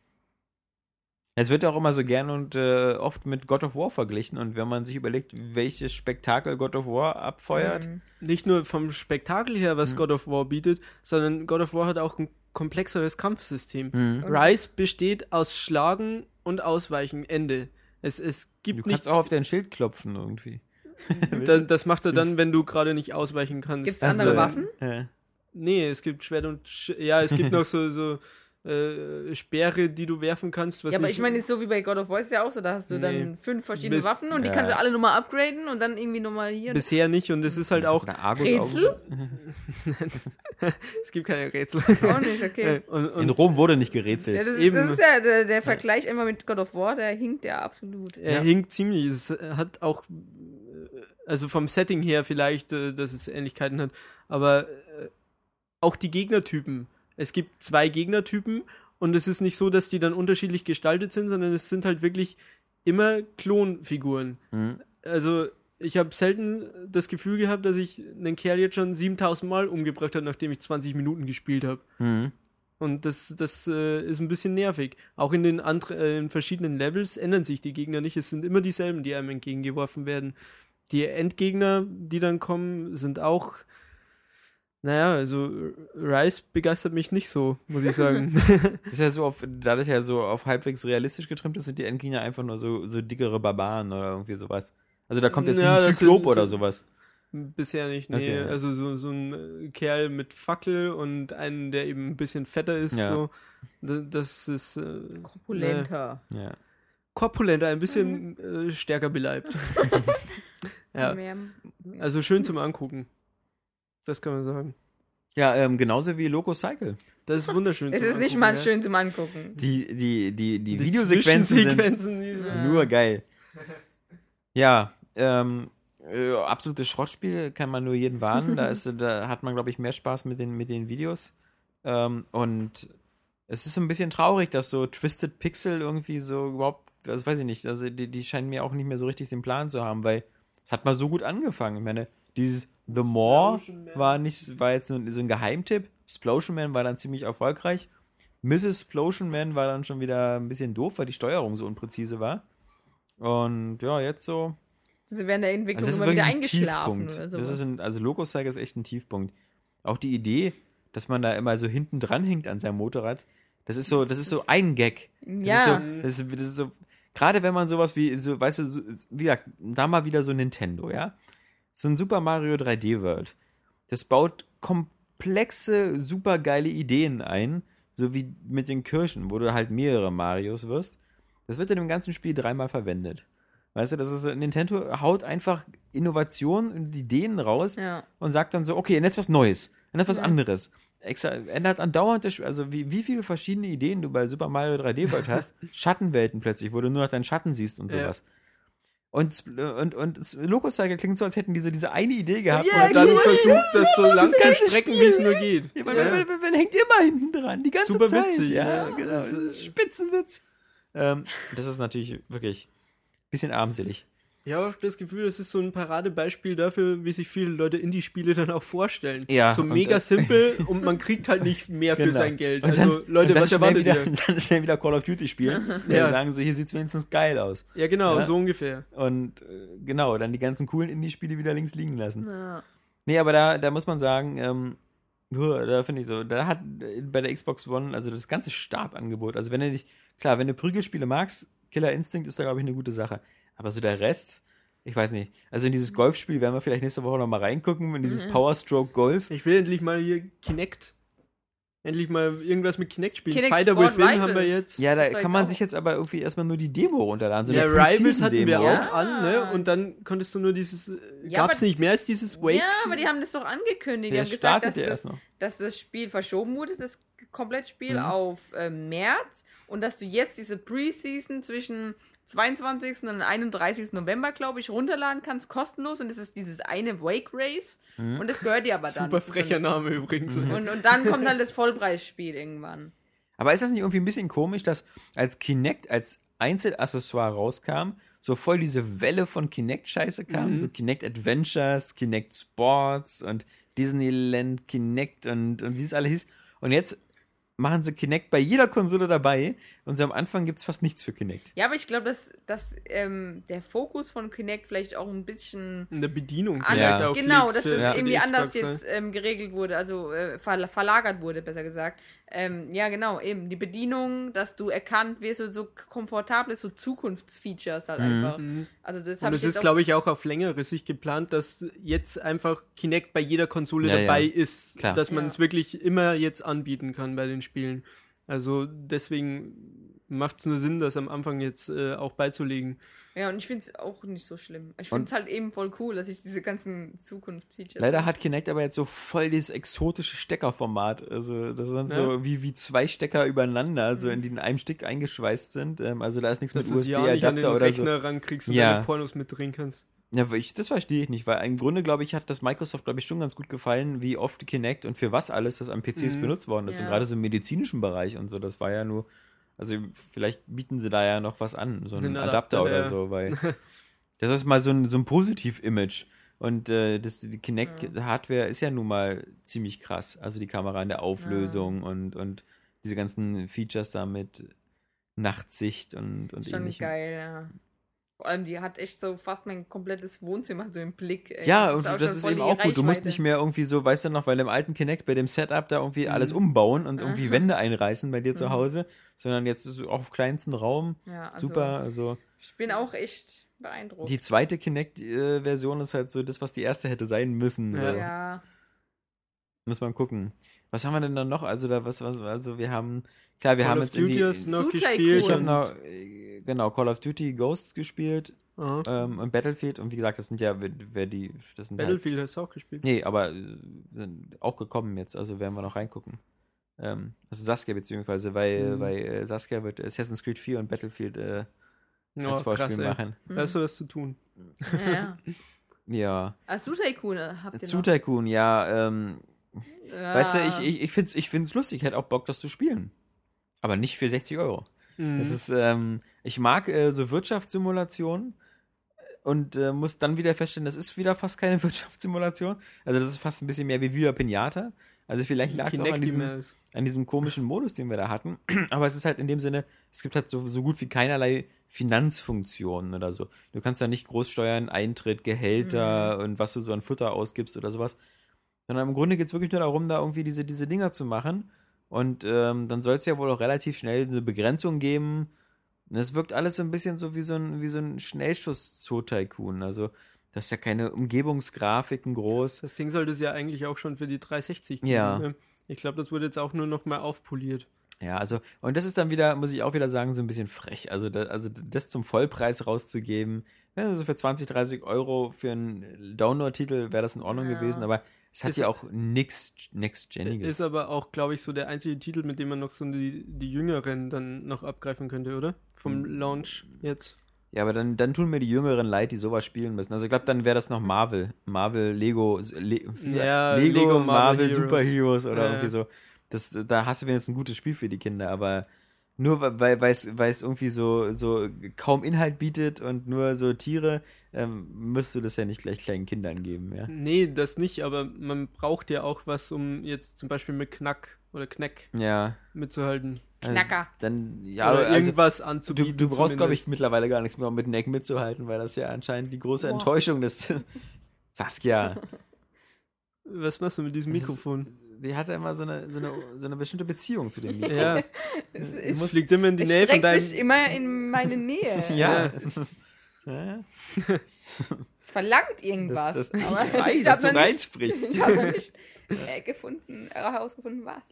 Es wird auch immer so gern und äh, oft mit God of War verglichen. Und wenn man sich überlegt, welches Spektakel God of War abfeuert, Mhm. Nicht nur vom Spektakel her, was Mhm. God of War bietet, sondern God of War hat auch ein komplexeres Kampfsystem. Mhm. Und- Rise besteht aus Schlagen und Ausweichen, Ende. Es, es gibt du kannst nichts. auch auf dein Schild klopfen irgendwie. da, das macht er Das- dann, wenn du gerade nicht ausweichen kannst. Gibt's Also, andere Waffen? Ja. Nee, es gibt Schwert und Sch ja, es gibt noch so, so äh, Speere, die du werfen kannst. Was Ja, aber nicht- ich meine, jetzt so wie bei God of War ist ja auch so, da hast du Nee. dann fünf verschiedene Bis- Waffen und die ja. kannst du alle nochmal upgraden und dann irgendwie nochmal hier. bisher nicht und es ist halt auch, Eine Argus Rätsel? es gibt keine Rätsel. Auch nicht, Äh, okay. und, In und Rom wurde nicht gerätselt. Ja, das, ist, eben. das ist ja der, der Vergleich immer mit God of War, der hinkt ja absolut. er Ja. hinkt ziemlich. Es hat auch, äh, also vom Setting her vielleicht, äh, dass es Ähnlichkeiten hat, aber äh, auch die Gegnertypen. Es gibt zwei Gegnertypen und es ist nicht so, dass die dann unterschiedlich gestaltet sind, sondern es sind halt wirklich immer Klonfiguren. Mhm. Also ich habe selten das Gefühl gehabt, dass ich einen Kerl jetzt schon siebentausend Mal umgebracht habe, nachdem ich zwanzig Minuten gespielt habe. Mhm. Und das, das äh, ist ein bisschen nervig. Auch in den andre, äh, in verschiedenen Levels ändern sich die Gegner nicht. Es sind immer dieselben, die einem entgegengeworfen werden. die Endgegner, die dann kommen, sind auch, naja, also Rise begeistert mich nicht so, muss ich sagen. Das ist ja so auf, dadurch ja so auf halbwegs realistisch getrimmt ist, sind die Endgegner einfach nur so, so dickere Barbaren oder irgendwie sowas. Also da kommt jetzt Ja, nicht ein das Zyklop sind- oder sind- sowas. Bisher nicht, nee. Okay, ja. Also so, so ein äh, Kerl mit Fackel und einen, der eben ein bisschen fetter ist, Ja. so. Das, das ist äh, Korpulenter. Ja. korpulenter, ein bisschen äh, stärker beleibt. Ja, Mehr, mehr. also schön zum Angucken. Das kann man sagen. Ja, ähm, genauso wie Loco Cycle. Das ist wunderschön. Es zum ist nicht Angucken, mal ja. schön zum Angucken. Die, die, die, die, Die Videosequenzen sind Zwischensequenzen, die so- Ja. nur geil. Ja, ähm, äh, absolutes Schrottspiel, kann man nur jeden warnen. Da, ist, da hat man, glaube ich, mehr Spaß mit den, mit den Videos. Ähm, und es ist so ein bisschen traurig, dass so Twisted Pixel irgendwie so überhaupt, also weiß ich nicht, also die, die scheinen mir auch nicht mehr so richtig den Plan zu haben, weil es hat mal so gut angefangen. Ich meine, dieses The More war nicht, war jetzt so ein, so ein Geheimtipp. Explosion Man war dann ziemlich erfolgreich. Misses Explosion Man war dann schon wieder ein bisschen doof, weil die Steuerung so unpräzise war. Und ja, jetzt so. Sie werden der Entwicklung Also das ist immer wieder wirklich ein eingeschlafen Tiefpunkt. oder Das so. ist ein, also Loco Cycle ist echt ein Tiefpunkt. Auch die Idee, dass man da immer so hinten dran hängt an seinem Motorrad, das ist so, das ist so ein Gag. Das Ja. ist so, das ist, das ist so, gerade wenn man sowas wie, so, weißt du, so, wie gesagt, da mal wieder so Nintendo, ja? So ein Super Mario drei D World. Das baut komplexe, super geile Ideen ein, so wie mit den Kirchen, wo du halt mehrere Marios wirst. Das wird in dem ganzen Spiel dreimal verwendet. Weißt du, das ist, Nintendo haut einfach Innovationen und Ideen raus Ja. und sagt dann so, okay, und jetzt was Neues, und jetzt was Ja. anderes. Extra, ändert andauernd das Spiel, also wie, wie viele verschiedene Ideen du bei Super Mario drei D World hast, Schattenwelten plötzlich, wo du nur noch deinen Schatten siehst und Ja. sowas. Und, Sp- und, und Loco Cycle klingt so, als hätten diese, diese eine Idee gehabt. Ja, und Dann dann versucht das so lang zu ganze strecken, Spiel. wie es nur geht. ja, man, Ja. man, man, man hängt immer hinten dran, die ganze Super Zeit. witzig, ja, ja. genau. Das ist- Spitzenwitz. Ähm, das ist natürlich wirklich ein bisschen armselig. Ich habe auch das Gefühl, das ist so ein Paradebeispiel dafür, wie sich viele Leute Indie-Spiele dann auch vorstellen. Ja, So und mega das- simpel und man kriegt halt nicht mehr für Genau. sein Geld. Und Also dann, Leute, und dann was schnell erwartet wieder, ihr? Dann schnell wieder Call of Duty spielen. Ja. Ja. Sagen so, hier sieht's wenigstens geil aus. Ja, genau, Ja. so ungefähr. Und äh, genau, dann die ganzen coolen Indie-Spiele wieder links liegen lassen. Ja. Nee, aber da, da muss man sagen, ähm, huh, da finde ich so, da hat äh, bei der Xbox One, also das ganze Startangebot, also wenn du dich, klar, wenn du Prügelspiele magst, Killer Instinct ist da, glaube ich, eine gute Sache. Aber so der Rest, ich weiß nicht. Also in dieses Golfspiel werden wir vielleicht nächste Woche nochmal reingucken, in dieses Power Stroke Golf. Ich will endlich mal hier Kinect. Endlich mal irgendwas mit Kinect spielen. Kinect Fighter Sport Within haben wir Rivals. jetzt. Ja, da Das war kann jetzt man auch- sich jetzt aber irgendwie erstmal nur die Demo runterladen. So Ja, eine Rivals hatten wir Pre-Season-Demo. auch Ja. an, ne? Und dann konntest du nur dieses. äh, Ja, Gab's aber- nicht mehr als dieses Wake? Ja, aber die haben das doch angekündigt. Die Der haben gesagt, startet dass ja das, erst noch. dass das Spiel verschoben wurde, das Komplettspiel, Mhm. auf äh, März. Und dass du jetzt diese Preseason zwischen zweiundzwanzigsten und einunddreißigsten November, glaube ich, runterladen kannst, kostenlos. Und das ist dieses eine Wake Race. Mhm. Und das gehört dir aber dann. Super Das ist frecher so Name übrigens. ein, und, und dann kommt halt das Vollpreisspiel irgendwann. Aber ist das nicht irgendwie ein bisschen komisch, dass als Kinect als Einzelaccessoire rauskam, so voll diese Welle von Kinect-Scheiße kam? Mhm. So Kinect Adventures, Kinect Sports und Disneyland Kinect und, und wie es alle hieß. Und jetzt machen sie Kinect bei jeder Konsole dabei und so am Anfang gibt es fast nichts für Kinect. Ja, aber ich glaube, dass, dass ähm, der Fokus von Kinect vielleicht auch ein bisschen In der Bedienung an, vielleicht Ja. auch genau, liegt dass für- das für die irgendwie anders Xbox, jetzt ähm, geregelt wurde, also äh, ver verlagert wurde, besser gesagt. Ähm, ja, genau, eben die Bedienung, dass du erkannt wirst und so komfortable, so Zukunftsfeatures halt einfach. Mhm. Also das Und habe es ich ist, jetzt auch, glaube ich, auch auf längere Sicht geplant, dass jetzt einfach Kinect bei jeder Konsole Ja, dabei ja. ist. Klar. Dass man Ja. es wirklich immer jetzt anbieten kann bei den Spielen. Also deswegen macht es nur Sinn, das am Anfang jetzt äh, auch beizulegen. ja, und ich finde es auch nicht so schlimm. Ich finde es halt eben voll cool, dass ich diese ganzen Zukunftsfeatures Leider hat Kinect aber jetzt so voll dieses exotische Steckerformat. Also das sind Ja. so wie, wie zwei Stecker übereinander, so in die in einem Stick eingeschweißt sind. Ähm, also da ist nichts Dass mit du es ja nicht an den U S B-Adapter oder so. Rechner rankriegst und Ja. deine Pornos mitdrehen kannst. Ja, weil ich, das verstehe ich nicht, weil im Grunde, glaube ich, hat das Microsoft, glaube ich, schon ganz gut gefallen, wie oft Kinect und für was alles das an P Cs Mhm. benutzt worden ist. Ja. Und gerade so im medizinischen Bereich und so, das war ja nur, also vielleicht bieten sie da ja noch was an, so einen Einen Adapter, Adapter, oder ja. so, weil das ist mal so ein, so ein Positiv-Image. Und äh, das, die Kinect-Hardware ist ja nun mal ziemlich krass. Also die Kamera in der Auflösung und, und diese ganzen Features da mit Nachtsicht und, und schon ähnlichem. geil, ja. Vor allem, die hat echt so fast mein komplettes Wohnzimmer so im Blick. Ey. Ja, das und ist, auch das schon ist voll eben die auch gut. Du musst Reichweite. nicht mehr irgendwie so, weißt du noch, weil im alten Kinect bei dem Setup da irgendwie Mhm. alles umbauen und irgendwie Mhm. Wände einreißen bei dir zu Mhm. Hause, sondern jetzt ist es auch auf kleinsten Raum. Ja, also, Super, also Ich bin auch echt beeindruckt. die zweite Kinect-Version ist halt so das, was die erste hätte sein müssen. So. Ja. ja. Muss man gucken. Was haben wir denn dann noch? Also da was, was also wir haben, klar, wir Call haben of jetzt in Duty die, hast du noch Super gespielt. ich habe cool. noch, äh, genau, Call of Duty Ghosts gespielt Aha. ähm, und Battlefield und wie gesagt, das sind ja, wer, wer die, das sind halt, Battlefield hast du auch gespielt. nee, aber äh, sind auch gekommen jetzt, also werden wir noch reingucken. Ähm, also Saskia beziehungsweise, weil, Mhm. weil äh, Saskia wird Assassin's Creed vier und Battlefield äh, Ja, als Vorspiel krass, ey. machen. Da hast du was zu tun. Ja, ja. Ja. Ah, Su Tycoon habt ihr Zu noch. Tycoon, ja, ähm, Ja. weißt du, ich, ich, ich find's, ich find's lustig, ich hätte auch Bock, das zu spielen. Aber nicht für sechzig Euro. Mhm. Das ist, ähm, ich mag äh, so Wirtschaftssimulationen und äh, muss dann wieder feststellen, das ist wieder fast keine Wirtschaftssimulation. Also das ist fast ein bisschen mehr wie Viva Pinata. Also vielleicht lag es auch an Kinect, die diesem, mehr ist. an diesem komischen Modus, den wir da hatten. Aber es ist halt in dem Sinne, es gibt halt so, so gut wie keinerlei Finanzfunktionen oder so. Du kannst da nicht groß steuern, Eintritt, Gehälter und was du so an Futter ausgibst oder sowas. Sondern im Grunde geht es wirklich nur darum, da irgendwie diese, diese Dinger zu machen. Und ähm, dann soll es ja wohl auch relativ schnell eine Begrenzung geben. Und es wirkt alles so ein bisschen so wie so ein, wie so ein Schnellschuss-Zoo-Tycoon. Also, das ist ja keine Umgebungsgrafiken groß. Das Ding sollte es ja eigentlich auch schon für die dreihundertsechzig geben. Ja. Ne? Ich glaube, das wurde jetzt auch nur noch mal aufpoliert. Ja, also, und das ist dann wieder, muss ich auch wieder sagen, so ein bisschen frech. Also, da, also das zum Vollpreis rauszugeben, ja, also für zwanzig, dreißig Euro für einen Download-Titel wäre das in Ordnung Ja. gewesen, aber es hat Ist- ja auch nix Next-Geniges. Ist aber auch, glaube ich, so der einzige Titel, mit dem man noch so die, die Jüngeren dann noch abgreifen könnte, oder? Vom Hm. Launch jetzt. Ja, aber dann, dann tun mir die Jüngeren leid, die sowas spielen müssen. Also ich glaube, dann wäre das noch Marvel. Marvel, Lego, Le Ja, Lego, Lego Marvel, Marvel Heroes. Superheroes oder Ja, irgendwie ja. so. Das, da hast du wenigstens ein gutes Spiel für die Kinder, aber nur weil weil es weil es irgendwie so, so kaum Inhalt bietet und nur so Tiere, ähm, müsst du das ja nicht gleich kleinen Kindern geben, ja. Nee, das nicht, aber man braucht ja auch was, um jetzt zum Beispiel mit Knack oder Knack Ja. mitzuhalten. Knacker. Dann, ja, oder also, irgendwas du, anzubieten. du brauchst, glaube ich, zumindest. mittlerweile gar nichts mehr, um mit Neck mitzuhalten, weil das ja anscheinend die große Boah. Enttäuschung des Saskia. Was machst du mit diesem Das ist- Mikrofon? Die hatte immer so eine, so eine, so eine bestimmte Beziehung zu dem Mikro. Ja, Es, du es, musst, fliegt immer in die es Nähe von streckt deinem... sich immer in meine Nähe. Ja. Das, ist, ja. Es verlangt irgendwas. Das- das- aber ich weiß, ich dass habe du noch nicht, reinsprichst. ich habe noch nicht äh, gefunden, herausgefunden, was.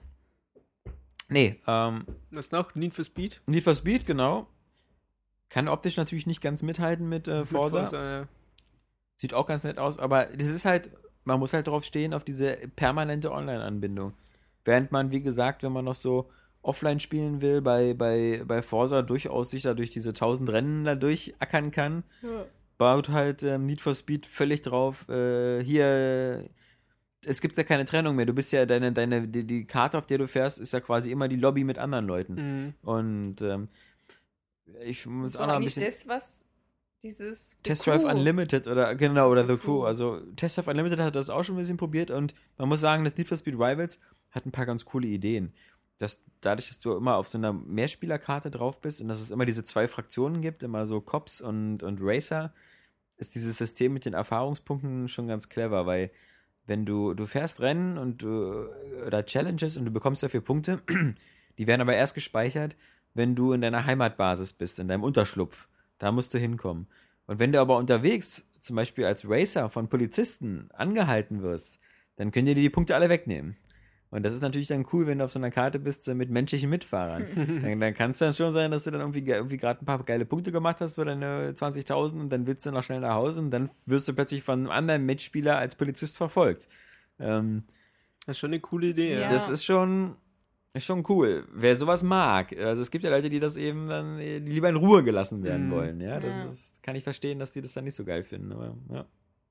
Nee, ähm, Was noch? Need for Speed? Need for Speed, genau. Kann optisch natürlich nicht ganz mithalten mit äh, Mit Forza. ja. Sieht auch ganz nett aus, aber das ist halt, man muss halt drauf stehen, auf diese permanente Online-Anbindung. Während man, wie gesagt, wenn man noch so offline spielen will, bei, bei, bei Forza durchaus sich da durch diese tausend Rennen da durchackern kann, Ja. baut halt ähm, Need for Speed völlig drauf, äh, hier, es gibt ja keine Trennung mehr. Du bist ja, deine, deine, die, die Karte, auf der du fährst, ist ja quasi immer die Lobby mit anderen Leuten. Mhm. Und ähm, ich muss Das ist auch doch noch ein eigentlich bisschen... das, was dieses Test The Drive Crew- Unlimited oder genau, oder The The Crew. Crew. Also Test Drive Unlimited hat das auch schon ein bisschen probiert und man muss sagen, das Need for Speed Rivals hat ein paar ganz coole Ideen. Dass dadurch, dass du immer auf so einer Mehrspielerkarte drauf bist und dass es immer diese zwei Fraktionen gibt, immer so Cops und, und Racer, ist dieses System mit den Erfahrungspunkten schon ganz clever, weil wenn du, du fährst Rennen und du, oder Challenges und du bekommst dafür Punkte, die werden aber erst gespeichert, wenn du in deiner Heimatbasis bist, in deinem Unterschlupf. Da musst du hinkommen. Und wenn du aber unterwegs, zum Beispiel als Racer von Polizisten angehalten wirst, dann können die dir die Punkte alle wegnehmen. Und das ist natürlich dann cool, wenn du auf so einer Karte bist äh, mit menschlichen Mitfahrern. dann, dann kann es dann schon sein, dass du dann irgendwie, ge- irgendwie gerade ein paar geile Punkte gemacht hast, so deine zwanzigtausend und dann willst du noch schnell nach Hause und dann wirst du plötzlich von einem anderen Mitspieler als Polizist verfolgt. Ähm, Das ist schon eine coole Idee. Ja. Ja. Das ist schon, ist schon cool. Wer sowas mag. Also es gibt ja Leute, die das eben dann, die lieber in Ruhe gelassen werden Mhm. wollen. Ja, Ja. das kann ich verstehen, dass die das dann nicht so geil finden. Aber ja.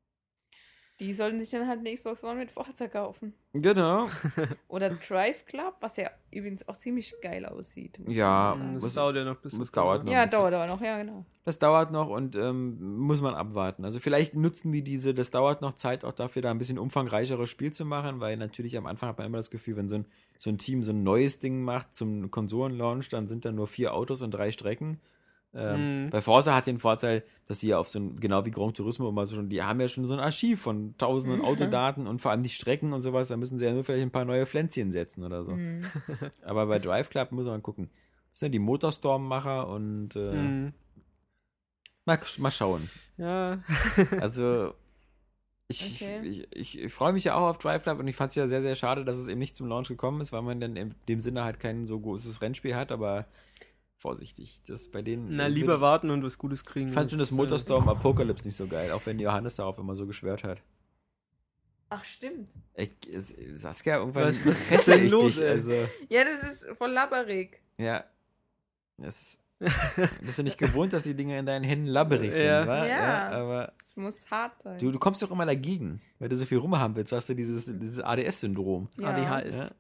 Die sollten sich dann halt eine Xbox One mit Forza kaufen. Genau. Oder Drive Club, was ja übrigens auch ziemlich geil aussieht. muss Ja, man sagen. Das muss- dauert ja noch bis muss es da- dauert noch. Ja, ein bisschen. dauert aber noch, ja, genau. Das dauert noch und ähm, muss man abwarten. Also vielleicht nutzen die diese, das dauert noch Zeit auch dafür, da ein bisschen umfangreicheres Spiel zu machen, weil natürlich am Anfang hat man immer das Gefühl, wenn so ein, so ein Team so ein neues Ding macht zum Konsolenlaunch, dann sind da nur vier Autos und drei Strecken. Ähm, Mhm. Bei Forza hat den Vorteil, dass sie ja auf so ein, genau wie Gran Turismo immer so schon, die haben ja schon so ein Archiv von tausenden Autodaten und vor allem die Strecken und sowas, da müssen sie ja nur vielleicht ein paar neue Pflänzchen setzen oder so. Mhm. Aber bei Drive Club muss man gucken. Das sind ja die Motorstorm-Macher und äh, Mhm. mal, mal schauen. Ja. Also ich, Okay. ich, ich, ich freue mich ja auch auf Drive Club und ich fand es ja sehr, sehr schade, dass es eben nicht zum Launch gekommen ist, weil man dann in dem Sinne halt kein so großes Rennspiel hat, aber vorsichtig, das bei denen... Na, würde lieber ich, warten und was Gutes kriegen. Ich fand schon das äh, Motorstorm Apocalypse nicht so geil, auch wenn Johannes darauf immer so geschwört hat. Ach, stimmt. Ich, es- Saskia, irgendwann Was- was ist fessel denn ich los, dich, ey? also, Ja, das ist voll labberig. ja, das bist du nicht gewohnt, dass die Dinge in deinen Händen labberig sind, Ja. wa? Ja. aber Es muss hart sein. du, du kommst doch immer dagegen, weil du so viel rumhaben willst, hast du dieses, dieses A D S-Syndrom. ja. A D H S. Ja.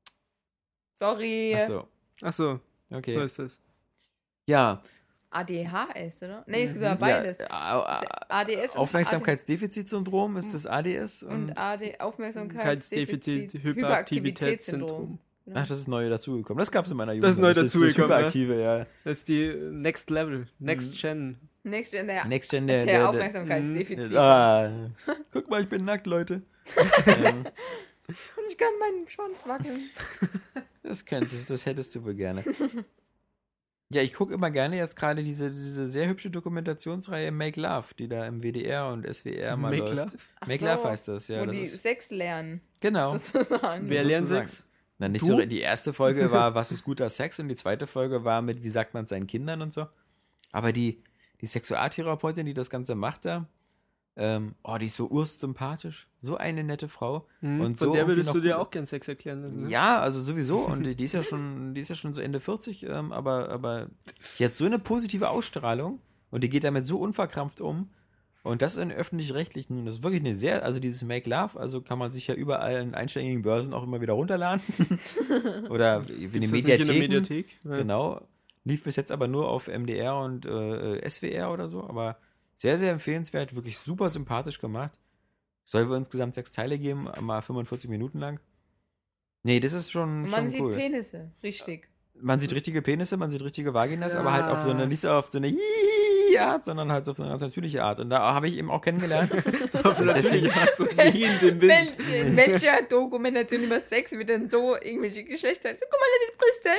Sorry. Achso, Ach so, okay. so ist das. Ja, A D H S, oder? Nee, es gibt Mhm. ja beides. Ja, a- a- A D S und Aufmerksamkeitsdefizitsyndrom ist das A D S A D und und A D Aufmerksamkeitsdefizit, Defizit, Hyperaktivitätssyndrom. ach, das ist neu dazugekommen. Das gab es in meiner Jugend. Das ist neu noch nicht. dazugekommen, Das Hyperaktive, ja. Das ist die Next Level, Next Gen. Next Gen, der, Next Gen, der, der, der, der, Aufmerksamkeitsdefizit. ah, guck mal, ich bin nackt, Leute. ähm, Und ich kann meinen Schwanz wackeln. das könntest, das hättest du wohl gerne. Ja, ich gucke immer gerne jetzt gerade diese, diese sehr hübsche Dokumentationsreihe Make Love, die da im W D R und S W R mal Make läuft. Love? Ach Make so, Love heißt das, ja. wo Das die ist, Sex lernen, genau. sozusagen. Wer lernt sozusagen. Sex? Na, nicht Du? so, die erste Folge war, was ist guter Sex, und die zweite Folge war mit, wie sagt man es seinen Kindern und so. Aber die, die Sexualtherapeutin, die das Ganze macht da, ähm, oh, die ist so ursympathisch. So eine nette Frau. Mhm. Und Von so der irgendwie würdest noch du dir gut- auch gern Sex erklären lassen. Ne? Ja, also sowieso. Und die, die ist ja schon, die ist ja schon so Ende vierzig, ähm, aber, aber die hat so eine positive Ausstrahlung und die geht damit so unverkrampft um. Und das in öffentlich-rechtlichen, das ist wirklich eine sehr, also dieses Make Love, also kann man sich ja überall in einschlägigen Börsen auch immer wieder runterladen. Oder in den Gibt's das nicht in der Mediatheken. Mediathek? Ja. Genau. Lief bis jetzt aber nur auf M D R und äh, S W R oder so, aber sehr, sehr empfehlenswert, wirklich super sympathisch gemacht. Soll wohl insgesamt sechs Teile geben, mal fünfundvierzig Minuten lang. Nee, das ist schon, Und man schon sieht cool. Penisse, richtig. Man sieht richtige Penisse, man sieht richtige Vaginas, Ja. aber halt auf so eine, nicht so auf so eine Hihi-Art, sondern halt so auf eine ganz natürliche Art. Und da habe ich eben auch kennengelernt. Deswegen, hat so wie in den Wind. Welche, in welcher Dokumentation über Sex wird denn so irgendwelche Geschlechter? So, guck mal, da sind Brüste.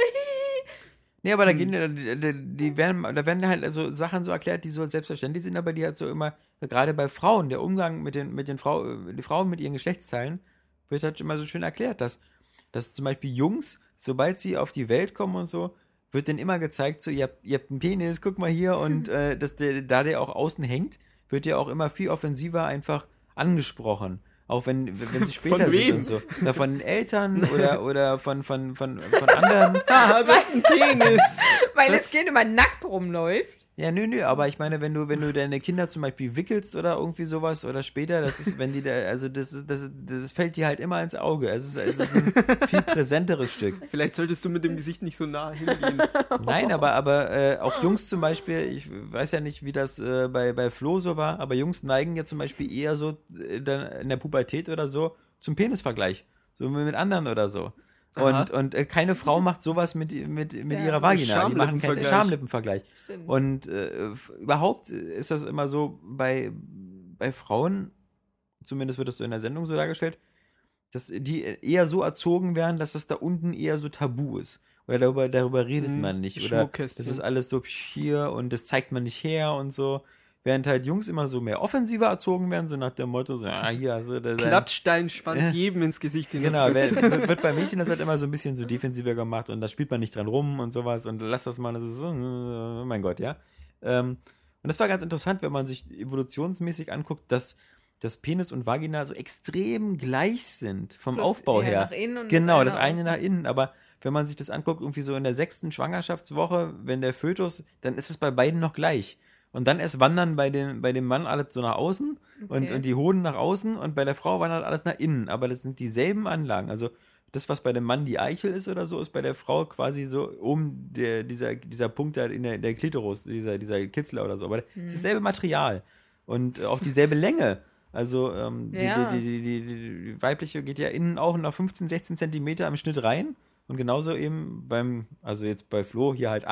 nee, aber da gehen, ja- die, die, die werden, da werden halt also Sachen so erklärt, die so selbstverständlich sind, aber die halt so immer, gerade bei Frauen, der Umgang mit den, mit den Frauen, die Frauen mit ihren Geschlechtsteilen, wird halt immer so schön erklärt, dass, dass zum Beispiel Jungs, sobald sie auf die Welt kommen und so, wird denen immer gezeigt, so, ihr habt, ihr habt einen Penis, guck mal hier, und äh, dass der, da der auch außen hängt, wird der auch immer viel offensiver einfach angesprochen. Auch wenn, wenn sie später Von sind wem? und so. Na, von den Eltern oder, oder von, von, von, von anderen. Ah, du hast einen Penis. Weil Was? das Kind immer nackt rumläuft. Ja, nö, nö, aber ich meine, wenn du, wenn du deine Kinder zum Beispiel wickelst oder irgendwie sowas oder später, das ist, wenn die da, also das, das, das fällt dir halt immer ins Auge. Es ist, es ist ein viel präsenteres Stück. Vielleicht solltest du mit dem Gesicht nicht so nah hingehen. Nein, aber, aber äh, auch Jungs zum Beispiel, ich weiß ja nicht, wie das äh, bei, bei Flo so war, aber Jungs neigen ja zum Beispiel eher so äh, dann in der Pubertät oder so zum Penisvergleich. So mit anderen oder so. Aha. Und, und äh, keine Frau macht sowas mit, mit, mit Ja, ihrer Vagina. Die machen keinen Schamlippenvergleich. Schamlippenvergleich. Stimmt. Und äh, f- überhaupt ist das immer so bei, bei Frauen, zumindest wird das so in der Sendung so dargestellt, dass die eher so erzogen werden, dass das da unten eher so tabu ist. Oder darüber, darüber redet Mhm, man nicht. Oder Schmuckkästchen. das ist alles so psch, hier und das zeigt man nicht her und so. Während halt Jungs immer so mehr offensiver erzogen werden, so nach dem Motto, so, ah, hier, also, das, Klatschsteinschwanz jedem ins Gesicht. den du Genau, triffst. wer- wird bei Mädchen das halt immer so ein bisschen so defensiver gemacht und da spielt man nicht dran rum und sowas und lass das mal, das ist so, oh mein Gott, ja. Ähm, und das war ganz interessant, wenn man sich evolutionsmäßig anguckt, dass das Penis und Vagina so extrem gleich sind vom Plus Aufbau eher her. nach innen und Genau, das das eine eine nach innen, aber wenn man sich das anguckt, irgendwie so in der sechsten Schwangerschaftswoche, wenn der Fötus, dann ist es bei beiden noch gleich. Und dann erst wandern bei dem, bei dem Mann alles so nach außen und, Okay. und die Hoden nach außen und bei der Frau wandert alles nach innen. Aber das sind dieselben Anlagen. Also das, was bei dem Mann die Eichel ist oder so, ist bei der Frau quasi so oben der, dieser, dieser Punkt da in der, in der Klitoris, dieser, dieser Kitzler oder so. Aber es ist dasselbe Material und auch dieselbe Länge. Also ähm, die, Ja. die, die, die, die, die weibliche geht ja innen auch noch fünfzehn, sechzehn Zentimeter im Schnitt rein. Und genauso eben beim, also jetzt bei Flo hier halt acht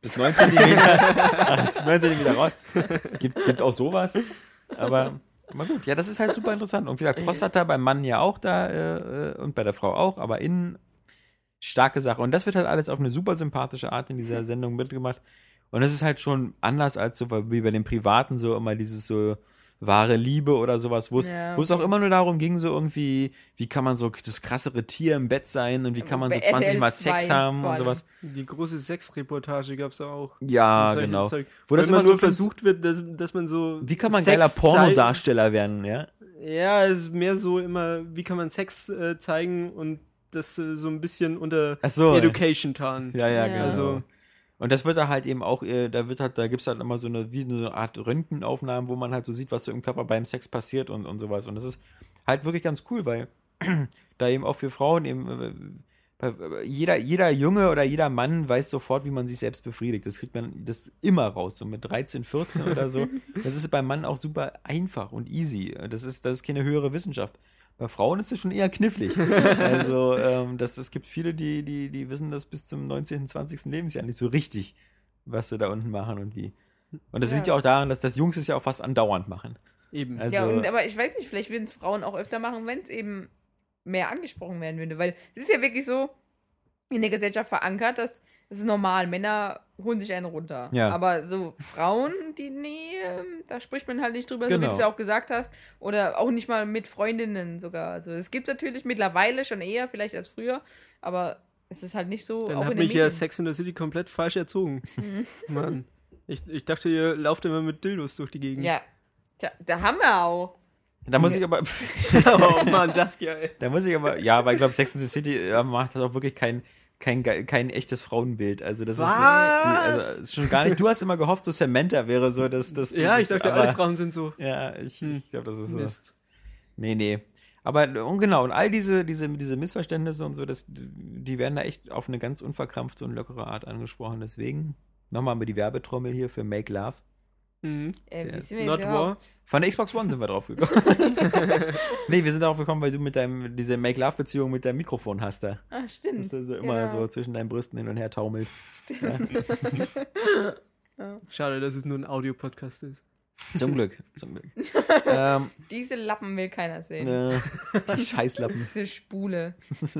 bis neun Zentimeter, bis neun Zentimeter raus. Gibt, gibt auch sowas. Aber, aber gut, ja, das ist halt super interessant. Und wie gesagt, Prostata beim Mann ja auch da äh, und bei der Frau auch, aber innen starke Sache. Und das wird halt alles auf eine super sympathische Art in dieser Sendung mitgemacht. Und das ist halt schon anders als so wie bei den Privaten so immer dieses so wahre Liebe oder sowas, wo es Ja. wo es auch immer nur darum ging, so irgendwie, wie kann man so das krassere Tier im Bett sein und wie kann man so Bei zwanzig Mal R T L Sex zwei haben vor und allem. sowas. Die große Sexreportage gab's ja auch. Ja, Und solche genau. Zeug. Wo das Wenn man immer so nur versucht wird, dass, dass man so Wie kann man Sex geiler zeigen- Pornodarsteller werden, ja? Ja, es ist mehr so immer, wie kann man Sex äh, zeigen und das äh, so ein bisschen unter Ach so. Education tarnen. Ja, ja, Ja. genau. Also- Und das wird da halt eben auch, äh, da wird halt, da gibt's halt immer so eine, wie eine Art Röntgenaufnahmen, wo man halt so sieht, was so im Körper beim Sex passiert und, und sowas. Und das ist halt wirklich ganz cool, weil da eben auch für Frauen eben, äh, bei- jeder, jeder Junge oder jeder Mann weiß sofort, wie man sich selbst befriedigt. Das kriegt man das immer raus, so mit dreizehn, vierzehn oder so. Das ist beim Mann auch super einfach und easy. Das ist, das ist keine höhere Wissenschaft. Bei Frauen ist es schon eher knifflig. Also, ähm, das, es gibt viele, die, die, die wissen das bis zum neunzehnten, zwanzigsten Lebensjahr nicht so richtig, was sie da unten machen und wie. Und das Ja. liegt ja auch daran, dass das Jungs es ja auch fast andauernd machen. Eben. Also, Ja, und, aber ich weiß nicht, vielleicht würden es Frauen auch öfter machen, wenn es eben mehr angesprochen werden würde. Weil es ist ja wirklich so in der Gesellschaft verankert, dass es ist normal, Männer holen sich einen runter. Ja. Aber so Frauen, die, nee, ähm, da spricht man halt nicht drüber, so wie Genau. du es ja auch gesagt hast. Oder auch nicht mal mit Freundinnen sogar. Also es gibt natürlich mittlerweile schon eher, vielleicht als früher, aber es ist halt nicht so. Dann auch hat in den mich ja Medien. Sex in the City komplett falsch erzogen. Mhm. Mann. Ich, ich dachte, ihr lauft immer mit Dildos durch die Gegend. Ja. Tja, da haben wir auch. da muss ich aber, Oh Mann, Saskia, ey. da muss ich aber, ja, aber ich glaube, Sex and the City ja, macht das auch wirklich kein, kein, ge- kein echtes Frauenbild. Also das Was? ist, äh, also, ist schon gar nicht. Du hast immer gehofft, so Samantha wäre so, dass das. Ja, ich das- dachte, aber, alle Frauen sind so. Ja, ich, Hm. ich glaube, das ist so. Mist. Nee, nee. Aber und genau, und all diese, diese, diese Missverständnisse und so, das, die werden da echt auf eine ganz unverkrampfte und lockere Art angesprochen. Deswegen nochmal mit die Werbetrommel hier für Make Love. Mhm. Äh, Sehr- wie sind wir Not jetzt war. überhaupt? Von der Xbox One sind wir drauf gekommen. Nee, wir sind darauf gekommen, weil du mit deinem, diese Make Love Beziehung mit deinem Mikrofon hast da. Ah, Das stimmt. ist so immer Genau. so zwischen deinen Brüsten hin und her taumelt. Schade, dass es nur ein Audio-Podcast ist. Zum Glück, zum Glück. ähm, Diese Lappen will keiner sehen. äh, die Scheißlappen. Diese Spule.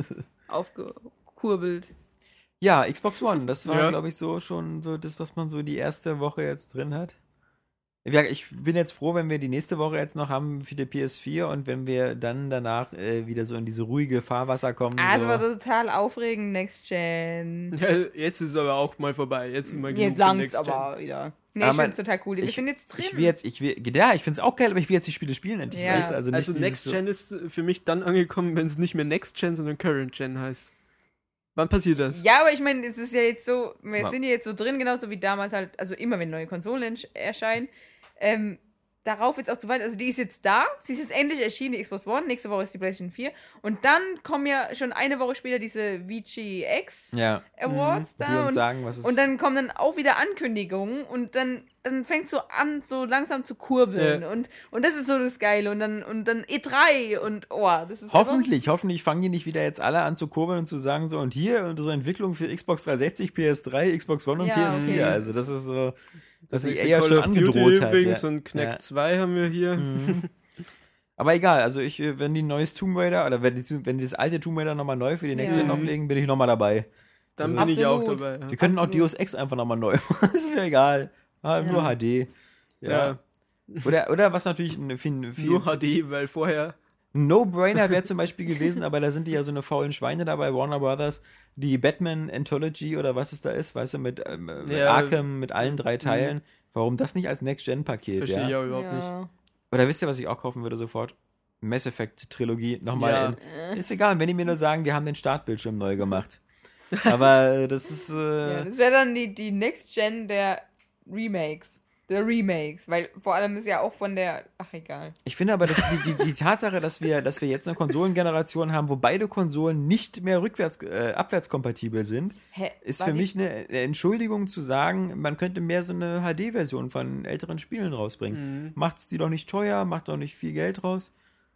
Aufgekurbelt. Ja, Xbox One, das war, Ja. glaube ich, so schon so das, was man so die erste Woche jetzt drin hat. Ja, ich bin jetzt froh, wenn wir die nächste Woche jetzt noch haben für die P S vier und wenn wir dann danach äh, wieder so in diese ruhige Fahrwasser kommen. Ah, so. das war total aufregend, Next Gen. Ja, jetzt ist es aber auch mal vorbei. Jetzt ist mal genug Jetzt von langt's Next Gen. aber wieder. Nee, Aber ich man- find's total cool. Wir ich- sind jetzt drin. Ich will jetzt, ich will, ja, ich finde es auch geil, aber ich will jetzt die Spiele spielen endlich. Ja. Weißt du? Also, nicht Also dieses Next so- Gen ist für mich dann angekommen, wenn es nicht mehr Next Gen, sondern Current Gen heißt. Wann passiert das? Ja, aber ich meine, es ist ja jetzt so, wir Ma- sind ja jetzt so drin, genauso wie damals halt, also immer wenn neue Konsolen entsch- erscheinen. Ähm, darauf jetzt auch zu weit, also die ist jetzt da, sie ist jetzt endlich erschienen, die Xbox One, nächste Woche ist die PlayStation vier und dann kommen ja schon eine Woche später diese V G X Ja, Awards die da uns und, sagen, was es und dann kommen dann auch wieder Ankündigungen und dann, dann fängt so an, so langsam zu kurbeln Ja. und, und das ist so das Geile und dann, und dann E drei und oh, das ist Hoffentlich, hoffentlich fangen die nicht wieder jetzt alle an zu kurbeln und zu sagen so, und hier unsere Entwicklung für Xbox dreihundertsechzig, P S drei, Xbox One und Ja, P S vier. okay. Also das ist so, was sich nächste eher Call schon of Duty angedroht hat. übrigens Ja. und Knack Ja. zwei haben wir hier. Mhm. Aber egal, also ich, äh, wenn die ein neues Tomb Raider oder wenn die, wenn die das alte Tomb Raider nochmal neu für die Next Ja. Gen auflegen, bin ich nochmal dabei. Dann Das bin ist- ich auch Absolut. dabei. Ja. Die können auch Absolut. Deus Ex einfach nochmal neu machen. Das ist mir egal. Ah, Nur Ja. H D. Ja. Ja. Oder, oder was natürlich ein viel, viel, Nur H D, weil vorher. ein No-Brainer wäre zum Beispiel gewesen, aber da sind die ja so eine faulen Schweine dabei, Warner Brothers, die Batman Anthology oder was es da ist, weißt du, mit, ähm, mit Ja. Arkham, mit allen drei Teilen. Warum das nicht als Next-Gen-Paket, Verstehe ich ja? auch überhaupt nicht. ja. Oder wisst ihr, was ich auch kaufen würde sofort? Mass Effect Trilogie nochmal Ja. in. Ist egal, wenn die mir nur sagen, wir haben den Startbildschirm neu gemacht. Aber äh, das ist. Äh, Ja, das wäre dann die, die Next Gen der Remakes. Der Remakes, weil vor allem ist ja auch von der. Ach, egal. Ich finde aber, dass die, die, die Tatsache, dass wir, dass wir jetzt eine Konsolengeneration haben, wo beide Konsolen nicht mehr rückwärts, äh, abwärtskompatibel sind, Hä, ist war für die- mich eine eine Entschuldigung zu sagen, man könnte mehr so eine H D-Version von älteren Spielen rausbringen. Mhm. Macht's die doch nicht teuer, macht doch nicht viel Geld raus.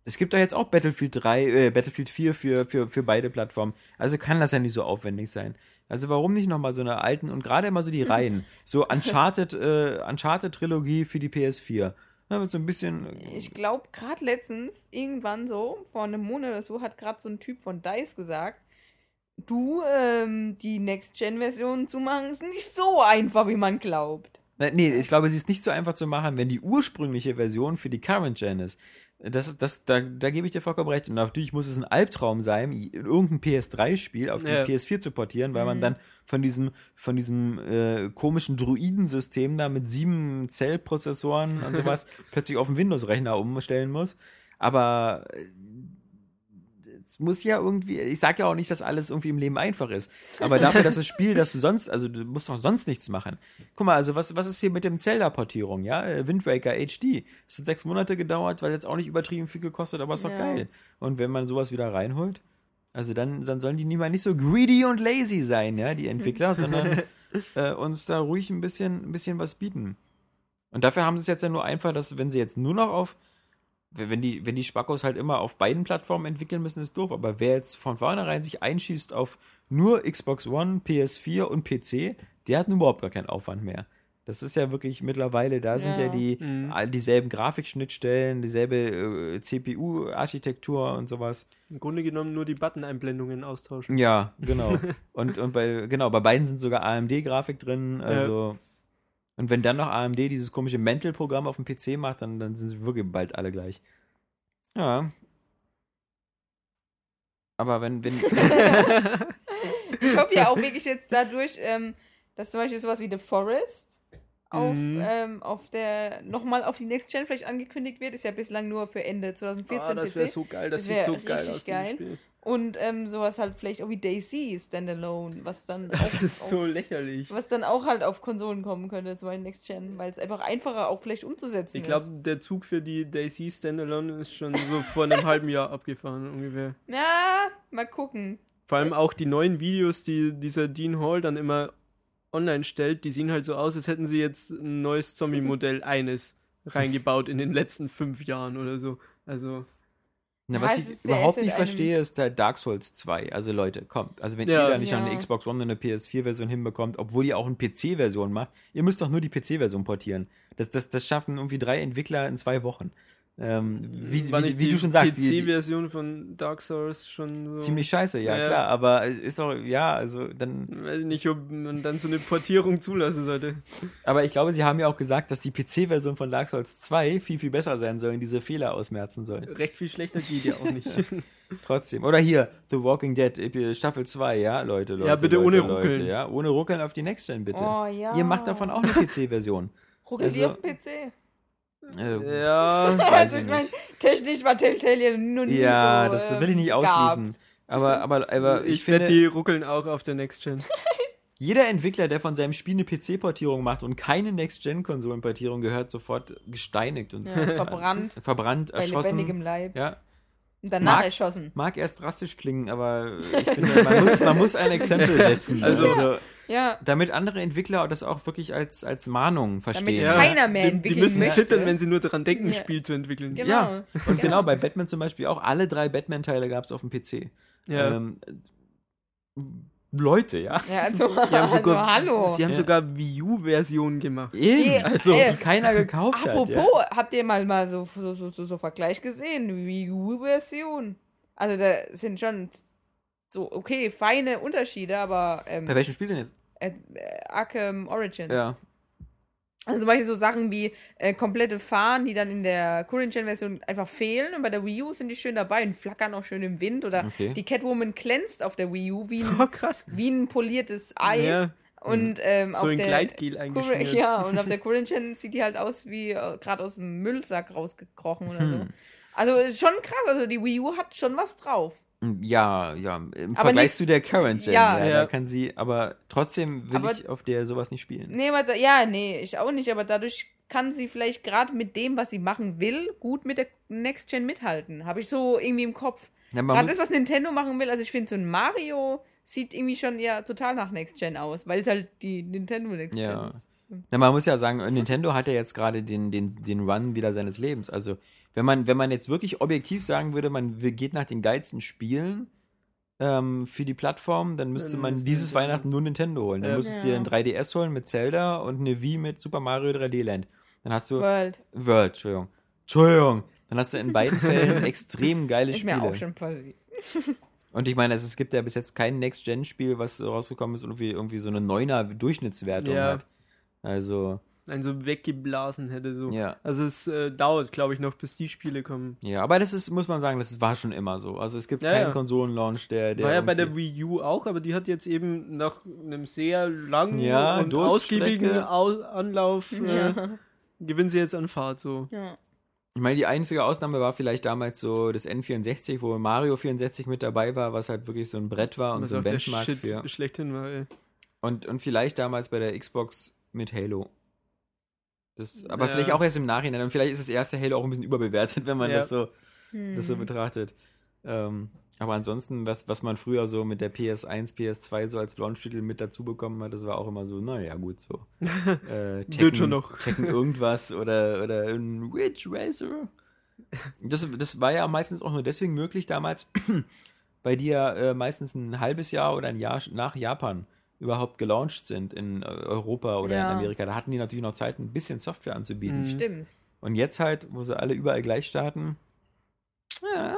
Es gibt doch jetzt auch Battlefield drei, äh, Battlefield vier für, für, für beide Plattformen. Also kann das ja nicht so aufwendig sein. Also warum nicht nochmal so eine alten und gerade immer so die Reihen. So Uncharted, äh, Uncharted-Trilogie für die P S vier. Da wird so ein bisschen. Ich glaube, gerade letztens, irgendwann so, vor einem Monat oder so, hat gerade so ein Typ von DICE gesagt, du, ähm, die Next-Gen-Version zu machen, ist nicht so einfach, wie man glaubt. Nee, ich glaube, sie ist nicht so einfach zu machen, wenn die ursprüngliche Version für die Current Gen ist. Das, das, da, da gebe ich dir vollkommen recht. Und natürlich muss es ein Albtraum sein, irgendein P S drei Spiel auf die Ja. P S vier zu portieren, weil Mhm. man dann von diesem, von diesem äh, komischen Druidensystem da mit sieben Zellprozessoren und sowas plötzlich auf den Windows-Rechner umstellen muss. Aber äh, es muss ja irgendwie, ich sage ja auch nicht, dass alles irgendwie im Leben einfach ist. Aber dafür, dass das Spiel, dass du sonst, also du musst doch sonst nichts machen. Guck mal, also was, was ist hier mit dem Zelda-Portierung, ja? Äh, Wind Waker H D. Es hat sechs Monate gedauert, weil jetzt auch nicht übertrieben viel gekostet, aber ist doch Ja. geil. Und wenn man sowas wieder reinholt, also dann, dann sollen die niemand nicht so greedy und lazy sein, ja, die Entwickler, sondern äh, uns da ruhig ein bisschen, ein bisschen was bieten. Und dafür haben sie es jetzt ja nur einfach, dass wenn sie jetzt nur noch auf wenn die, wenn die Spackos halt immer auf beiden Plattformen entwickeln müssen, ist doof. Aber wer jetzt von vornherein sich einschießt auf nur Xbox One, P S vier und P C, der hat nun überhaupt gar keinen Aufwand mehr. Das ist ja wirklich mittlerweile, da sind ja, Ja. die Mhm. all dieselben Grafikschnittstellen, dieselbe äh, C P U-Architektur und sowas. Im Grunde genommen nur die Button-Einblendungen austauschen. Ja, genau. und und bei, genau, bei beiden sind sogar A M D-Grafik drin, also und wenn dann noch A M D dieses komische Mental-Programm auf dem P C macht, dann, dann sind sie wirklich bald alle gleich. Ja. Aber wenn, wenn. Ich hoffe ja auch wirklich jetzt dadurch, ähm, dass zum Beispiel sowas wie The Forest auf, Mhm. ähm, auf der, nochmal auf die Next Gen vielleicht angekündigt wird, ist ja bislang nur für Ende zwanzig vierzehn Ah, das P C. wäre so geil, das, Das sieht wär so geil richtig aus. geil. dieses Spiel. Und ähm, sowas halt vielleicht auch wie DayZ Standalone, was dann auch, Das ist so auf, lächerlich. was dann auch halt auf Konsolen kommen könnte, zum Beispiel Next Gen, weil es einfach einfacher auch vielleicht umzusetzen Ich ist. glaube, der Zug für die DayZ Standalone ist schon so vor einem halben Jahr abgefahren ungefähr. Na, mal gucken. Vor allem auch die neuen Videos, die dieser Dean Hall dann immer online stellt, die sehen halt so aus, als hätten sie jetzt ein neues Zombie-Modell eines reingebaut in den letzten fünf Jahren oder so. Also, Na, Ja, was es ich ist sehr- überhaupt es ist nicht einem- verstehe, ist halt Dark Souls zwei. Also Leute, kommt. Also wenn Ja. ihr da nicht Ja. noch eine Xbox One und eine P S vier Version hinbekommt, obwohl ihr auch eine P C-Version macht, ihr müsst doch nur die P C-Version portieren. Das, das, das schaffen irgendwie drei Entwickler in zwei Wochen. Ähm, wie war wie, nicht wie die du schon sagst, die, die, P C-Version von Dark Souls schon so... ziemlich scheiße, ja, Ja. klar. Aber es ist doch, ja, also dann. Weiß ich nicht, ob man dann so eine Portierung zulassen sollte. Aber ich glaube, sie haben ja auch gesagt, dass die P C-Version von Dark Souls zwei viel, viel besser sein soll und diese Fehler ausmerzen soll. Recht viel schlechter geht ja auch nicht. Trotzdem. Oder hier, The Walking Dead, Epi- Staffel zwei, ja, Leute, Leute. Ja, bitte Leute, ohne Leute, Ruckeln. Ja, ohne Ruckeln auf die Next Gen, bitte. Oh ja. Ihr macht davon auch eine P C-Version. Ruckelt die also- auf dem P C? Äh, Ja, weiß Also ich ich meine, nicht. technisch war Telltale ja noch nie Ja, so, das äh, will ich nicht gab. ausschließen. Aber, aber, aber ich, ich werde finde, die ruckeln auch auf der Next Gen. jeder Entwickler, der von seinem Spiel eine P C-Portierung macht und keine Next-Gen-Konsolen-Portierung, gehört sofort gesteinigt und Ja, verbrannt, verbrannt, bei erschossen. lebendigem Leib. Ja, Und danach Mag- erschossen. mag erst drastisch klingen, aber ich finde, man muss, man muss ein Exempel setzen. Also- Also, Ja, damit andere Entwickler das auch wirklich als, als Mahnung verstehen. Ja. keiner mehr die, die entwickeln müssen möchte. zittern, wenn sie nur daran denken, ein Ja. Spiel zu entwickeln. genau. Ja, und genau, bei Batman zum Beispiel auch, alle drei Batman-Teile gab es auf dem P C. Ja. Ähm, Leute, ja. Ja, also, Die haben also sogar, hallo. Sie haben Ja. sogar Wii U-Versionen gemacht. Eben, Die- also, äh, die keiner gekauft Apropos, hat. Ja. habt ihr mal, mal so, so, so, so, so Vergleich gesehen? Wii U-Version. Also da sind schon so, okay, feine Unterschiede, aber ähm, Bei welchem Spiel denn jetzt? äh, äh, Arkham Origins. Ja. Also zum Beispiel so Sachen wie äh, komplette Fahnen, die dann in der Current-Gen-Version einfach fehlen. Und bei der Wii U sind die schön dabei und flackern auch schön im Wind. Oder Okay. die Catwoman glänzt auf der Wii U wie ein, Oh, krass. wie ein poliertes Ei. Ja, Und ähm, so auf in der Gleitgel Current- eingeschmiert. Ja, und auf der Current-Gen sieht die halt aus wie äh, gerade aus dem Müllsack rausgekrochen oder so. Hm. Also ist schon krass, also die Wii U hat schon was drauf. Ja, ja, im Aber Vergleich nichts- zu der Current Gen, Ja. ja, Ja. da kann sie, aber trotzdem will Aber- ich auf der sowas nicht spielen. Nee, aber da, ja, nee, ich auch nicht, aber dadurch kann sie vielleicht gerade mit dem, was sie machen will, gut mit der Next Gen mithalten. Habe ich so irgendwie im Kopf. Ja, man Gerade muss, das, was Nintendo machen will, also ich finde so ein Mario sieht irgendwie schon ja total nach Next Gen aus, weil es halt die Nintendo Next Gen Ja. ist. stimmt. Na, man muss ja sagen, Nintendo hat ja jetzt gerade den, den, den Run wieder seines Lebens. Also, wenn man, wenn man jetzt wirklich objektiv sagen würde, man geht nach den geilsten Spielen ähm, für die Plattform, dann müsste Dann man ist dieses Nintendo. Weihnachten nur Nintendo holen. Dann Ja. müsstest du Ja. dir ein drei D S holen mit Zelda und eine Wii mit Super Mario drei D Land. Dann hast du World. World, Entschuldigung. Entschuldigung. Dann hast du in beiden Fällen extrem geile Ist Spiele. mir auch schon passiert. Und ich meine, also, es gibt ja bis jetzt kein Next-Gen-Spiel, was rausgekommen ist und irgendwie, irgendwie so eine neuner Durchschnittswertung Ja. hat. Also, Einen so weggeblasen hätte so. ja. Also es äh, dauert, glaube ich, noch, bis die Spiele kommen. Ja, aber das ist, muss man sagen, das war schon immer so. Also es gibt Ja, keinen ja. Konsolenlaunch, der, der War ja bei der irgendwie- Wii U auch, aber die hat jetzt eben nach einem sehr langen Ja, und Durststrecke. ausgiebigen Au Anlauf äh, Ja. gewinnen sie jetzt an Fahrt so. ja. Ich meine, die einzige Ausnahme war vielleicht damals so das N vierundsechzig, wo Mario vierundsechzig mit dabei war, was halt wirklich so ein Brett war und Was so ein auch der Benchmark Shit für. schlechthin war, ey. Und, und vielleicht damals bei der Xbox mit Halo. Das, aber Ja. vielleicht auch erst im Nachhinein. Und vielleicht ist das erste Halo auch ein bisschen überbewertet, wenn man Ja. das so Hm. das so betrachtet. Ähm, aber ansonsten, was, was man früher so mit der P S eins, P S zwei so als Launch-Titel mit dazu bekommen hat, das war auch immer so, naja, gut, so. Äh, Wird schon noch. Tekken irgendwas oder, oder ein Ridge Racer. Das, das war ja meistens auch nur deswegen möglich damals, weil die ja äh, meistens ein halbes Jahr oder ein Jahr nach Japan überhaupt gelauncht sind in äh, Europa oder Ja. in Amerika. Da hatten die natürlich noch Zeit, ein bisschen Software anzubieten. Mhm. Stimmt. Und jetzt halt, wo sie alle überall gleich starten. Ja.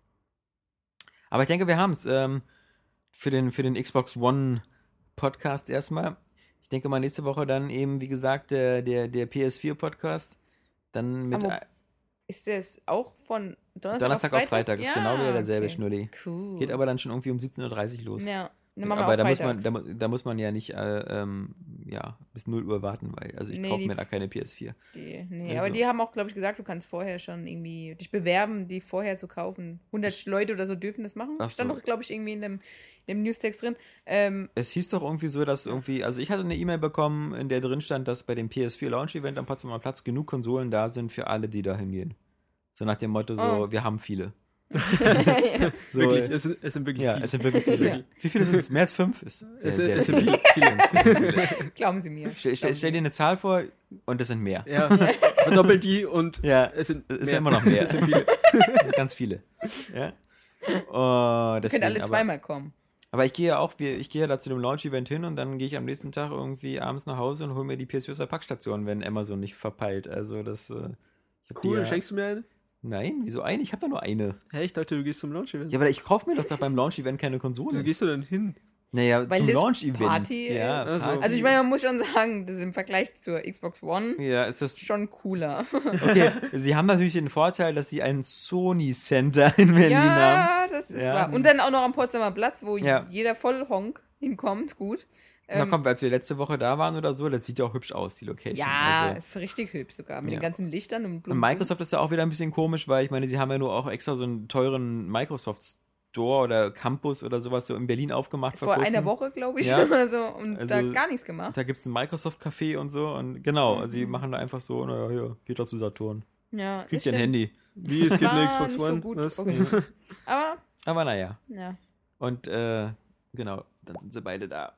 Aber ich denke, wir haben es ähm, für, den, für den Xbox One Podcast erstmal. Ich denke mal nächste Woche dann eben, wie gesagt, der, der, der P S vier Podcast. Dann mit Aber Ist das auch von Donnerstag, Donnerstag auf Freitag. Ist Ja, genau wieder derselbe okay. Schnulli. Cool. Geht aber dann schon irgendwie um siebzehn Uhr dreißig los. Ja, dann machen wir aber auch da muss, man, freitags. da, mu- da muss man ja nicht äh, ähm, ja, bis null Uhr warten, weil also ich Nee, kaufe die mir da keine P S vier. Die, nee, Also- aber die haben auch, glaube ich, gesagt, du kannst vorher schon irgendwie dich bewerben, die vorher zu kaufen. hundert Leute oder so dürfen das machen. Ach so. Stand doch, glaube ich, irgendwie in dem, in dem Newstext drin. Ähm, Es hieß doch irgendwie so, dass irgendwie, also ich hatte eine E-Mail bekommen, in der drin stand, dass bei dem P S vier Launch Event am Potsdamer Platz genug Konsolen da sind für alle, die da hingehen. So nach dem Motto so, Oh. wir haben viele. So, Wirklich, es, sind- es sind wirklich Ja, viele. es sind wirklich viele. Ja. Wie viele sind es? Mehr als fünf? Ist sehr, Es, sehr es viele. sind viele. viele. Glauben Sie mir. Stell, stell, stell dir eine Zahl vor und es sind mehr. Ja, verdoppelt die und Ja, es sind es ist mehr. ja immer noch mehr. Es sind viele. Ganz viele. Ja. Oh, Ihr deswegen, könnt alle aber, zweimal kommen. aber ich gehe ja auch, wir- ich gehe ja da zu dem Launch-Event hin und dann gehe ich am nächsten Tag irgendwie abends nach Hause und hole mir die P S vier aus der Packstation, wenn Amazon nicht verpeilt. Also das, äh, ich hab die Cool, ja, schenkst du mir eine? Nein, wieso eine? Ich habe da nur eine. Hä, ich dachte, du gehst zum Launch-Event. Ja, aber ich kaufe mir doch da beim Launch-Event keine Wo Konsole. gehst du denn hin? Naja, Weil zum das Launch-Event. Party Ja, ist. Also- Party. Also ich meine, man muss schon sagen, das ist im Vergleich zur Xbox One Ja, ist das. schon cooler. Okay, sie haben natürlich den Vorteil, dass sie ein Sony Center in Berlin haben. Ja, das ist Ja. wahr. Und dann auch noch am Potsdamer Platz, wo Ja. jeder Vollhonk hinkommt, gut. Na Ähm, komm, als wir letzte Woche da waren oder so, das sieht ja auch hübsch aus, die Location. ja, Also. ist richtig hübsch sogar, mit Ja. den ganzen Lichtern und Und Blumen. Microsoft ist ja auch wieder ein bisschen komisch, weil ich meine, sie haben ja nur auch extra so einen teuren Microsoft Store oder Campus oder sowas so in Berlin aufgemacht vor kurzem. einer Woche, glaube ich, Ja. oder so, und Also- da gar nichts gemacht. Da gibt es ein Microsoft-Café und so und genau, Mhm. also sie machen da einfach so, naja, hier, geht doch zu Saturn. Ja, Kriegt ist ihr ein stimmt. Handy. Wie, es gibt eine War Xbox nicht so One? gut Was? organisiert. Aber, Aber naja. ja. Und äh, genau, dann sind sie beide da.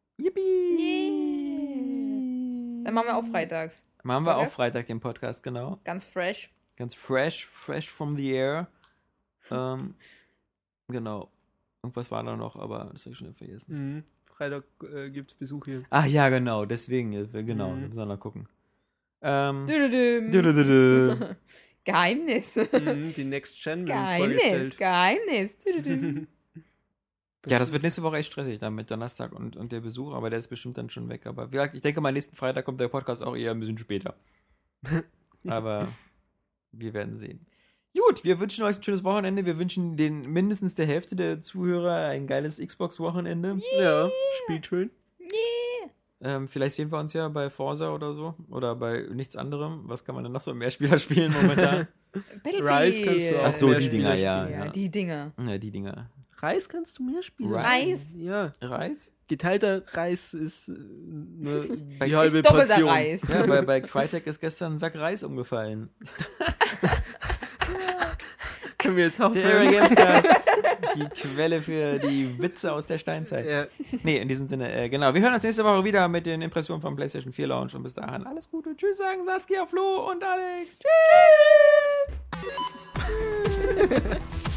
Yippie! Dann machen wir auch freitags. Machen wir auch Podcast? Freitag den Podcast, genau. Ganz fresh. Ganz fresh, fresh from the air. Ähm, genau. Irgendwas war da noch, aber das habe ich schon wieder vergessen. Mhm. Freitag äh, gibt's Besuch hier. Ach ja, genau, deswegen, äh, genau, Mhm. wir müssen noch gucken. Ähm, Dü-dü-düm. dü- dü- dü- dü. Geheimnis. Mhm, die Next Gen wird uns Geheimnis. vorgestellt. Geheimnis. Dü-dü-düm. Ja, das wird nächste Woche echt stressig dann mit Donnerstag und, und der Besuch, aber der ist bestimmt dann schon weg. Aber wie gesagt, ich denke mal, nächsten Freitag kommt der Podcast auch eher ein bisschen später. Aber wir werden sehen. Gut, wir wünschen euch ein schönes Wochenende. Wir wünschen den mindestens der Hälfte der Zuhörer ein geiles Xbox-Wochenende. Ja, spielt schön. Ähm, vielleicht sehen wir uns ja bei Forza oder so. Oder bei nichts anderem. Was kann man denn noch so im Mehrspieler spielen momentan? Battlefield. Rise kannst du auch Ach so, mehr die Dinger, Spieler ja. spielen. Ja, ja. die Dinger. Ja, die Dinger. Reis kannst du mehr spielen. Reis? Ja. Reis? Geteilter Reis ist äh, ne, Bei- die halbe Ist doppelter Portion. Reis. Ja, bei, bei Crytek ist gestern ein Sack Reis umgefallen. Können wir jetzt Der aufhören? Gamescast. Die Quelle für die Witze aus der Steinzeit. Ja. Nee, in diesem Sinne, äh, genau. Wir hören uns nächste Woche wieder mit den Impressionen vom PlayStation vier Launch und bis dahin alles Gute. Tschüss sagen Saskia, Flo und Alex. Tschüss!